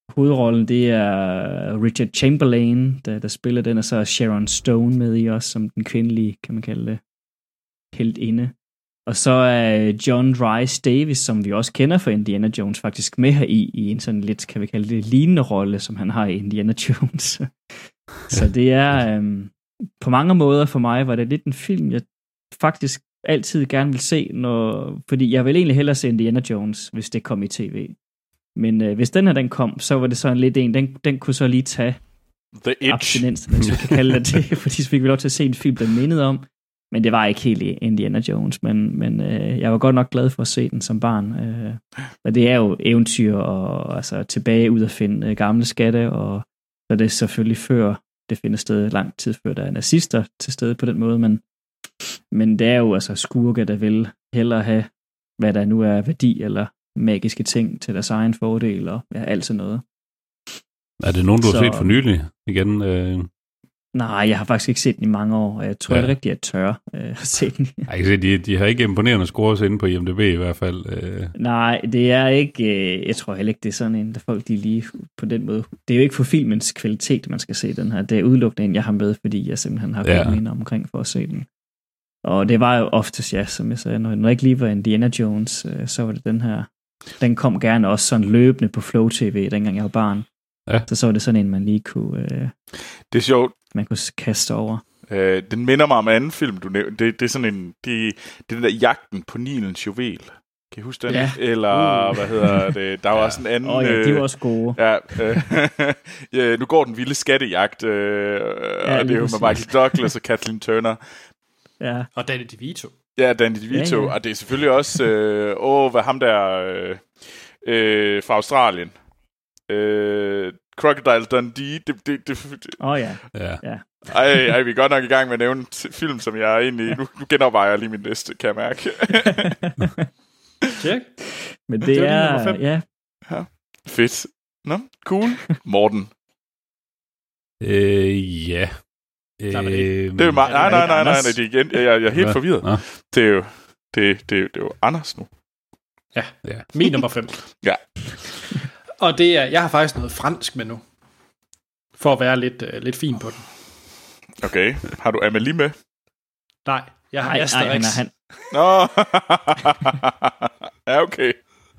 hovedrollen, det er Richard Chamberlain, der, der spiller den, og så er Sharon Stone med i også, som den kvindelige, kan man kalde det, heltinde. Og så er John Rhys Davies, som vi også kender fra Indiana Jones, faktisk med her i, i en sådan lidt, kan vi kalde det, lignende rolle, som han har i Indiana Jones. Så det er, øhm, på mange måder for mig, var det lidt en film, jeg faktisk altid gerne vil se, når, fordi jeg vil egentlig hellere se Indiana Jones, hvis det kom i tv. Men øh, hvis den her, den kom, så var det sådan lidt en, den, den kunne så lige tage The Itch. abstinens, hvis vi kan kalde det det, fordi så fik vi lov til at se en film, der mindede om, men det var ikke helt Indiana Jones, men, men øh, jeg var godt nok glad for at se den som barn. Øh, og det er jo eventyr, og altså tilbage ud at finde øh, gamle skatte, og så det er selvfølgelig før, det finder sted lang tid før, der er nazister til stede på den måde, men, men det er jo altså skurke, der vil hellere have, hvad der nu er værdi, eller magiske ting til deres egen fordel, og ja, alt sådan noget. Er det nogen, du så, har set for nylig igen? Øh... Nej, jeg har faktisk ikke set den i mange år. Jeg tror, ja. det er rigtigt, at jeg tør øh, at se den. Ej, de, de har ikke imponerende scores inde på I M D B i hvert fald. Øh. Nej, det er ikke, øh, jeg tror heller ikke, det er sådan en, der folk de lige på den måde. Det er jo ikke for filmens kvalitet, man skal se den her. Det er udelukkende en, jeg har med, fordi jeg simpelthen har ja. gået med omkring for at se den. Og det var jo oftest, ja, som jeg sagde, når jeg ikke lige var Indiana Jones, øh, så var det den her. Den kom gerne også sådan løbende på Flow T V, dengang jeg var barn. Ja. Så så var det sådan en, man lige kunne... Øh, det er sjovt. Man kunne kaste over. Øh, den minder mig om en anden film, du nævnte. Det, det er sådan en... Det, det er den der Jagten på Nilens Juvel. Kan I huske den? Ja. Eller, uh. hvad hedder det? Der var ja. også en anden... Åh oh, ja, de var også gode. Ja, øh, ja, nu går den vilde skattejagt, øh, ja, og det er jo med Michael Douglas og Kathleen Turner. Ja. Og Danny DeVito. Ja, Danny DeVito. Ja, ja. Og det er selvfølgelig også... Øh, åh, hvad ham der... Øh, øh, fra Australien. Øh, Crocodile Dundee. Det, det, det, Åh oh, ja. ja. ja. Ej, ej, vi er godt nok i gang med at nævne t- film, som jeg egentlig... Nu, nu genovervejer jeg lige min liste, kan jeg mærke. Check. Men det, det er... nummer fem. Ja. Ja. Fedt. Nå, cool. Morten. Øh, ja. Nej, men det- Det er jo meget... Nej, nej, nej, nej, nej, Anders. det er igen... Jeg, jeg er helt Hvad? forvirret. Nå. Det er jo... Det, det, det er jo Anders nu. Ja, Ja. min nummer fem. Ja. Og det er, jeg har faktisk noget fransk med nu. For at være lidt, uh, lidt fin på den. Okay. Har du Amélie med? Nej, jeg har Ej, ej, Asterix. han er, han, Nå. Ja, okay.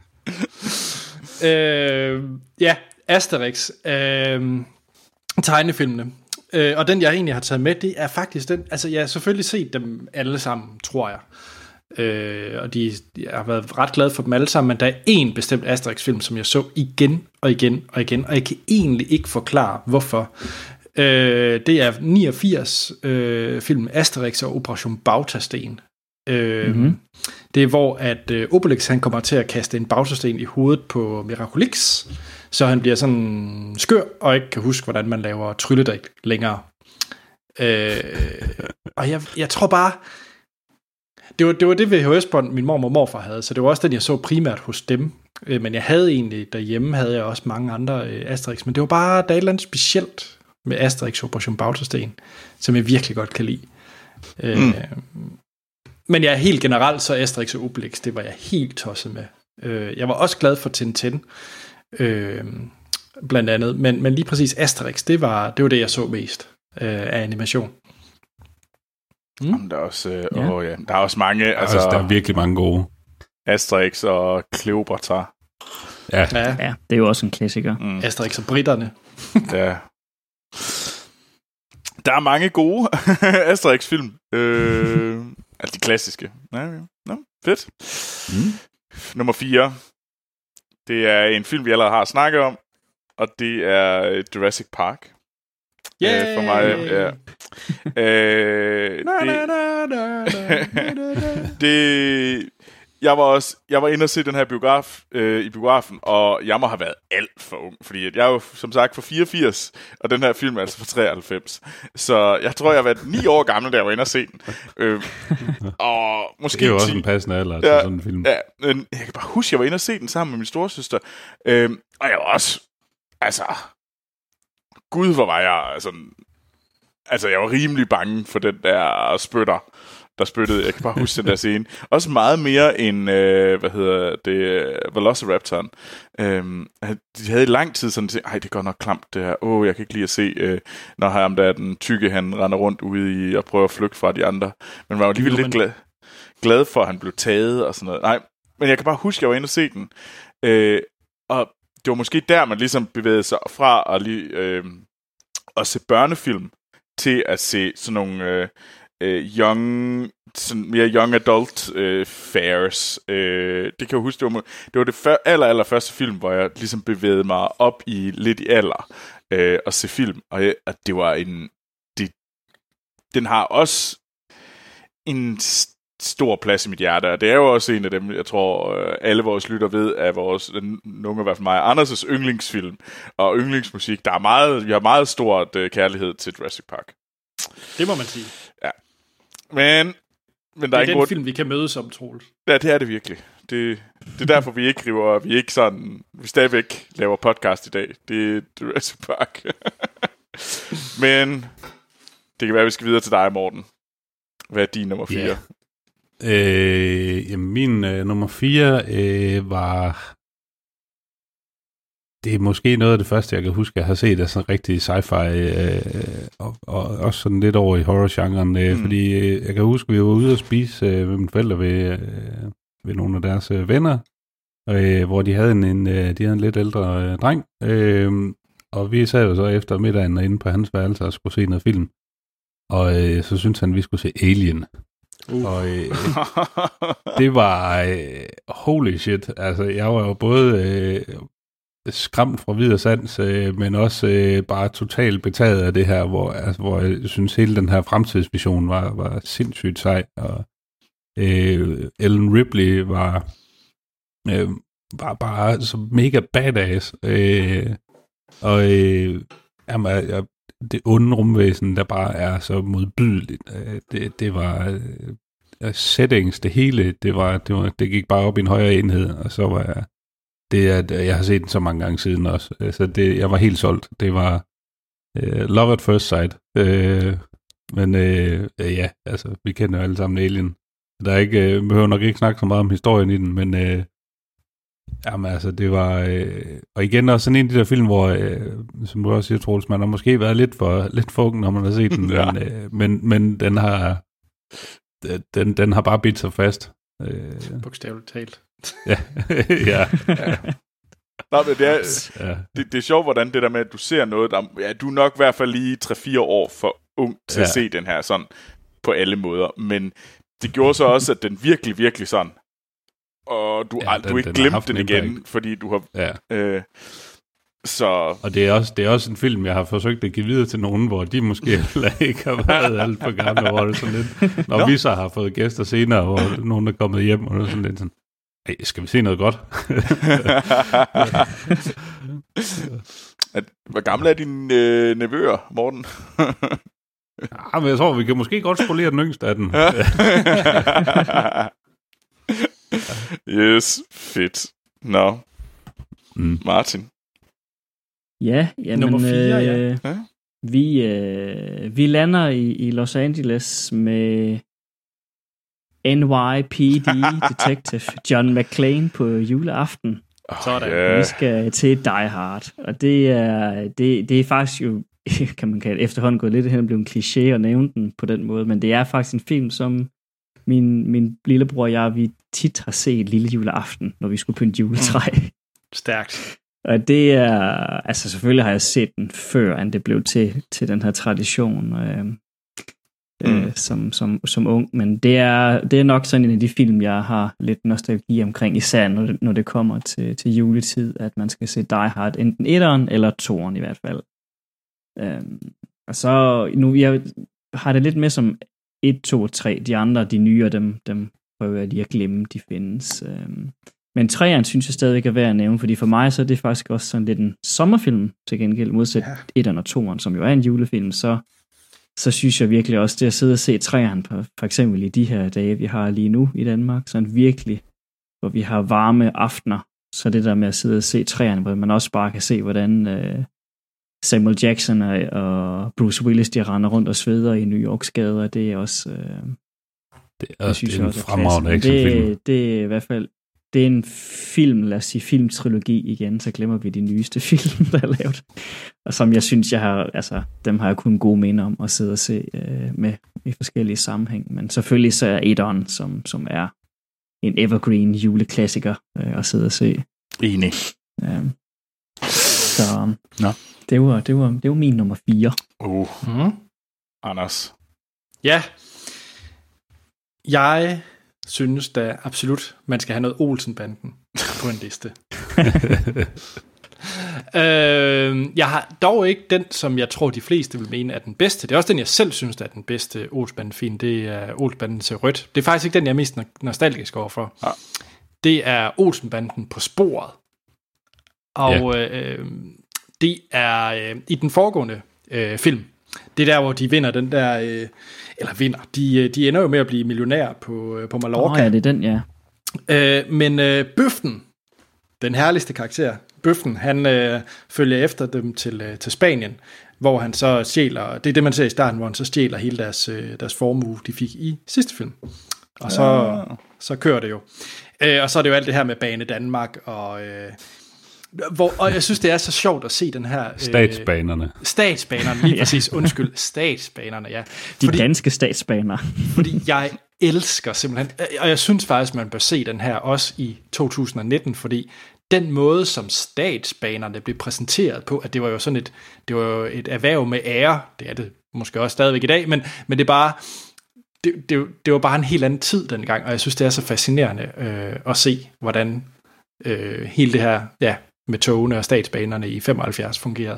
øh, ja, Asterix. Øh, tegnefilmene. Øh, og den, jeg egentlig har taget med, det er faktisk den... Altså, jeg har selvfølgelig set dem alle sammen, tror jeg. Øh, og de, jeg har været ret glad for dem alle sammen, men der er en bestemt Asterix-film, som jeg så igen og igen og igen, og jeg kan egentlig ikke forklare, hvorfor. Øh, det er niogfirs øh, film Asterix og Operation Bautasten. Øh, mm-hmm. Det er, hvor at øh, Obelix, han kommer til at kaste en bautasten i hovedet på Miraculix, så han bliver sådan skør, og ikke kan huske, hvordan man laver trylledrik længere. Øh, og jeg, jeg tror bare, det var, det var det V H S-bånd, min mormor og morfar havde, så det var også den, jeg så primært hos dem. Øh, men jeg havde egentlig, derhjemme havde jeg også mange andre øh, Asterix, men det var bare, der er et eller andet specielt med Asterix Operation Bautasten, som jeg virkelig godt kan lide. Øh, mm. Men jeg er helt generelt, så Asterix og Obelix, det var jeg helt tosset med. Øh, jeg var også glad for Tintin, øh, blandt andet, men, men lige præcis Asterix, det var, det var det, jeg så mest øh, af animation. Mm. Jamen, der, er også, øh, ja. Åh, ja. Der er også mange... Der, altså, altså, der er virkelig mange gode. Asterix og Cleopatra. Ja. Ja, ja, det er jo også en klassiker. Mm. Asterix og britterne. Ja. Der er mange gode Asterix-film. Øh, altså de klassiske. Ja, ja. Nå, fedt. Mm. Nummer fire. Det er en film, vi allerede har snakket om, og det er Jurassic Park. Yeah. Øh, for mig, ja. øh, det, det, jeg var også, jeg var inde og se den her biograf øh, i biografen, og jeg må have været alt for ung, fordi jeg er jo som sagt fra fireogfirs, og den her film er altså fra treoghalvfems. Så jeg tror, jeg har været ni år gammel, da jeg var inde og se den. Øh, og måske det er jo også ti- en passende alder til ja, sådan en film. Ja, men jeg kan bare huske, jeg var inde og se den sammen med min storesøster, øh, og jeg var også, altså... Gud, hvor var jeg altså, altså jeg var rimelig bange for den der spytter. der spyttede. Jeg kan bare huske den der scene. Også meget mere end, øh, hvad hedder det, Velociraptoren. Øhm, de havde i lang tid sådan, ej, det går nok klamt det her. Åh, oh, jeg kan ikke lide at se, øh, når ham der den tykke, han render rundt ude i og prøver at flygte fra de andre. Men var jo alligevel lidt glad, glad for, at han blev taget og sådan noget. Nej, men jeg kan bare huske, at jeg var inde og se den. Øh, og det var måske der, man ligesom bevægede sig fra at, lige, øh, at se børnefilm til at se sådan nogle øh, øh, young, sådan mere young adult øh, fairs. Øh, det kan jeg huske, det var det, var det før, aller, aller første film, hvor jeg ligesom bevægede mig op i lidt i alder øh, og se film. Og jeg, at det var en... Det, den har også en stor plads i mit hjerte, og det er jo også en af dem, jeg tror, alle vores lytter ved, af vores, nogle i hvert fald mig, Anders' yndlingsfilm og yndlingsmusik. Der er meget, vi har meget stort uh, kærlighed til Jurassic Park. Det må man sige. Ja. Men, men der det er, er den grund... film, vi kan mødes om, Troels. Ja, det er det virkelig. Det, det er derfor, vi ikke river, vi ikke sådan, vi stadigvæk laver podcast i dag. Det er Jurassic Park. Men det kan være, at vi skal videre til dig, Morten. Hvad er din nummer fire? Yeah. Øh, jamen, min øh, nummer fire øh, var... Det er måske noget af det første, jeg kan huske, jeg har set af sådan rigtig sci-fi, øh, og, og også sådan lidt over i horror-genren, øh, mm. fordi øh, jeg kan huske, vi var ude og spise øh, med mine forældre ved, øh, ved nogle af deres øh, venner, øh, hvor de havde en, en, øh, de havde en lidt ældre øh, dreng, øh, og vi sad jo så efter middagen inde på hans værelse og skulle se noget film, og øh, så syntes han, vi skulle se Alien. Uh. Og øh, det var øh, holy shit. Altså, jeg var jo både øh, skræmt fra vid og sans, øh, men også øh, bare totalt betaget af det her, hvor, altså, hvor jeg synes, hele den her fremtidsvision var, var sindssygt sej. Og øh, Ellen Ripley var, øh, var bare så mega badass. Øh, og øh, jamen, jeg, det onde rumvæsen, der bare er så modbydeligt. Det, det var uh, settings, det hele, det, var, det, var, det gik bare op i en højere enhed, og så var jeg, det at jeg har set den så mange gange siden også, så det, jeg var helt solgt. Det var uh, love at first sight. Uh, men uh, ja, altså, vi kender jo alle sammen Alien. Der er ikke, uh, behøver nok ikke snakke så meget om historien i den, men uh, jamen altså, det var... Øh, og igen også sådan en af de der film, hvor, øh, som du også siger, Troels, man har måske været lidt for, lidt for ung, når man har set den, ja. men, øh, men, men den har den, den har bare bidt sig fast. Øh. Bogstaveligt talt. ja. ja. ja. Nå, men det er, ja. det, det er sjovt, hvordan det der med, at du ser noget, der, ja, du er nok i hvert fald lige tre fire år for ung til ja. at se den her sådan på alle måder, men det gjorde så også, at den virkelig, virkelig sådan, og du, ja, den, du ikke glemte den igen, impact. Fordi du har... Ja. Øh, så... Og det er, også, det er også en film, jeg har forsøgt at give videre til nogen, hvor de måske ikke har været alt for gamle, hvor det sådan lidt... Når Nå. vi så har fået gæster senere, hvor nogen er kommet hjem, og det er sådan lidt sådan... Hey, skal vi se noget godt? At, hvor gamle er dine øh, nevøer, Morten? Ja, men jeg tror, vi kan måske godt spolere den yngste af den. Yes, fedt. Nå. No. Mm. Martin. Ja, jamen, nummer fire, ja. Øh, ja. Vi, øh, vi lander i, i Los Angeles med N Y P D Detective John McClane på juleaften. Oh, Sådan. Yeah. Vi skal til Die Hard, og det er, det, det er faktisk jo, kan man kalde efterhånden gået lidt hen og blive en kliché at nævne den på den måde, men det er faktisk en film, som min, min lillebror og jeg, vi tit har set lille juleaften, når vi skulle pynte juletræ. Mm. Stærkt. Og det er, altså selvfølgelig har jeg set den før, end det blev til, til den her tradition øh, mm. øh, som, som, som ung, men det er, det er nok sådan en af de film, jeg har lidt nostalgi omkring, især når det, når det kommer til, til juletid, at man skal se Die Hard, enten etteren eller toeren i hvert fald. Øh, og så, nu jeg har det lidt med som et, to og tre, de andre, de nye, dem, dem prøver jeg lige at glemme, de findes. Øh, Men treeren synes jeg stadigvæk er værd at nævne, fordi for mig så er det faktisk også sådan lidt en sommerfilm til gengæld, modsat ja. etteren og toeren, som jo er en julefilm, så, så synes jeg virkelig også, det at sidde og se treeren på, for eksempel i de her dage, vi har lige nu i Danmark, sådan virkelig, hvor vi har varme aftener, så det der med at sidde og se treeren, hvor man også bare kan se, hvordan øh, Samuel Jackson og, og Bruce Willis, de render rundt og sveder i New Yorks gader, det er også... Øh, Det er, det synes det er en fremragende actionfilm. Det, det er i hvert fald det er en film, lad os sige filmtrilogi igen, så glemmer vi de nyeste film, der er lavet. Og som jeg synes, jeg har, altså, dem har jeg kun gode minder om at sidde og se øh, med i forskellige sammenhæng. Men selvfølgelig så er etteren, som, som er en evergreen juleklassiker øh, at sidde og se. Enig. Øh, så Nå. Det, var, det, var, det var min nummer fire. Uh. Mm. Anders. Ja. Jeg synes da absolut, man skal have noget Olsen-banden på en liste. øh, jeg har dog ikke den, som jeg tror, de fleste vil mene er den bedste. Det er også den, jeg selv synes, er den bedste Olsen-banden-film. Det er Olsen-banden til rødt. Det er faktisk ikke den, jeg er mest nostalgisk overfor. Ja. Det er Olsen-banden på sporet. Og ja. øh, det er øh, i den foregående øh, film. Det er der, hvor de vinder den der... Øh, eller vinder. De, de ender jo med at blive millionær på, på Mallorca. Åh oh, ja, det er den, ja. Øh, men øh, Bøffen, den herligste karakter, Bøffen, han øh, følger efter dem til, øh, til Spanien, hvor han så stjæler, det er det, man ser i starten, hvor han så stjæler hele deres, øh, deres formue, de fik i sidste film. Og så, ja. så kører det jo. Øh, og så er det jo alt det her med Bane Danmark, og... Øh, Hvor, og jeg synes, det er så sjovt at se den her... Statsbanerne. Øh, statsbanerne, lige præcis. Undskyld, statsbanerne, ja. De fordi, danske statsbaner. Fordi jeg elsker simpelthen... Og jeg synes faktisk, man bør se den her også i to tusind nitten, fordi den måde, som statsbanerne blev præsenteret på, at det var jo sådan et, det var jo et erhverv med ære, det er det måske også stadigvæk i dag, men, men det er bare... Det, det, det var bare en helt anden tid dengang, og jeg synes, det er så fascinerende øh, at se, hvordan øh, hele det her... ja med togene og statsbanerne i femoghalvfjerds fungerede.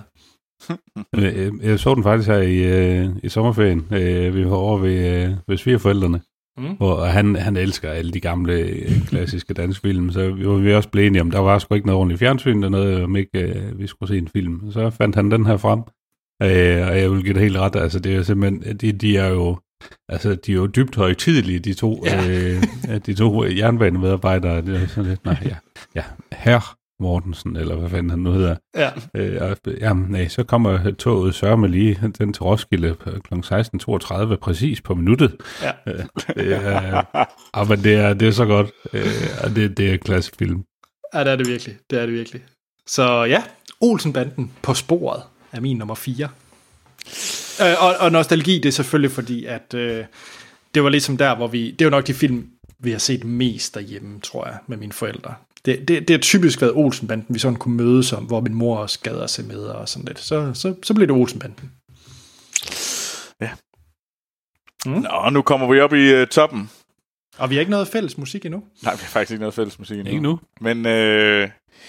Jeg så den faktisk her i, i sommerferien. Vi var over ved, ved svigerforældrene, mm. hvor han, han elsker alle de gamle klassiske danske film, så vi var vi også blevet enige om, der var sgu ikke noget ordentligt fjernsyn, der noget, om ikke vi skulle se en film. Så fandt han den her frem, og jeg vil give det helt ret, altså det er simpelthen, de, de er jo altså de er jo dybt højtidelige, de to, ja. øh, de to jernbanemedarbejdere, det er sådan lidt, nej, ja, ja, herr Mortensen, eller hvad fanden han nu hedder. Ja. Øh, jamen, nej, så kommer toget sørme lige den til Roskilde klokken seksten toogtredive præcis på minuttet. Ja. Øh, det er, øh, men det er, det er så godt. Øh, og det, det er klassisk film. Ja, det er det virkelig. Det er det virkelig. Så ja, Olsen-banden på sporet er min nummer fire. Øh, og, og nostalgi, det er selvfølgelig fordi, at øh, det var ligesom der, hvor vi... Det er jo nok de film, vi har set mest derhjemme, tror jeg, med mine forældre. Det, det, det er typisk været Olsen-banden, vi sådan kunne mødes om, hvor min mor også gad at se med og sådan lidt. Så, så, så blev det Olsen-banden. Ja. Mm. Nå, nu kommer vi op i uh, toppen. Og vi har ikke noget fælles musik endnu. Nej, vi har faktisk ikke noget fælles musik endnu. Ikke nu. Men øh,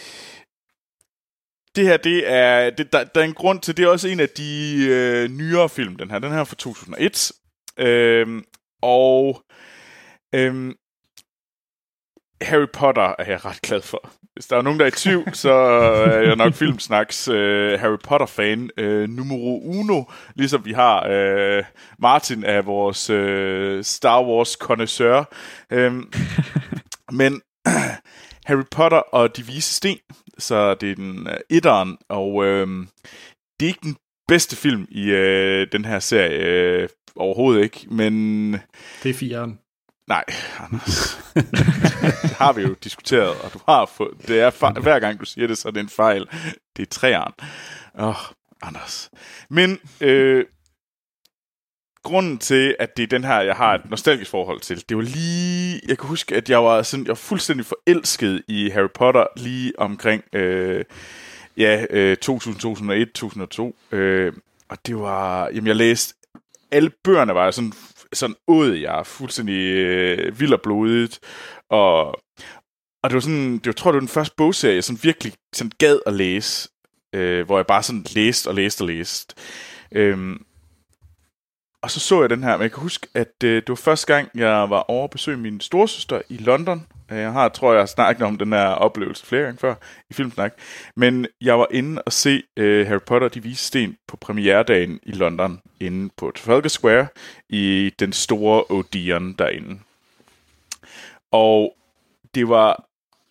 det her, det er, det, der, der er en grund til, det er også en af de øh, nyere film, den her. Den her er fra to tusind og et. Øh, og... Øh, Harry Potter er jeg ret glad for. Hvis der er nogen, der er i tvivl, så er jeg nok Filmsnaks øh, Harry Potter-fan øh, numero uno, ligesom vi har øh, Martin af vores øh, Star Wars-connoisseur. Øhm, men Harry Potter og De Vise Sten, så det er den øh, etteren, og øh, det er ikke den bedste film i øh, den her serie, øh, overhovedet ikke, men... Det er fireren. Nej, Anders. Det har vi jo diskuteret, og du har fået... Det er fa- hver gang du siger det, så er det en fejl. Det er træeren. Åh, oh, Anders. Men øh, grunden til, at det er den her, jeg har et nostalgisk forhold til, det var lige... Jeg kan huske, at jeg var, sådan, jeg var fuldstændig forelsket i Harry Potter lige omkring øh, ja, øh, to tusind, to tusind og et, to tusind og to. Øh, og det var... Jamen, jeg læste... Alle bøgerne var sådan... sådan åd jeg fuldstændig øh, vild og blodigt, og, og det var sådan, det var, jeg tror, det var den første bogserie, jeg sådan virkelig sådan gad at læse, øh, hvor jeg bare sådan læste og læste og læste. Øhm, og så så jeg den her, men jeg kan huske, at øh, det var første gang, jeg var over at besøge min storesøster i London. Jeg har, tror jeg, snakket om den her oplevelse flere gange før i Filmsnak. Men jeg var inde og se uh, Harry Potter De Vise Sten på premieredagen i London, inde på Trafalgar Square, i den store Odeon derinde. Og det var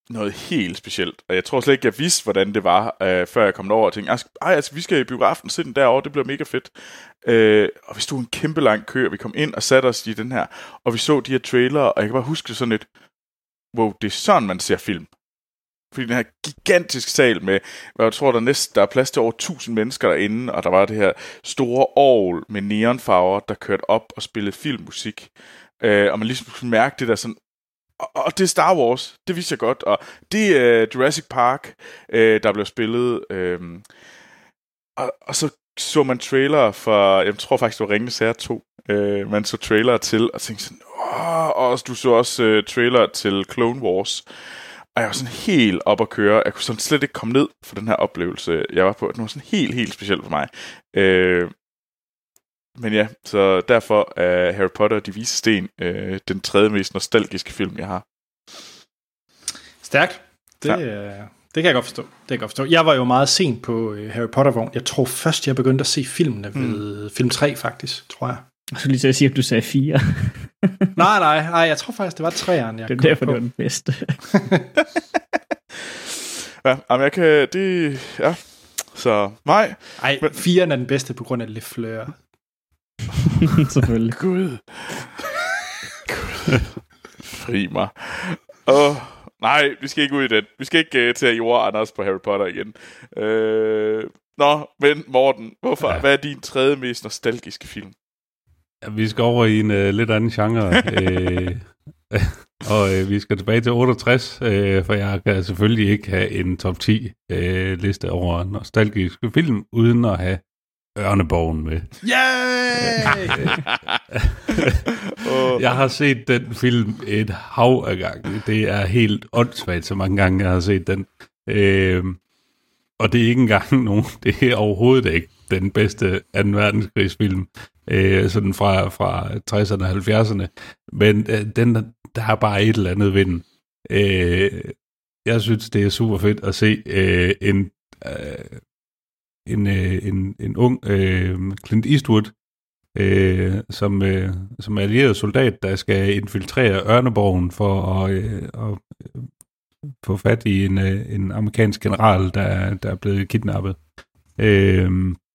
noget helt specielt. Og jeg tror slet ikke, jeg vidste, hvordan det var, øh, før jeg kom over og tænkte, ej, altså, vi skal i biografen, se den derovre, det bliver mega fedt. Øh, og vi stod en kæmpe lang kø, og vi kom ind og satte os i den her, og vi så de her trailere, og jeg kan bare huske sådan et, wow, det er sådan, man ser film. Fordi den her gigantisk sal med, jeg tror, der næsten der er plads til over tusind mennesker derinde, og der var det her store orgel med neonfarver, der kørte op og spillede filmmusik. Øh, og man ligesom kunne mærke det der sådan, og, og det er Star Wars, det vidste jeg godt, og det er uh, Jurassic Park, øh, der blev spillet. Øh, og, og så så man trailer for, jeg tror faktisk, det var Ringenes Herre to, øh, man så trailer til, og tænkte sådan, åh, og du så også uh, trailer til Clone Wars. Og jeg var sådan helt op at køre. Jeg kunne sådan slet ikke komme ned for den her oplevelse, jeg var på. Det var sådan helt, helt specielt for mig. Øh, men ja, så derfor er Harry Potter og De Vise Sten øh, den tredje mest nostalgiske film, jeg har. Stærkt. Det, ja. øh, det kan jeg godt forstå. Det kan jeg godt forstå. Jeg var jo meget sent på øh, Harry Potter-vogn. Jeg tror først, jeg begyndte at se filmene ved mm. film tre, faktisk, tror jeg. Jeg skulle lige til at sige, at du sagde fire. nej, nej, nej, jeg tror faktisk, det var treeren, jeg det er derfor, på. Det var den bedste. ja, men jeg kan, det, ja, så nej. Ej, men firen er den bedste på grund af Le Fleur. Selvfølgelig. Gud. Gud. Fri mig. Åh, oh, nej, vi skal ikke ud i den. Vi skal ikke uh, til at jorde Anders på Harry Potter igen. Uh, nå, men Morten, hvorfor? Ja. Hvad er din tredje mest nostalgiske film? Ja, vi skal over i en uh, lidt anden genre, øh, og øh, vi skal tilbage til otteogtres, øh, for jeg kan selvfølgelig ikke have en top ti øh, liste over nostalgiske film, uden at have Ørneborgen med. Yay! Jeg har set den film et hav af gange. Det er helt åndssvagt, så mange gange jeg har set den. Øh, og det er ikke engang nogen, det er overhovedet ikke den bedste anden verdenskrigsfilm, øh, sådan fra, fra tresserne og halvfjerdserne. Men øh, den, der er bare et eller andet ved den. Øh, jeg synes, det er super fedt at se øh, en, øh, en, øh, en, en ung øh, Clint Eastwood, øh, som, øh, som allieret soldat, der skal infiltrere Ørneborgen for at, øh, at få fat i en, øh, en amerikansk general, der, der er blevet kidnappet. Øh,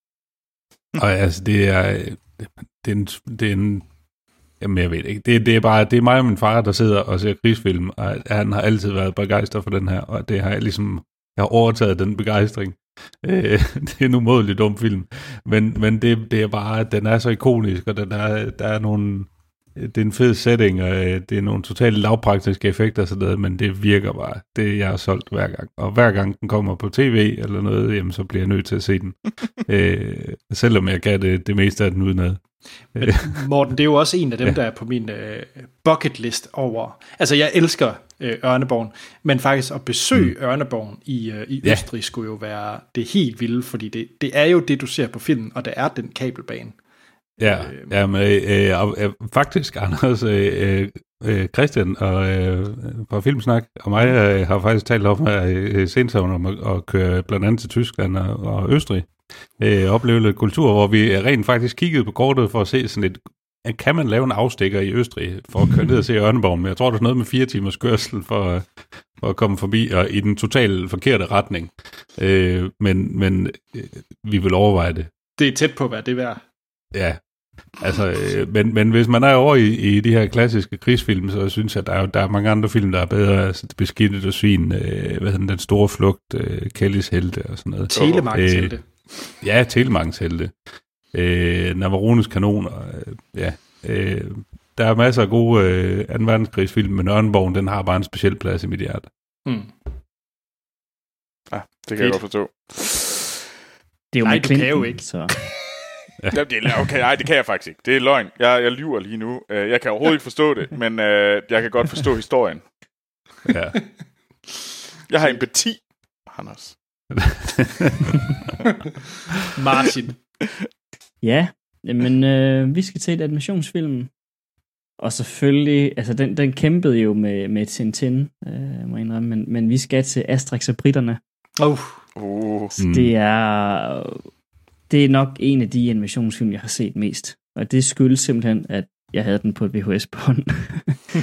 og altså, det er, det er en, det er en jamen, jeg ved ikke. Det, det er bare, det er mig og min far, der sidder og ser krigsfilm, og han har altid været begejstret for den her, og det har jeg ligesom, jeg har overtaget den begejstring. Øh, det er en umådelig dum film, men, men det, det er bare, den er så ikonisk, og den er, der er nogle, det er en fed setting, og det er nogle totalt lavpraktiske effekter og sådan noget, men det virker bare. Det jeg har solgt hver gang. Og hver gang den kommer på tv eller noget, jamen, så bliver jeg nødt til at se den. øh, selvom jeg kan det, det meste af den udenad. Men Morten, det er jo også en af dem, ja. der er på min øh, bucket list over. Altså, jeg elsker øh, Ørneborgen, men faktisk at besøge mm. Ørneborgen i, øh, i ja. Østrig skulle jo være det helt vilde, fordi det, det er jo det, du ser på filmen, og der er den kabelbane. Ja, øh, ja men, øh, øh, faktisk, Anders, øh, øh, Christian og, øh, fra Filmsnak og mig øh, har faktisk talt om øh, sensommer om at, at køre blandt andet til Tyskland og, og Østrig. Øh, oplevede kultur, hvor vi rent faktisk kiggede på kortet for at se sådan et, kan man lave en afstikker i Østrig for at køre ned og se Ørneborgen, men jeg tror, der er noget med fire timers kørsel for, for at komme forbi, og i den totalt forkerte retning. Øh, men men øh, vi vil overveje det. Det er tæt på, hvad det er værd. Ja, altså, øh, men, men hvis man er over i, i de her klassiske krigsfilm, så synes jeg, at der er, der er mange andre film, der er bedre, altså Det beskidte og svin, øh, hvad hedder Den store flugt, øh, Kellys helte og sådan noget. Telemarkens helte. Øh, ja, Telemarkens helte. Øh, Navarones kanoner, øh, ja. Øh, der er masser af gode øh, anden verdenskrigsfilm, men Ørneborgen, den har bare en speciel plads i mit hjerte. Mm. Ja, det kan Fedt. jeg godt forstå. Det er jo Nej, du kan jo ikke. Så. Ja. Det er, okay, nej, det kan jeg faktisk ikke. Det er løgn. Jeg, jeg lyver lige nu. Jeg kan overhovedet ikke forstå det, men uh, jeg kan godt forstå historien. Ja. Jeg har empati, Anders. Martin. Ja, men øh, vi skal til et animationsfilm. Og selvfølgelig, altså den, den kæmpede jo med, med Tintin, øh, må jeg indrømme, men, men vi skal til Asterix og Britterne. Oh. Uh. Mm. Det er... Det er nok en af de animationsfilm, jeg har set mest. Og det skyldes simpelthen, at jeg havde den på et V H S-bånd.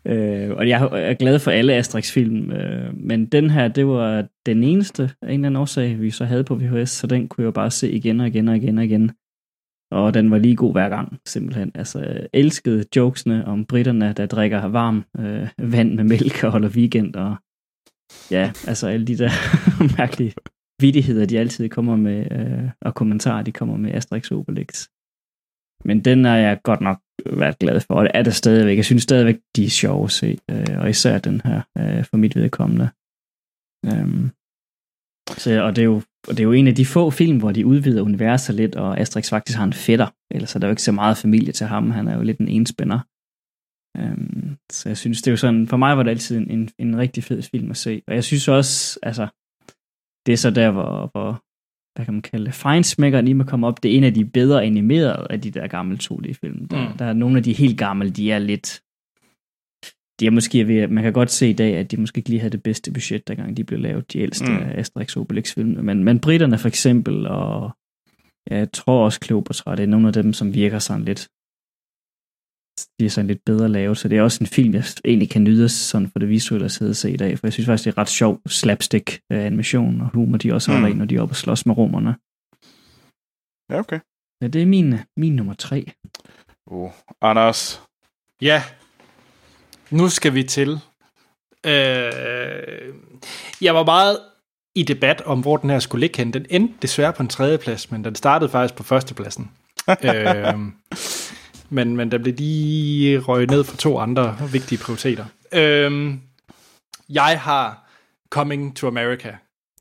Øh, og jeg er glad for alle Asterix-film, øh, men den her, det var den eneste af en eller anden årsag, vi så havde på V H S, så den kunne jeg bare se igen og igen og igen og igen. Og den var lige god hver gang, simpelthen. Altså, jeg elskede jokesene om britterne, der drikker varm øh, vand med mælk og holder weekend, og ja, altså alle de der mærkelige vittigheder, de altid kommer med, øh, og kommentarer, de kommer med Asterix og Obelix. Men den har jeg godt nok været glad for, og det er det stadigvæk. Jeg synes stadigvæk, de er sjove at se, øh, og især den her, øh, for mit vedkommende. Um, så, og, det er jo, og det er jo en af de få film, hvor de udvider universet lidt, og Asterix faktisk har en fætter, ellers er der jo ikke så meget familie til ham, han er jo lidt en enspænder. Um, så jeg synes, det er jo sådan, for mig var det altid en, en, en rigtig fed film at se, og jeg synes også, altså, det er så der, hvor, hvor hvad kan man kalde det, feinsmækkeren i må komme op, det er en af de bedre animerede af de der gamle to D-film. Der, mm. der er nogle af de helt gamle, de er lidt, de er måske ved, man kan godt se i dag, at de måske ikke lige havde det bedste budget, dengang de blev lavet, de ældste mm. Asterix og Obelix-film. Men, men britterne for eksempel, og ja, jeg tror også Kleopatra, det er nogle af dem, som virker sådan lidt, de er sådan lidt bedre lavet, så det er også en film, jeg egentlig kan nyde sådan for det visuelle at sidde og se i dag, for jeg synes faktisk, det er ret sjov slapstick animation og humor, de også holder mm. ind, når de er oppe og slås med romerne. Ja, okay. Ja, det er min, min nummer tre. Oh, Anders. Ja, nu skal vi til. Øh, jeg var meget i debat om, hvor den her skulle ligge hen. Den endte desværre på en tredjeplads, men den startede faktisk på førstepladsen. øh, men, men der blev lige røget ned for to andre vigtige prioriteter. Øh, jeg har Coming to America.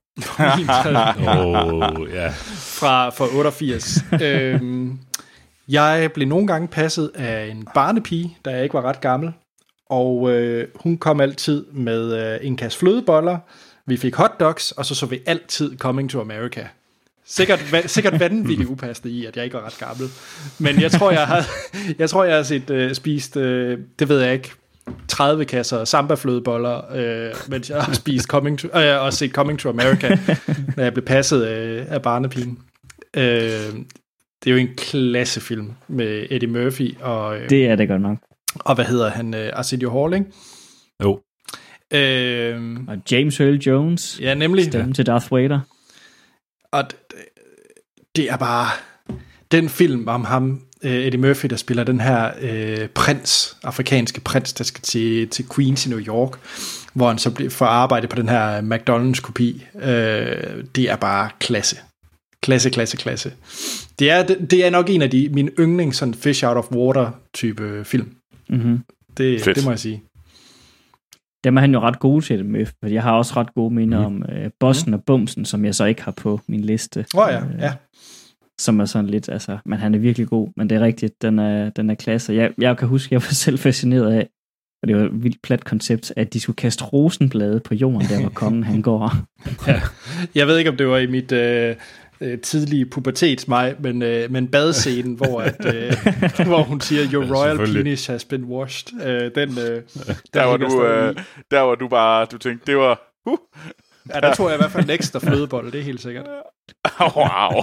oh, yeah. Fra, fra otteogfirs. øh, jeg blev nogle gange passet af en barnepige, da jeg ikke var ret gammel. Og øh, hun kom altid med øh, en kasse flødeboller. Vi fik hotdogs, og så så vi altid Coming to America. Sikkert, va- sikkert vanvittigt upassende i, at jeg ikke var ret gammel. Men jeg tror, jeg har, jeg tror, jeg har set, øh, spist, øh, det ved jeg ikke, tredive kasser samba-flødeboller, øh, mens jeg har spist Coming to, øh, og set Coming to America, når jeg blev passet øh, af barnepigen. Øh, det er jo en klassefilm med Eddie Murphy. Og, øh, det er det godt nok. Og hvad hedder han? Øh, Arsenio Hall, ikke? Jo. Øh, og James Earl Jones. Ja, nemlig. Stemmen til Darth Vader. Og det, det er bare den film om ham, Eddie Murphy, der spiller den her øh, prins, afrikanske prins, der skal til, til Queens i New York, hvor han så får arbejde på den her McDonald's-kopi. Øh, det er bare klasse. Klasse, klasse, klasse. Det er, det, det er nok en af de mine yndlings sådan fish out of water type film. Mm-hmm. Det, det må jeg sige. Dem er han jo ret gode til det med, for jeg har også ret gode minder mm. om øh, Bossen mm. og Bumsen, som jeg så ikke har på min liste. Åh oh, ja, øh, ja. Som er sådan lidt, altså, men han er virkelig god, men det er rigtigt, den er, den er klasse. Jeg, jeg kan huske, jeg var selv fascineret af, og det var et vildt plat koncept, at de skulle kaste rosenblade på jorden, der hvor kongen han går. Ja. Jeg ved ikke, om det var i mit øh, tidlige pubertets mig, men, øh, men badscenen, hvor, at, øh, hvor hun siger, your ja, royal penis has been washed. Øh, den, øh, der, var du, øh, der var du bare, du tænkte, det var... Uh. Ja, der tror jeg i hvert fald en ekstra flødebolle, det er helt sikkert. Wow.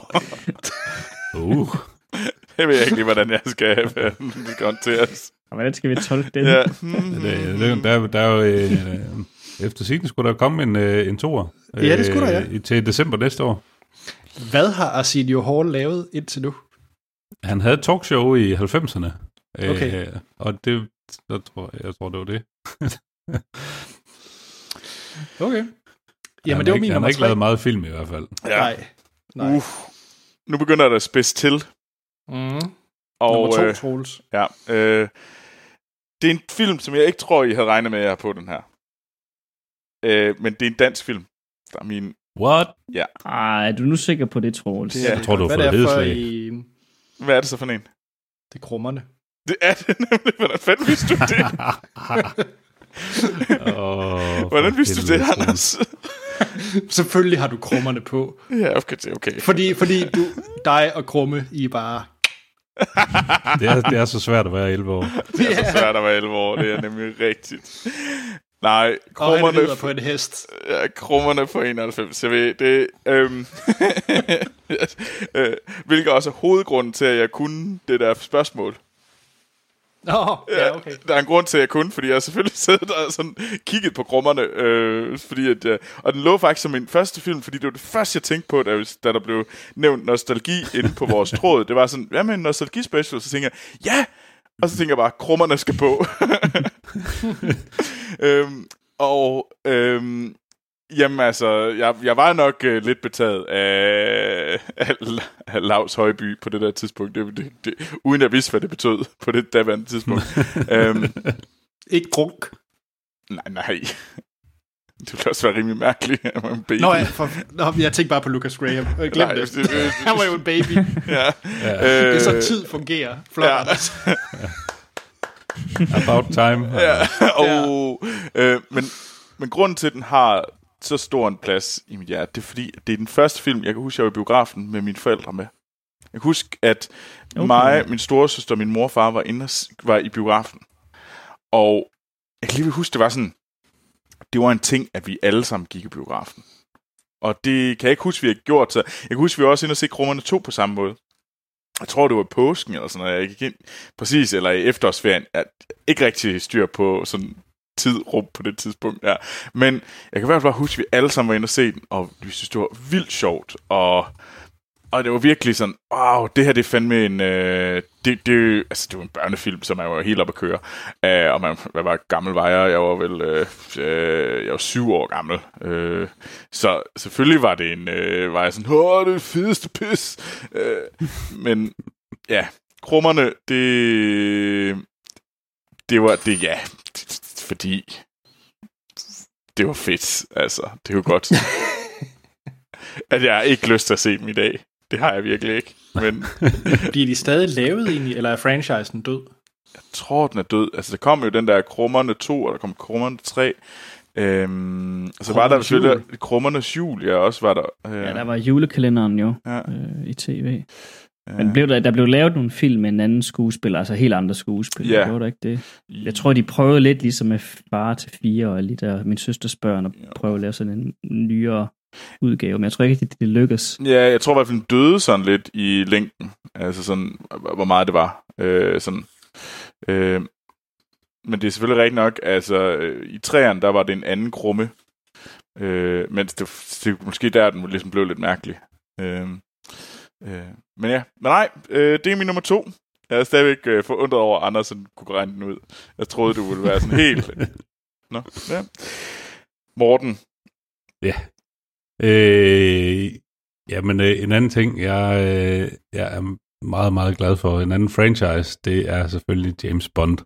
uh. Jeg ved ikke lige, hvordan jeg skal håndteres. Hvordan skal vi tolke det? Ja. det der, der er jo... Øh, efter sigende skulle der komme en, øh, en toer. Øh, ja, det skulle der, ja. Til december næste år. Hvad har Arsenio Hall lavet indtil nu? Han havde et talkshow i halvfemserne. Okay. Øh, og det... Jeg tror, jeg tror, det var det. Okay. Jamen, det var min nummer tre. Han har ikke lavet meget film i hvert fald. Ja. Nej. Nej. Uh, nu begynder der at spidse til. Mm. Og, nummer to, øh, Troels. Ja. Øh, det er en film, som jeg ikke tror, I havde regnet med, at jeg har på den her. Øh, men det er en dansk film. Der er min... What? Ja. Ej, er du nu sikker på det, Troels? Det er, jeg tror, du har fået hedslag. I... Hvad er det så for en? Det er Krummerne. Det er det nemlig. Hvordan fanden vidste du det? oh, Hvordan vidste du det, Anders? Selvfølgelig har du Krummerne på. Ja, okay, okay. Fordi, fordi du, dig og Krumme, I er bare... det, er, det er så svært at være elleve år. Det er så svært at være elleve år, det er nemlig rigtigt. Nej, Krummerne... Og han rider på en hest. Ja, Krummerne på enoghalvfems. Jeg ved, det... Øhm, øh, hvilket også er hovedgrunden til, at jeg kunne det der spørgsmål. Oh, ja, okay. Der er en grund til, at jeg kunne, fordi jeg har selvfølgelig siddet og sådan kigget på Krummerne, øh, fordi at, øh, og den lå faktisk som min første film, fordi det var det første, jeg tænkte på, da, da der blev nævnt nostalgi inde på vores tråd. Det var sådan, hvad med en nostalgi-special? Så tænker jeg, ja! Og så tænker jeg bare, Krummerne skal på. øhm, og øhm, jamen altså, jeg, jeg var nok øh, lidt betaget af, af, af Laus Højby på det der tidspunkt, det, det, det, uden at vidste, hvad det betød på det daværende tidspunkt. øhm, Ikke drunk. Nej, nej. Det ville også være rimelig mærkeligt, at man en baby. Nå, ja, for, nå, jeg tænkte bare på Lucas Graham. Jeg glemte det. det, det. Han var jo en baby. Ja. Ja. Øh, det er så tid fungerer. Flot. Ja. About time. Ja. Og, ja. Øh, men, men grunden til, at den har så stor en plads i mit hjerte, det er fordi, det er den første film, jeg kan huske, jeg var i biografen med mine forældre med. Jeg kan huske, at okay. mig, min storesøster og min mor og far var, inde, var i biografen. Og jeg kan lige huske, det var sådan, det var en ting, at vi alle sammen gik i biografen. Og det kan jeg ikke huske, vi har gjort. Så jeg kan huske, vi var også inde og se Krummerne to på samme måde. Jeg tror, det var i påsken eller sådan noget. Jeg gik ind, præcis, eller i efterårsferien. Jeg ikke rigtig styr på sådan tidrum på det tidspunkt. Ja. Men jeg kan i hvert fald huske, at vi alle sammen var inde og se den, og vi synes, det var vildt sjovt. Og Og det var virkelig sådan, wow, det her det er fandme en, øh, det, det, altså det var en børnefilm, som jeg var helt oppe at køre. Uh, og man, hvad var gammel var jeg? Jeg var vel, øh, øh, jeg var syv år gammel. Uh, så selvfølgelig var det en, øh, var jeg sådan, åh, det er det fedeste pis. Uh, men ja, Krummerne, det, det var, det ja, fordi det var fedt, altså, det var godt. At jeg har ikke lyst til at se dem i dag. Det har jeg virkelig ikke. Men bliver de stadig lavet egentlig, eller er franchisen død? Jeg tror, den er død. Altså, der kom jo den der Krummerne to, og der kom Krummerne tre. Øhm, og så var der selvfølgelig Krummernes jul, ja, også var der. Øh, ja, der var julekalenderen jo ja. øh, i tv. Men blev der, der blev lavet nogle film med en anden skuespiller, altså helt andre skuespillere, yeah. Gjorde der ikke det? Jeg tror, de prøvede lidt ligesom med Far til fire, og lidt af min søsters børn, at prøve at lave sådan en nyere udgave, men jeg tror ikke, det, det lykkes. Ja, jeg tror i hvert fald, den døde sådan lidt i længden, altså sådan, hvor meget det var. Øh, sådan. Øh, men det er selvfølgelig rigtigt nok, altså i træerne, der var det en anden Krumme, øh, mens det, det måske der, den ligesom blev lidt mærkelig. Øh, Øh, men ja, men nej, øh, det er min nummer to. Jeg er stadigvæk øh, forundret over, at Andersen kunne regne den ud. Jeg troede, du ville være sådan helt... Nå, ja. Morten. Ja. Øh, ja, men øh, en anden ting, jeg, øh, jeg er meget, meget glad for, en anden franchise, det er selvfølgelig James Bond.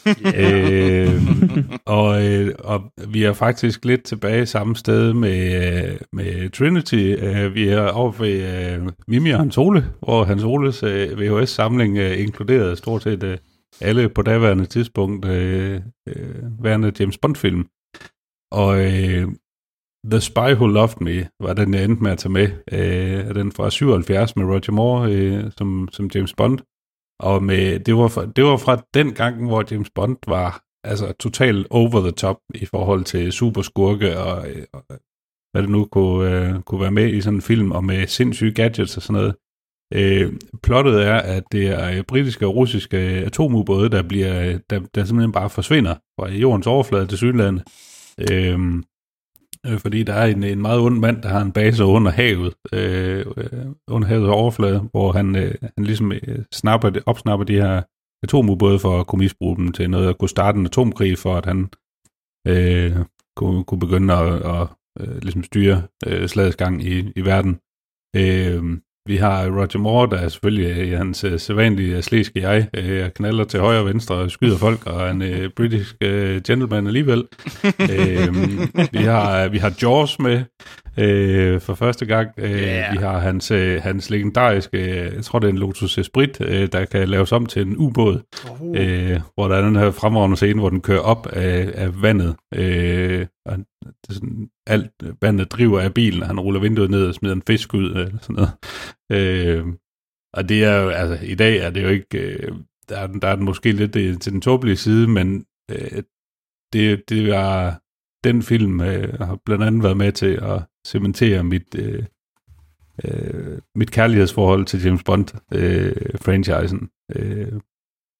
øh, og, øh, og vi er faktisk lidt tilbage samme sted med, med Trinity. Uh, vi er over ved uh, Mimi og Hans Ole, hvor Hans Oles uh, V H S-samling uh, inkluderede stort set uh, alle på daværende tidspunkt uh, uh, værende James Bond-film. Og uh, The Spy Who Loved Me var den, jeg endte med at tage med. Uh, den fra syvoghalvfjerds med Roger Moore uh, som, som James Bond. Og med, det, var fra, det var fra den gang, hvor James Bond var altså totalt over the top i forhold til superskurke og, og hvad det nu kunne, uh, kunne være med i sådan en film, og med sindssyge gadgets og sådan noget. Uh, plottet er, at det er britiske og russiske atomubåde, der, bliver, der, der simpelthen bare forsvinder fra jordens overflade til sydlandet. Uh, fordi der er en, en meget ond mand, der har en base under havet, øh, under havets overflade, hvor han, øh, han ligesom øh, snapper, opsnapper de her atomubåde for at kunne misbruge dem til noget, at kunne starte en atomkrig, for at han øh, kunne, kunne begynde at, at øh, ligesom styre øh, slagets gang i, i verden. Øh, vi har Roger Moore, der er selvfølgelig i hans øh, sædvanlige slæske jeg, øh, knalder til højre og venstre og skyder folk, og en øh, british øh, gentleman alligevel. øh, vi, har, vi har Jaws med øh, for første gang. Øh, yeah. Vi har hans, øh, hans legendariske, øh, jeg tror det er en Lotus Esprit, øh, der kan laves om til en ubåd, uh. øh, hvor der er den her fremragende scene, hvor den kører op af, af vandet. Øh, og det er sådan, alt vandet driver af bilen, og han ruller vinduet ned og smider en fisk ud, eller sådan noget. Øh, og det er jo, altså, i dag er det jo ikke, øh, der, er, der er den måske lidt øh, til den tåbelige side, men øh, det, det er, den film øh, har blandt andet været med til at cementere mit, øh, øh, mit kærlighedsforhold til James Bond-franchisen. Øh, øh,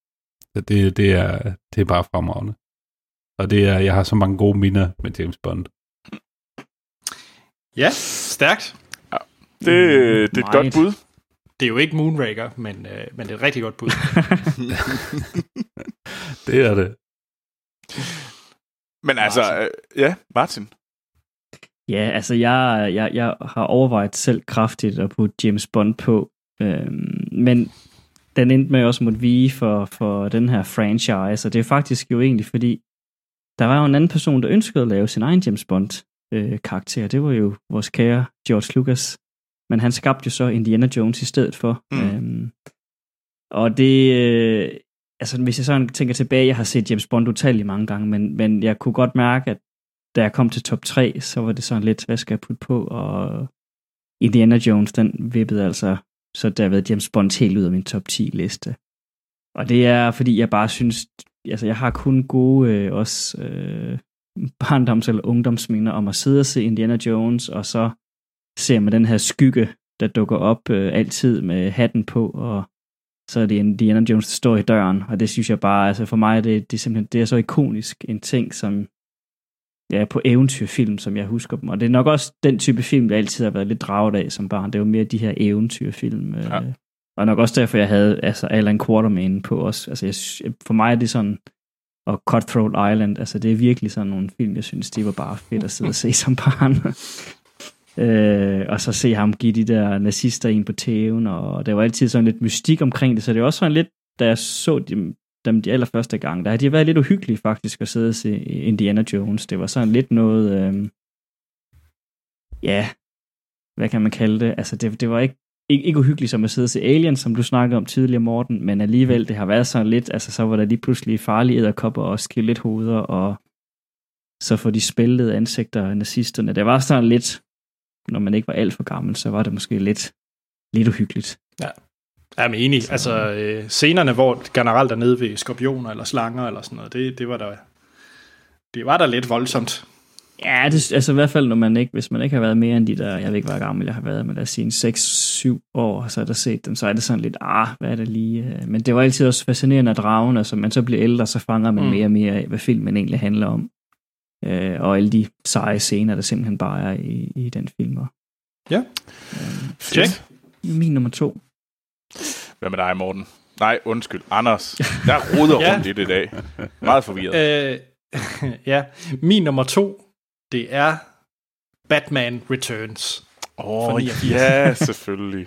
Det, det, er, det er bare fremragende. Og det er, jeg har så mange gode minder med James Bond. Ja, stærkt. Ja, det, det er et godt bud. Det er jo ikke Moonraker, men, øh, men det er et rigtig godt bud. Det er det. Men altså, øh, ja, Martin. Ja, altså jeg, jeg, jeg har overvejet selv kraftigt at putte James Bond på, øhm, men den endte med også måtte vige for, for den her franchise, og det er faktisk jo egentlig fordi, der var jo en anden person, der ønskede at lave sin egen James Bond øh, karakter. Det var jo vores kære George Lucas, men han skabte jo så Indiana Jones i stedet for. Mm. Øhm, og det, øh, altså hvis jeg sådan tænker tilbage, jeg har set James Bond utallige mange gange, men, men jeg kunne godt mærke, at da jeg kom til top tre, så var det sådan lidt, hvad skal jeg putte på? Og Indiana Jones, den vippede altså, så der har været James Bond helt ud af min top ti liste. Og det er, fordi jeg bare synes, altså jeg har kun gode øh, også øh, barndoms- eller ungdomsminder om at sidde og se Indiana Jones, og så ser man den her skygge, der dukker op øh, altid med hatten på, og så er det Indiana Jones, der står i døren, og det synes jeg bare, altså for mig, det, det er simpelthen, det er så ikonisk en ting, som ja, på eventyrfilm, som jeg husker dem. Og det er nok også den type film, jeg altid har været lidt draget af som barn. Det var mere de her eventyrfilm. Ja. Øh, og nok også derfor, jeg havde altså Alan Quatermain på også. Altså, jeg, for mig er det sådan, og Cutthroat Island, altså det er virkelig sådan nogle film, jeg synes, det var bare fedt at sidde og se som barn. øh, og så se ham give de der nazister ind på tæven, og der var altid sådan lidt mystik omkring det, så det var også sådan lidt, da jeg så dem, dem de allerførste gang, der har de været lidt uhyggelige faktisk at sidde og se Indiana Jones. Det var sådan lidt noget, øh, ja, hvad kan man kalde det? Altså det, det var ikke, ikke, ikke uhyggeligt som at sidde og se Alien, som du snakkede om tidligere, Morten, men alligevel, det har været sådan lidt, altså så var der lige pludselig farlige edderkopper og skelethoveder, og så får de spillede ansigter af nazisterne. Det var sådan lidt, når man ikke var alt for gammel, så var det måske lidt, lidt uhyggeligt. Ja. Jeg er enig. Altså, øh, scenerne, hvor generelt er nede ved skorpioner eller slanger eller sådan noget, det, det var der det var der lidt voldsomt. Ja, det, altså i hvert fald, når man ikke, hvis man ikke har været mere end de der, jeg ved ikke, hvor gammel jeg har været, men lad os sige seks syv år, så er der set dem, så er det sådan lidt, ah, hvad er det lige? Men det var altid også fascinerende at dragen, altså man så bliver ældre, så fanger man mm. mere og mere af, hvad filmen egentlig handler om. Øh, og alle de seje scener, der simpelthen bare er i, i den film. Ja. Øh, Check. Min nummer to. Hvad med dig, Morten? Nej, undskyld. Anders. Jeg roder ja. rundt i det i dag. Meget forvirret. Øh, ja, min nummer to, det er Batman Returns. Åh, oh, ja, selvfølgelig.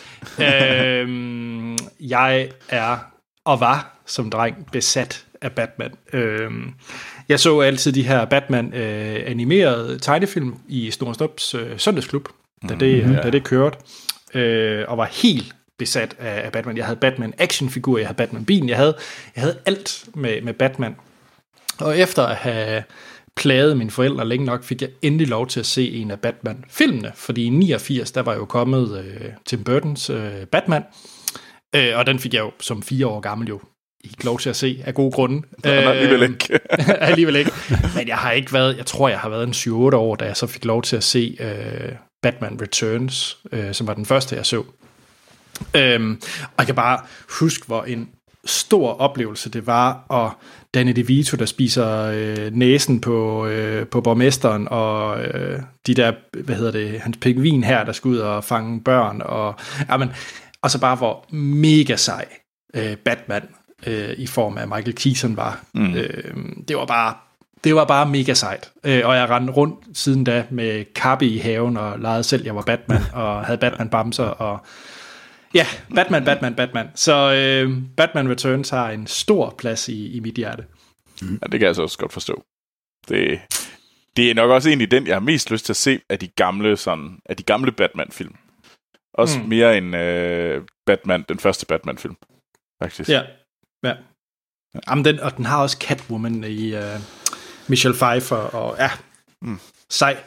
øh, jeg er og var som dreng besat af Batman. Øh, jeg så altid de her Batman øh, animerede tegnefilm i Stor Stops øh, søndagsklub, da det, mm, ja. da det kørte, øh, og var helt besat af, af Batman. Jeg havde Batman actionfigur, jeg havde Batman bilen, jeg havde, jeg havde alt med, med Batman. Og efter at have plaget mine forældre længe nok, fik jeg endelig lov til at se en af Batman-filmene, fordi i niogfirs, der var jo kommet øh, Tim Burtons øh, Batman, øh, og den fik jeg jo som fire år gammel jo ikke lov til at se af gode grunde. Nå, øh, alligevel ikke. alligevel ikke. Men jeg har ikke været, jeg tror jeg har været en syv otte år, da jeg så fik lov til at se øh, Batman Returns, øh, som var den første jeg så. Øhm, og jeg kan bare huske, hvor en stor oplevelse det var, og Danny DeVito, der spiser øh, næsen på, øh, på borgmesteren, og øh, de der, hvad hedder det, hans pingvin her, der skal ud og fange børn, og, jamen, og så bare hvor mega sej øh, Batman øh, i form af Michael Keaton var. Mm. Øh, det var bare det var bare mega sejt. Øh, og jeg rendte rundt siden da med kappe i haven, og legede selv, jeg var Batman, og havde Batman-bamser, og ja, Batman, Batman, Batman. Så øh, Batman Returns har en stor plads i, i mit hjerte. Ja, det kan jeg så også godt forstå. Det, det er nok også egentlig den, jeg har mest lyst til at se af de gamle, sådan, af de gamle Batman-film. Også mm. mere end øh, Batman, den første Batman-film, faktisk. Ja, ja. Jamen, den, og den har også Catwoman i uh, Michelle Pfeiffer, og ja, mm. sej.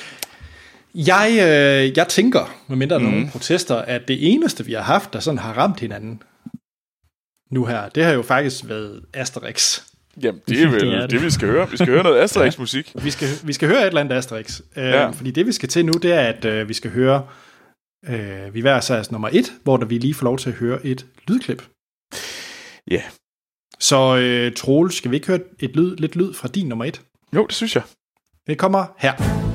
Jeg, øh, jeg tænker, medmindre mm. nogle protester, at det eneste, vi har haft, der sådan har ramt hinanden nu her, det har jo faktisk været Asterix. Jamen, det er vel det, er det. det, vi skal høre. Vi skal høre noget Asterix-musik. vi, skal, vi skal høre et eller andet Asterix. Øh, ja. Fordi det, vi skal til nu, det er, at øh, vi skal høre øh, vi hver sejrs nummer et, hvor der vi lige får lov til at høre et lydklip. Ja. Så øh, Troels, skal vi ikke høre et lyd, lidt lyd fra din nummer et? Jo, det synes jeg. Det kommer her.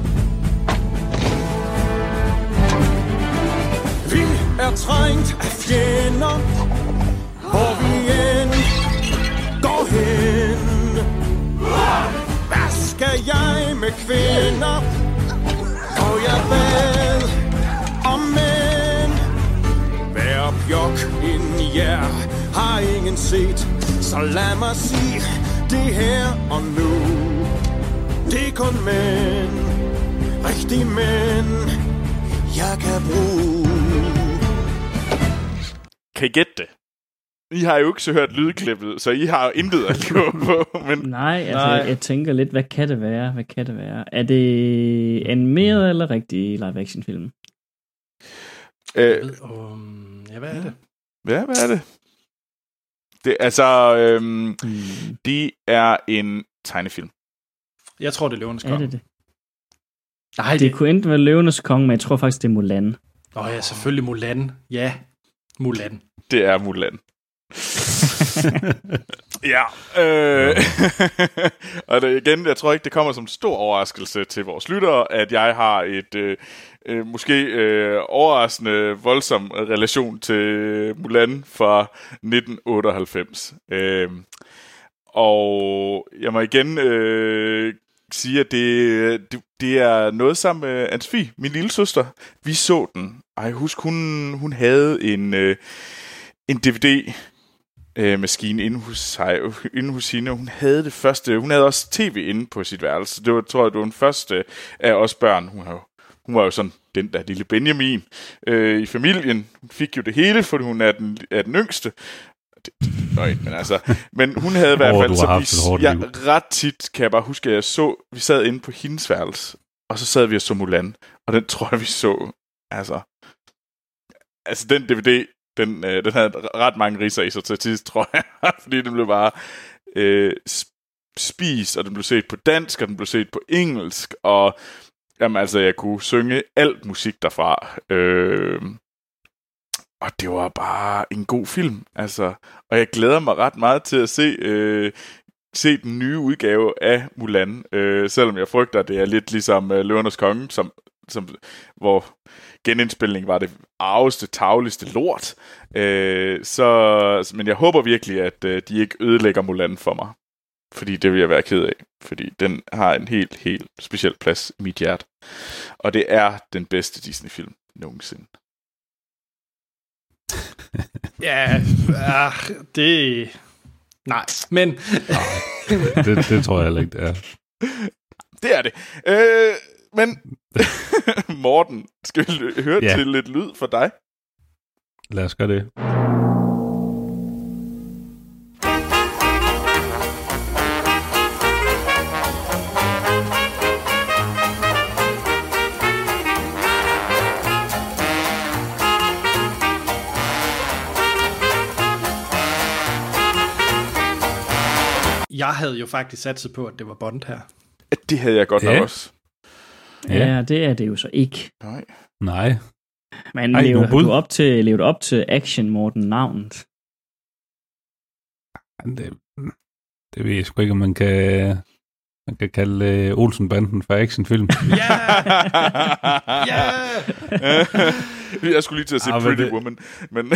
Vi er trængt af fjender, hvor vi end går hen. Hvad skal jeg med kvinder? Og jeg ved om mænd. Hver pjok inden i jer har ingen set. Så lad mig sige det her og nu. Det er kun mænd, rigtige mænd, jeg kan bruge. Kan I gætte det? I har jo ikke så hørt lydklippet, så I har jo intet at gå på. Men... Nej, altså Nej. Jeg, jeg tænker lidt, hvad kan det være? Hvad kan det være? Er det animeret eller rigtig live-action film? Øh, um, ja, hvad er det? Ja, hvad er det? Det altså, øhm, hmm. det er en tegnefilm. Jeg tror, det er Løvenes Konge. Er det det? Nej, det, det kunne enten være Løvenes Konge, men jeg tror faktisk, det er Mulan. Åh oh, ja, selvfølgelig Mulan. Ja, Mulan. Det er Mulan. ja. Øh, og det, igen, jeg tror ikke, det kommer som en stor overraskelse til vores lyttere, at jeg har et øh, øh, måske øh, overraskende voldsom relation til Mulan fra nitten otteoghalvfems. Øh, og jeg må igen øh, sige, at det, det, det er noget sammen med Anne-Sophie, min lille søster. Vi så den. Ej, husk, hun, hun havde en, øh, en D V D øh, maskine inde hos, inde hos hende. Hun havde det første. Hun havde også tv inde på sit værelse. Det var, tror jeg, det var den første af os børn. Hun, har, hun var jo sådan den der lille Benjamin øh, i familien. Hun fik jo det hele, fordi hun er den, er den yngste. Nøj, men altså, men hun havde i hvert fald, oh, så vi, ja, ret tit kan jeg bare huske, at jeg så, vi sad inde på hendes værelse, og så sad vi og så Mulan, og den tror jeg, vi så, altså, altså den D V D, den, øh, den havde ret mange ridser i sig til sidst, tror jeg, fordi den blev bare øh, spist, og den blev set på dansk, og den blev set på engelsk, og jamen altså, jeg kunne synge alt musik derfra, øh, og det var bare en god film, altså. Og jeg glæder mig ret meget til at se, øh, se den nye udgave af Mulan. Øh, selvom jeg frygter, at det er lidt ligesom øh, Løvernes Konge, som, som, hvor genindspilning var det arveste, tavligste lort. Øh, så, men jeg håber virkelig, at øh, de ikke ødelægger Mulan for mig. Fordi det vil jeg være ked af. Fordi den har en helt, helt speciel plads i mit hjerte. Og det er den bedste Disney-film nogensinde. Ja, øh, det... Nej, men... Nej, det, det tror jeg heller ikke, det er. Det er det. Øh, men, Morten, skal vi høre ja. til lidt lyd for dig? Lad os gøre det. Jeg havde jo faktisk satset på, at det var Bond her. Det havde jeg godt ja. nok også. Ja, det er det jo så ikke. Nej. Nej. Men lever du op til, lever du op til Action Morten navnet? Det, det ved jeg sgu ikke, om man kan, man kan kalde uh, Olsen-banden for actionfilm. Ja! Ja! Jeg skulle lige til at sige ah, Pretty det... Woman, men...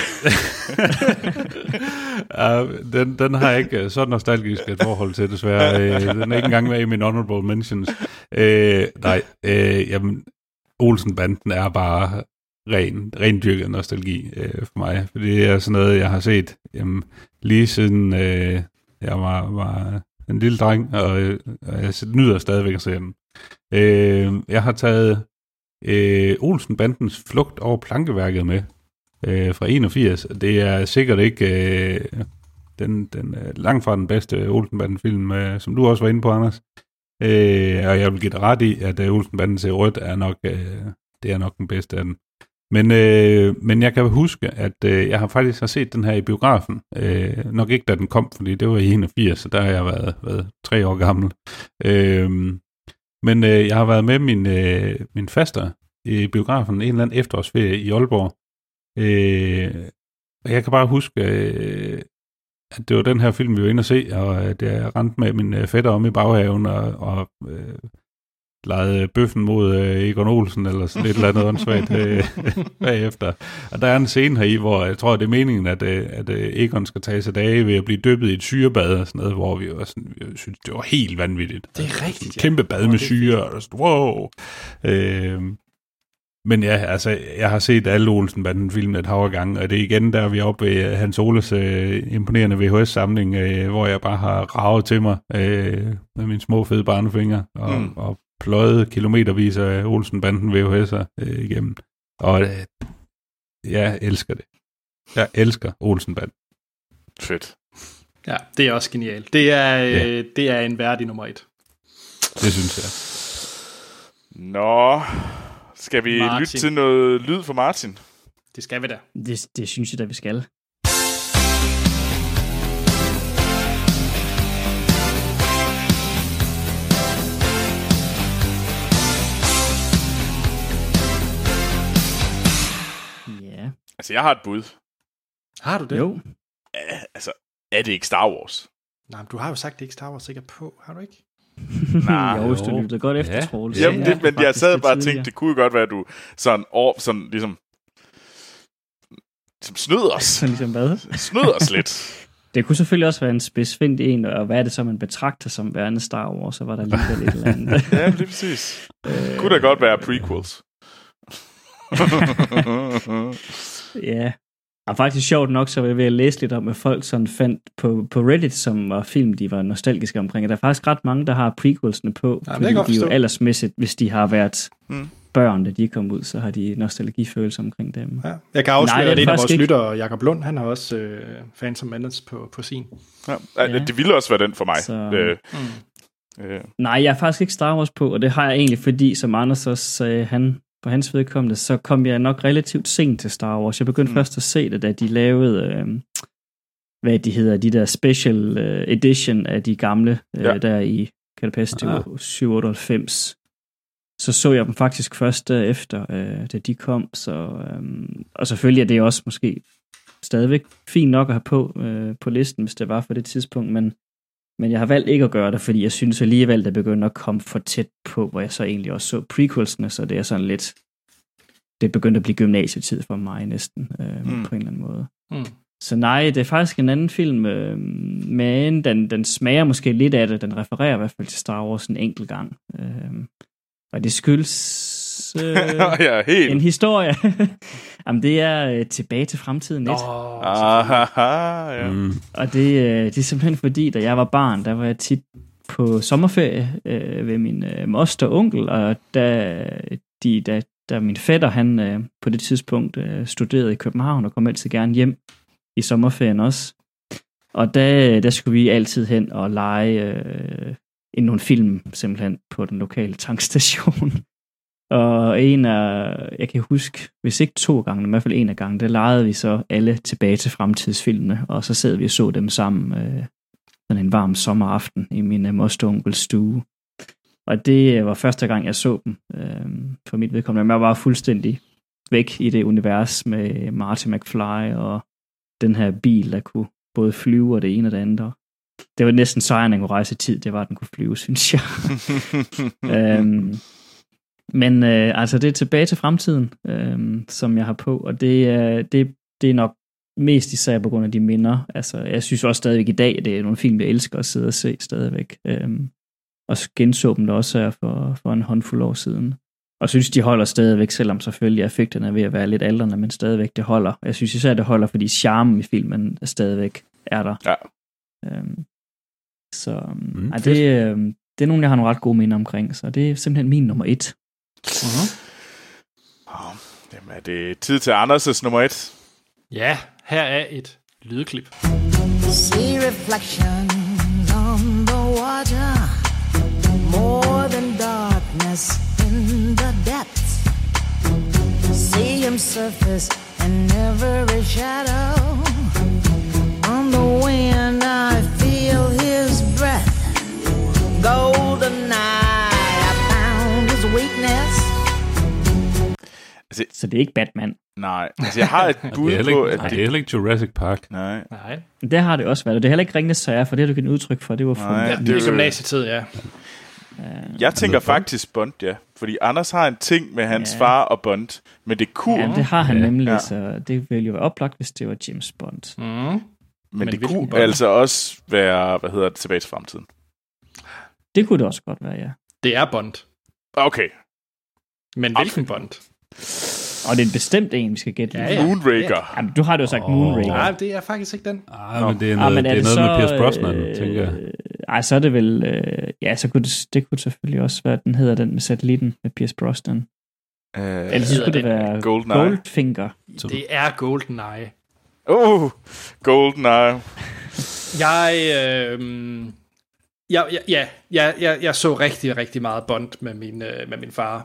ja, den, den har jeg ikke så nostalgisk et forhold til, desværre. Den er ikke engang med i min honorable mentions. Øh, nej, øh, jamen, Olsen-banden er bare ren, ren dyrket nostalgi øh, for mig. For det er sådan noget, jeg har set jamen, lige siden øh, jeg var, var en lille dreng, og, og jeg nyder stadigvæk at se den. Øh, jeg har taget øh, Olsen-bandens Flugt over plankeværket med øh, fra enogfirs. Det er sikkert ikke øh, den, den øh, langt fra den bedste Olsen-banden-film, øh, som du også var inde på, Anders. Øh, og jeg vil give dig ret i, at øh, Olsen-banden ser rødt er nok, øh, det er nok den bedste af den. Men, øh, men jeg kan huske, at øh, jeg har faktisk har set den her i biografen. Øh, nok ikke, da den kom, fordi det var i enogfirs, så der har jeg været, været tre år gammel. Øh, men øh, jeg har været med min, øh, min faster i biografen en eller anden efterårsferie i Aalborg. Øh, og jeg kan bare huske, øh, at det var den her film, vi var inde og se, og at jeg rendte med min øh, fætter om i baghaven og, og øh, legede bøffen mod øh, Egon Olsen, eller sådan lidt eller andet åndssvagt øh, bagefter. Og der er en scene heri, hvor jeg tror, det er meningen, at, øh, at øh, Egon skal tage sig dage ved at blive dyppet i et syrebad og sådan noget, hvor vi var sådan, jeg synes, det var helt vanvittigt. Det er rigtigt, ja. Kæmpe bad med syre, og sådan, wow. Øh, Men ja, altså, jeg har set alle Olsen-banden-film et hav af gange, og det er igen der, vi er oppe ved Hans Oles øh, imponerende V H S-samling, øh, hvor jeg bare har ravet til mig øh, med mine små fede barnefingre, og, mm. og pløjet kilometervis af Olsen-banden V H S'er øh, igennem. Og øh, jeg elsker det. Jeg elsker Olsen-banden. Fedt. Ja, det er også genialt. Det er, øh, ja. det er en værdig nummer et. Det synes jeg. Nå... Skal vi Martin. lytte til noget lyd fra Martin? Det skal vi da. Det, det synes jeg da, vi skal. Ja. Altså, jeg har et bud. Har du det? Jo. Æh, altså, er det ikke Star Wars? Nej, men du har jo sagt, det ikke Star Wars sikkert på. Har du ikke? Nej. jo, hvis du lyttede godt efter, Ja. Troels. Jamen, det, men jeg sad bare og tænkte, det det kunne jo godt være, at du sådan, år, sådan ligesom, ligesom snød os. Så ligesom hvad? Snød os lidt. Det kunne selvfølgelig også være en spidsfindig en, og hvad er det så, man betragter som værende Star Wars, så var der alligevel et eller andet. Ja, det er præcis. Det kunne da godt være prequels. Ja. Og faktisk sjovt nok, så var jeg ved at læse lidt om, hvad folk sådan fandt på, på Reddit, som var film, de var nostalgiske omkring. Og der er faktisk ret mange, der har prequelsene på, ja, fordi de er jo aldersmæssigt, hvis de har været mm. børn, da de er kommet ud, så har de nostalgifølelse omkring dem. Ja. Jeg kan afsløre, Nej, at en af vores ikke. lyttere, Jakob Lund, han har også øh, Phantom Menace på, på sin. Ja. Ja. Det ville også være den for mig. Så... Øh, mm. øh. Nej, jeg har faktisk ikke Star Wars på, og det har jeg egentlig, fordi som Anders også sagde, han... på hans vedkommende, så kom jeg nok relativt sent til Star Wars. Jeg begyndte mm. først at se det, da de lavede, øh, hvad de hedder, de der special øh, edition af de gamle, øh, ja. der i, kan det passe, det var syv otteoghalvfems. Så så jeg dem faktisk først derefter, øh, da de kom. Så, øh, og selvfølgelig er det også måske stadigvæk fint nok at have på, øh, på listen, hvis det var for det tidspunkt, men Men jeg har valgt ikke at gøre det, fordi jeg synes alligevel, det begynder at komme for tæt på, hvor jeg så egentlig også så prequelsene, så det er sådan lidt, det begyndte at blive gymnasietid for mig næsten, øh, mm. på en eller anden måde. Mm. Så nej, det er faktisk en anden film, øh, men den, den smager måske lidt af det, den refererer i hvert fald til Star Wars en enkelt gang. Øh, og det skyldes øh, ja, helt. en historie. Jamen, det er øh, Tilbage til fremtiden net. Oh, Aha, ja. Mm. Og det, øh, det er simpelthen fordi, da jeg var barn, der var jeg tit på sommerferie øh, ved min øh, moster og onkel, og da, de, da, da min fætter, han øh, på det tidspunkt øh, studerede i København, og kom altid gerne hjem i sommerferien også. Og der, der skulle vi altid hen og lege øh, i nogle film, simpelthen på den lokale tankstation. Og en af, jeg kan huske, hvis ikke to gange, i hvert fald en af gangen, der legede vi så alle Tilbage til fremtidsfilmene, og så sad vi og så dem sammen øh, sådan en varm sommeraften i min øh, moster og onkels stue. Og det var første gang, jeg så dem øh, for mit vedkommende. Men jeg var fuldstændig væk i det univers med Marty McFly og den her bil, der kunne både flyve og det ene og det andet. Det var næsten sejren, at kunne rejse i tid, det var, at den kunne flyve, synes jeg. øhm, men øh, altså, det er Tilbage til fremtiden, øh, som jeg har på, og det, øh, det, det er nok mest især på grund af de minder. Altså, jeg synes også stadigvæk i dag, at det er nogle film, jeg elsker at sidde og se stadigvæk. Øh, og genså dem der også her for, for en håndfuld år siden. Og synes, de holder stadigvæk, selvom selvfølgelig effekterne er ved at være lidt aldrende, men stadigvæk det holder. Jeg synes især, det holder, fordi charmen i filmen stadigvæk er der. Ja. Øhm, så mm, ej, det, øh, det er nogen, jeg har nogle ret gode minder omkring, så det er simpelthen min nummer et. Uh-huh. Oh, jamen, er det tid til Anders' nummer et? Ja, her er et lydklip. See reflections on the water, more than darkness in the depths. See him surface in every shadow. On the wind I feel his breath. Golden night I found his weakness. Altså, Så det er ikke Batman. nej, altså jeg har et Det bud er heller på, ikke, at det er heller ikke Jurassic Park. Nej, Nej. Det har det også været, og det er heller ikke Ringenes Sager, for det har du givet udtryk for. Det var for Nej, Ja, det det er er jo- gymnasietid, ja. jeg tænker Bond. faktisk Bond, ja. Fordi Anders har en ting med hans Ja. far og Bond, men det kunne, Ja, det har han Ja. nemlig, Ja. så det ville jo være oplagt, hvis det var James Bond. Mm. men, men det hvilken kunne Bond? altså også være, hvad hedder det, tilbage til fremtiden. Det kunne det også godt være, ja. Det er Bond. Okay, Men hvilken Bond? Og det er en bestemt en, vi skal gætte. Ja, ja. Moonraker. Jamen, du har det jo sagt Åh. Moonraker. Nej, det er faktisk ikke den. Ah, men det er Ah, noget, men det er det noget med så, Pierce Brosnan, øh, tænker jeg. Ej, så er det vel... Øh, ja, så kunne det, det kunne selvfølgelig også være, den hedder den med satellitten med Pierce Brosnan. Uh, Ellers så hedder skulle det den være GoldenEye. Goldfinger. Så- Det er GoldenEye. Oh, GoldenEye. Jeg, øh, jeg, jeg, ja, jeg, jeg, jeg så rigtig, rigtig meget Bond med min, øh, med min far.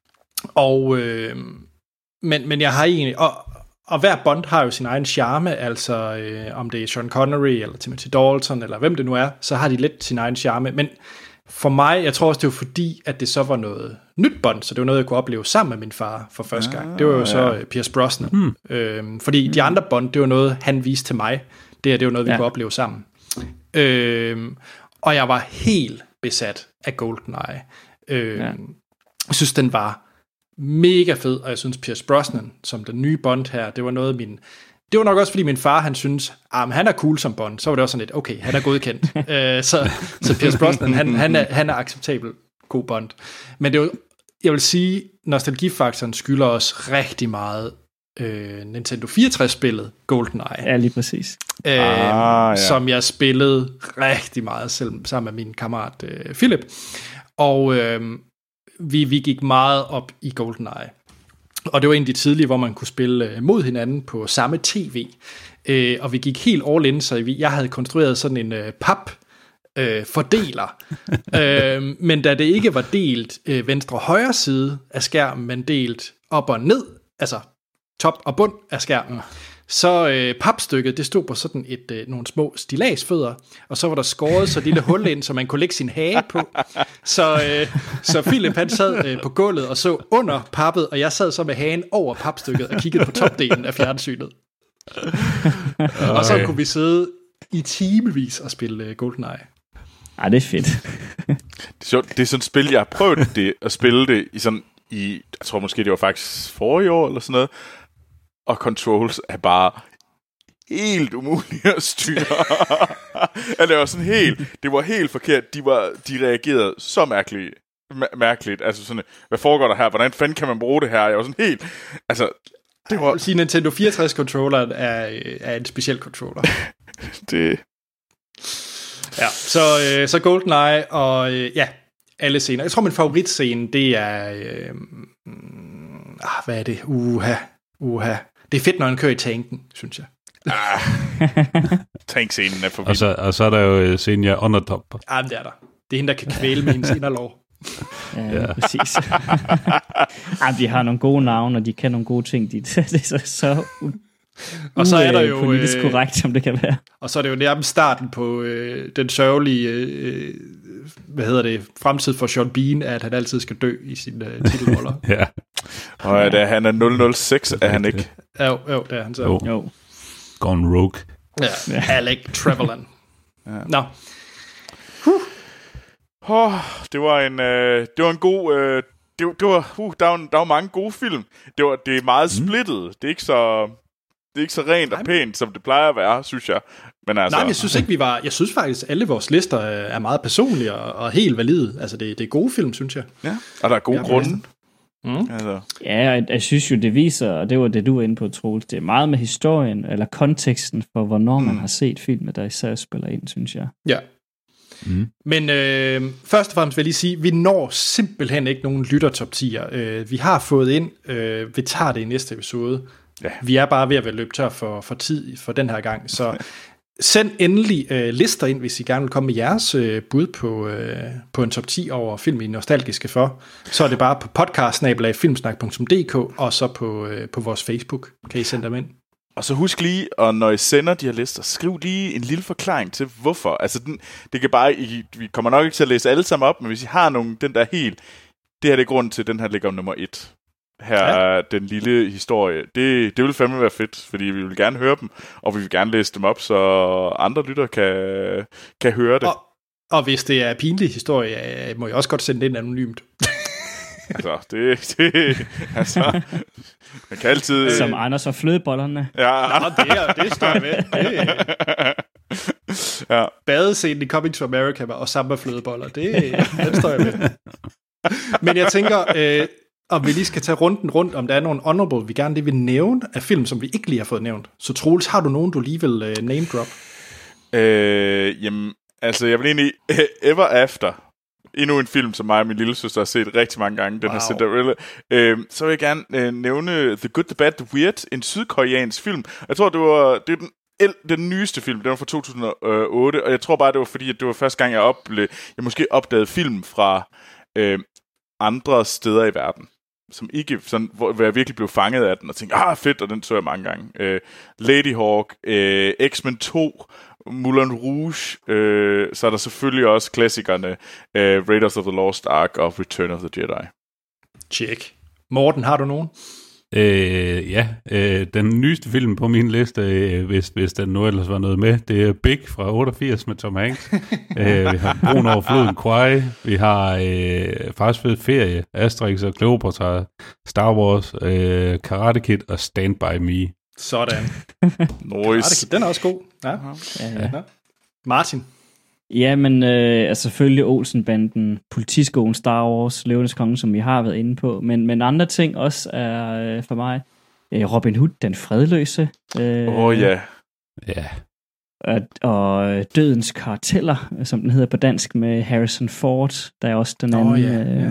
Og, øh, men, men jeg har egentlig... Og, og hver Bond har jo sin egen charme, altså øh, om det er Sean Connery, eller Timothy Dalton, eller hvem det nu er, så har de lidt sin egen charme. Men for mig, jeg tror også, det var fordi, at det så var noget nyt Bond, så det var noget, jeg kunne opleve sammen med min far for første gang. Det var jo så ja. øh, Pierce Brosnan. Hmm. Øhm, fordi de andre Bond, det var noget, han viste til mig. Det her, det var noget, vi Ja. kunne opleve sammen. Øhm, og jeg var helt besat af GoldenEye. Øhm, Ja. Jeg synes, den var mega fed, og jeg synes, Pierce Brosnan, som den nye Bond her, det var noget min... Det var nok også, fordi min far, han synes, ah, men han er cool som Bond. Så var det også sådan lidt, okay, han er godkendt. øh, så, så Pierce Brosnan, han, han, er, han er acceptabel god Bond. Men det var, jeg vil sige, nostalgifaktoren skylder os rigtig meget øh, Nintendo fireogtres-spillet GoldenEye. Ja, lige præcis. Øh, Ah, ja. som jeg spillede rigtig meget selv, sammen med min kammerat øh, Philip. Og øh, vi, vi gik meget op i GoldenEye. Og det var en af de tidlige, hvor man kunne spille øh, mod hinanden på samme tv. Øh, og vi gik helt all in, så vi, jeg havde konstrueret sådan en øh, pap øh, fordeler. øh, men da det ikke var delt øh, venstre og højre side af skærmen, men delt op og ned, altså top og bund af skærmen, så øh, papstykket, det stod på sådan et øh, nogle små stilladsfødder, og så var der skåret så et lille hul ind, så man kunne lægge sin hage på. Så, øh, så Philip, han sad øh, på gulvet og så under pappet, og jeg sad så med hagen over papstykket og kiggede på topdelen af fjernsynet. Og så kunne vi sidde i timevis og spille øh, GoldenEye. Ej, det er fedt. Det er, sjovt. Det er sådan et spil, jeg har prøvet det, at spille det i sådan, i, jeg tror måske det var faktisk forrige år eller sådan noget, og controls er bare helt umuligt at styre. Ja, det var sådan helt, det var helt forkert. De, var, de reagerede så mærkeligt, mær- mærkeligt. Altså sådan, hvad foregår der her? Hvordan fanden kan man bruge det her? Jeg var sådan helt, altså, det Jeg var, vil sige, Nintendo fireogtres-controlleren er, øh, er en speciel controller. det, Ja, så, øh, så GoldenEye og øh, ja, alle scener. Jeg tror, min favoritscene, det er... Øh, ah, hvad er det? Uha, uha. Det er fedt, når han kører i tanken, synes jeg. tankscenen er for Og vild. så, og så er der jo uh, Senior Undertop. Ah, men det er der. Det er hende, der kan kvæle med hendes inderlov. Ja, ja. Præcis. Ej, de har nogle gode navne, og de kan nogle gode ting. De, det er så, så Og så er der jo... politisk øh, korrekt, som det kan være. Og så er det jo nærmest starten på øh, den sørgelige, øh, hvad hedder det, fremtid for Sean Bean, at han altid skal dø i sine øh, titelroller. Ja. Og da han er nul nul seks, er han ikke. Jo, jo, det er han så. Jo. Jo. Gone Rogue. Ja, Alec Trevelyan. Ja. Nå, Oh, det var en, øh, det var en god, øh, det, var- det var, uh, der var, der var mange gode film. Det var, det er meget splittet. Det er ikke så, det er ikke så rent og pænt, som det plejer at være, synes jeg. Men altså, nej, men jeg synes ikke, vi var... Jeg synes faktisk, at alle vores lister er meget personlige og, og helt valide. Altså, det, det er gode film, synes jeg. ja, og der er gode Ja, grunde. Mm. Altså, Ja, jeg, jeg synes jo, det viser, og det var det, du var inde på, Troels, det er meget med historien, eller konteksten for, hvornår man Mm. har set filmen, der især spiller ind, synes jeg. Ja. Mm. Men øh, først og fremmest vil jeg lige sige, at vi når simpelthen ikke nogen lyttertop tier. Øh, vi har fået ind, øh, vi tager det i næste episode. Ja. Vi er bare ved at være løbet tør for, for tid for den her gang, så send endelig øh, lister ind, hvis I gerne vil komme med jeres øh, bud på, øh, på en top ti over film, I er nostalgiske for. Så er det bare på podcast snabel-a filmsnak punktum d k og så på, øh, på vores Facebook. Kan I sende dem ind? og så husk lige, og når I sender de her lister, skriv lige en lille forklaring til, hvorfor. Altså, den, det kan bare, I, vi kommer nok ikke til at læse alle sammen op, men hvis I har nogen, den der helt, det her det er grunden til, at den her ligger om nummer et. her, Ja. den lille historie. Det, det vil fandme være fedt, fordi vi vil gerne høre dem, og vi vil gerne læse dem op, så andre lytter kan, kan høre det. Og, og hvis det er pinlig historie, øh, må jeg også godt sende det ind anonymt. Altså, det, det altså, man kan altid... Som Anders og flødebollerne. Ja. Nå, det, er, det står jeg ved. Det, Ja. badescenen i Coming to America og samba-flødeboller, det, den står jeg ved. Men jeg tænker, øh, om vi lige skal tage runden rundt, om der er nogle honorable, vi gerne lige vil nævne af film, som vi ikke lige har fået nævnt. Så Troels, har du nogen, du lige vil øh, name drop? Øh, jamen, altså, jeg vil egentlig... Ever After, endnu en film, som mig og min lille søster har set rigtig mange gange, den Wow. her Cinderella. Øh, så vil jeg gerne øh, nævne The Good, The Bad, The Weird, en sydkoreansk film. Jeg tror, det var det er den, el, den nyeste film, den var fra to tusind og otte, og jeg tror bare, det var fordi, at det var første gang, jeg, ople- jeg måske opdagede film fra øh, andre steder i verden, som ikke, sådan, hvor, hvor jeg virkelig blev fanget af den, og tænkte, ah, fedt, og den så jeg mange gange. Øh, Lady Hawk, øh, X-Men to, Moulin Rouge, øh, så er der selvfølgelig også klassikerne øh, Raiders of the Lost Ark og Return of the Jedi. Check. Morten, har du nogen? Øh, ja, øh, den nyeste film på min liste, øh, hvis, hvis den nu ellers var noget med, det er Big fra otteogfirs med Tom Hanks. øh, vi har Broen over floden Kwai, vi har øh, Fars fed ferie, Asterix og Cleopatra, Star Wars, øh, Karate Kid og Stand By Me. Sådan. Nice. Den er også god. Ja. Ja, ja. Ja. Martin. Ja, men øh, altså selvfølgelig Olsen-banden, Politiskolen, Star Wars, Løvenes Konge, som vi har været inde på. Men, men andre ting også er øh, for mig øh, Robin Hood, den fredløse. Åh Øh, oh, ja. Ja, og, og Dødens Karteller, som den hedder på dansk, med Harrison Ford. Der er også den Åh, anden. ja, ja.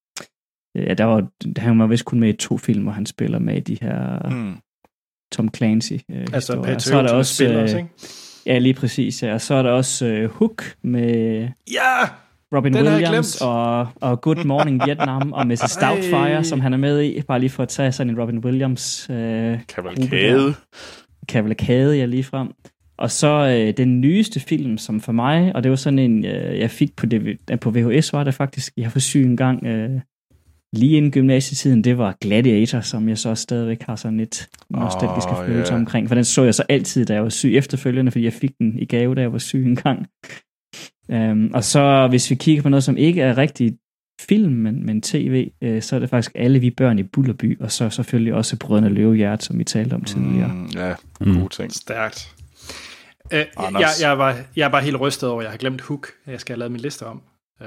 Øh, ja, der var, han var vist kun med i to film, hvor han spiller med i de her Hmm. Tom Clancy. Øh, Altså historier. Så er der Patriot også, spiller også, øh, ikke? ja, lige præcis. Ja. Og så er der også øh, Hook med Ja! Robin Den havde jeg Williams glemt. og, og Good Morning Vietnam og missus Doubtfire, Ej. som han er med i. Bare lige for at tage sådan en Robin Williams øh, Kavalkade. kavalkade, ja, lige frem. Og så øh, den nyeste film, som for mig, og det var sådan en, øh, jeg fik på, D V- på V H S, var det faktisk, jeg har fået syg en gang, øh, lige inden gymnasietiden, det var Gladiator, som jeg så stadigvæk har sådan lidt nostalgiske Åh, følelser ja. omkring. For den så jeg så altid, da jeg var syg efterfølgende, fordi jeg fik den i gave, da jeg var syg en gang. Um, og så hvis vi kigger på noget, som ikke er rigtig film, men, men tv, øh, så er det faktisk Alle vi børn i Bullerby, og så selvfølgelig også Brødrene Løvehjert, som vi talte om tidligere. Mm, ja, Mm. gode ting. Stærkt. Øh, jeg, Anders. jeg, var, jeg er bare helt rystet over, at jeg har glemt Hook. Jeg skal have lavet min liste om. Øh,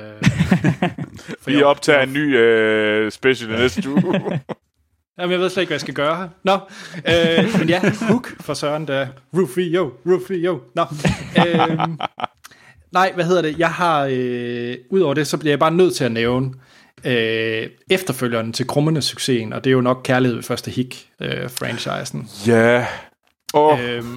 for Vi jeg- optager en ny øh, special i næste uge. Jamen, jeg ved slet ikke, hvad jeg skal gøre her. Nå, øh, men ja, Hook for Søren, der. Rufio, Rufio. Nå, øh, nej, hvad hedder det? Jeg har, øh, udover det, så bliver jeg bare nødt til at nævne øh, efterfølgeren til Krummernes succesen, og det er jo nok Kærlighed ved første hik, øh, franchisen. Ja. Åh, Øhm,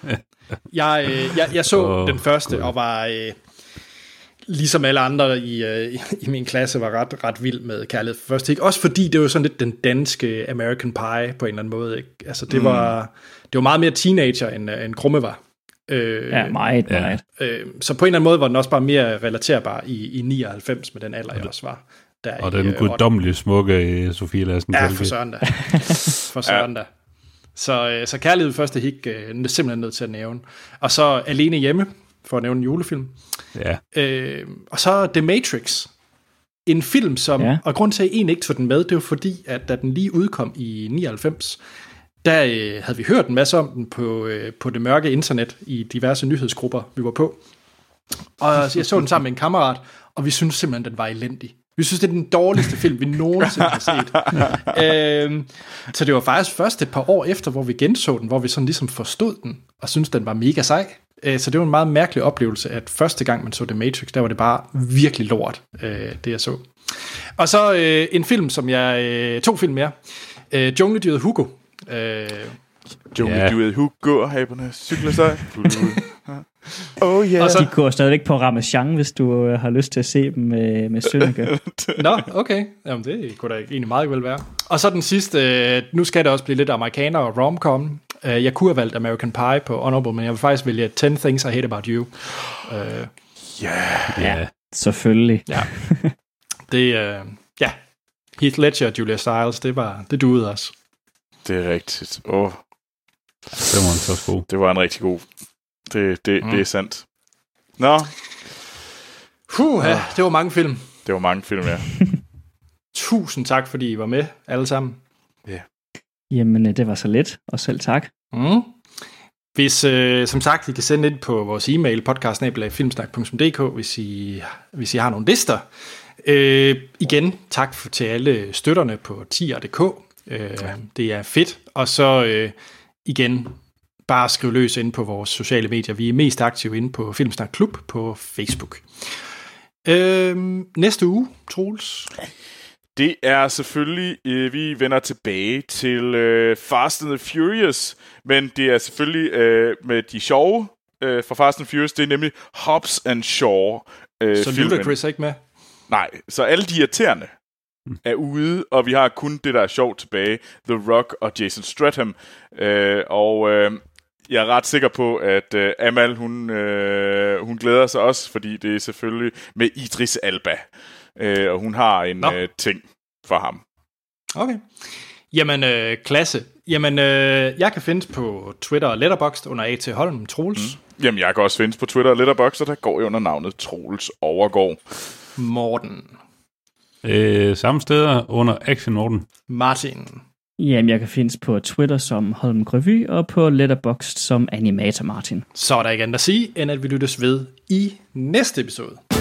jeg, øh, jeg, jeg så Åh, oh, den første, Gud. og var øh, ligesom alle andre i, øh, i min klasse, var ret, ret vild med Kærlighed for første hik. Også fordi det var sådan lidt den danske American Pie på en eller anden måde. Ikke? Altså det, mm. var, det var meget mere teenager, end, øh, end Krumme var. Øh, Ja, meget, Ja. meget. øh, så på en eller anden måde var den også bare mere relaterbar i, i nioghalvfems med den alder, jeg også var. Der Og i, den øh, guddommelige smukke øh, Sofie Lassen. Ja, Kjeldbæk. for søren da. For søren da. Så, øh, så Kærlighed ved første hik øh, er simpelthen nødt til at nævne. Og så Alene hjemme, for at nævne en julefilm. Ja. Øh, og så The Matrix. En film, som... Ja. Og grund til, at jeg egentlig ikke tog den med, det var fordi, at da den lige udkom i nioghalvfems, der øh, havde vi hørt en masse om den på, øh, på det mørke internet i diverse nyhedsgrupper, vi var på. Og jeg så den sammen med en kammerat, og vi syntes simpelthen, den var elendig. Vi synes, det er den dårligste film, vi nogensinde har set. øhm, så det var faktisk først et par år efter, hvor vi genså den, hvor vi sådan ligesom forstod den, og syntes, den var mega sej. Øh, så det var en meget mærkelig oplevelse, at første gang, man så The Matrix, der var det bare virkelig lort, øh, det jeg så. Og så øh, en film, som jeg... Øh, to film mere. Øh, Jungledyret Hugo. Øh, Jungledyret Hugo, haberne cykler sig. Oh yeah. Og så- De går stadigvæk på Ramachan, hvis du øh, har lyst til at se dem med, med Sønneke. Nå, okay. Jamen, det kunne da egentlig meget vel være. Og så den sidste, øh, nu skal det også blive lidt amerikaner og romcom. Øh, jeg kunne have valgt American Pie på Honorable, men jeg vil faktisk vælge ten Things I Hate About You. Øh, Yeah. Ja. Selvfølgelig. ja. Det, øh, ja. Heath Ledger og Julia Stiles, det var det duede også. Det er rigtigt. Åh. Oh. Det var en så god. Det var en rigtig god. Det, det, mm. det er sandt. Nå. Puh, ja, det var mange film. Det var mange film, ja. Tusind tak, fordi I var med, alle sammen. Ja. Yeah. Jamen, det var så let, og selv tak. Mm. Hvis, øh, som sagt, I kan sende ind på vores e-mail, podcast snabel-a filmsnak punktum d k, hvis I, hvis I har nogle lister. Øh, igen, tak for, til alle støtterne på tier punktum d k. Øh, ja. Det er fedt. Og så øh, igen, bare skriv løs ind på vores sociale medier. Vi er mest aktive inde på Filmsnak Klub på Facebook. Øh, næste uge, Troels? Det er selvfølgelig, øh, vi vender tilbage til øh, Fast and the Furious, men det er selvfølgelig øh, med de sjove øh, fra Fast and Furious, det er nemlig Hobbs and Shaw. Øh, så Ludacris er ikke med? Nej, så alle de irriterende er ude, og vi har kun det, der er sjovt tilbage, The Rock og Jason Statham. Øh, og øh, jeg er ret sikker på, at øh, Amal, hun, øh, hun glæder sig også, fordi det er selvfølgelig med Idris Elba. Øh, og hun har en øh, ting for ham. Okay. Jamen, øh, klasse. Jamen, øh, jeg kan findes på Twitter og Letterboxd under A T Holm, Troels. Mm. Jamen, jeg kan også findes på Twitter og Letterboxd, og der går jeg under navnet Troels Overgaard. Morten. Øh, samme steder under Action Morten. Martin. Jamen, jeg kan findes på Twitter som Holm Revy, og på Letterboxd som Animator Martin. Så er der ikke andet at sige, end at vi lyttes ved i næste episode.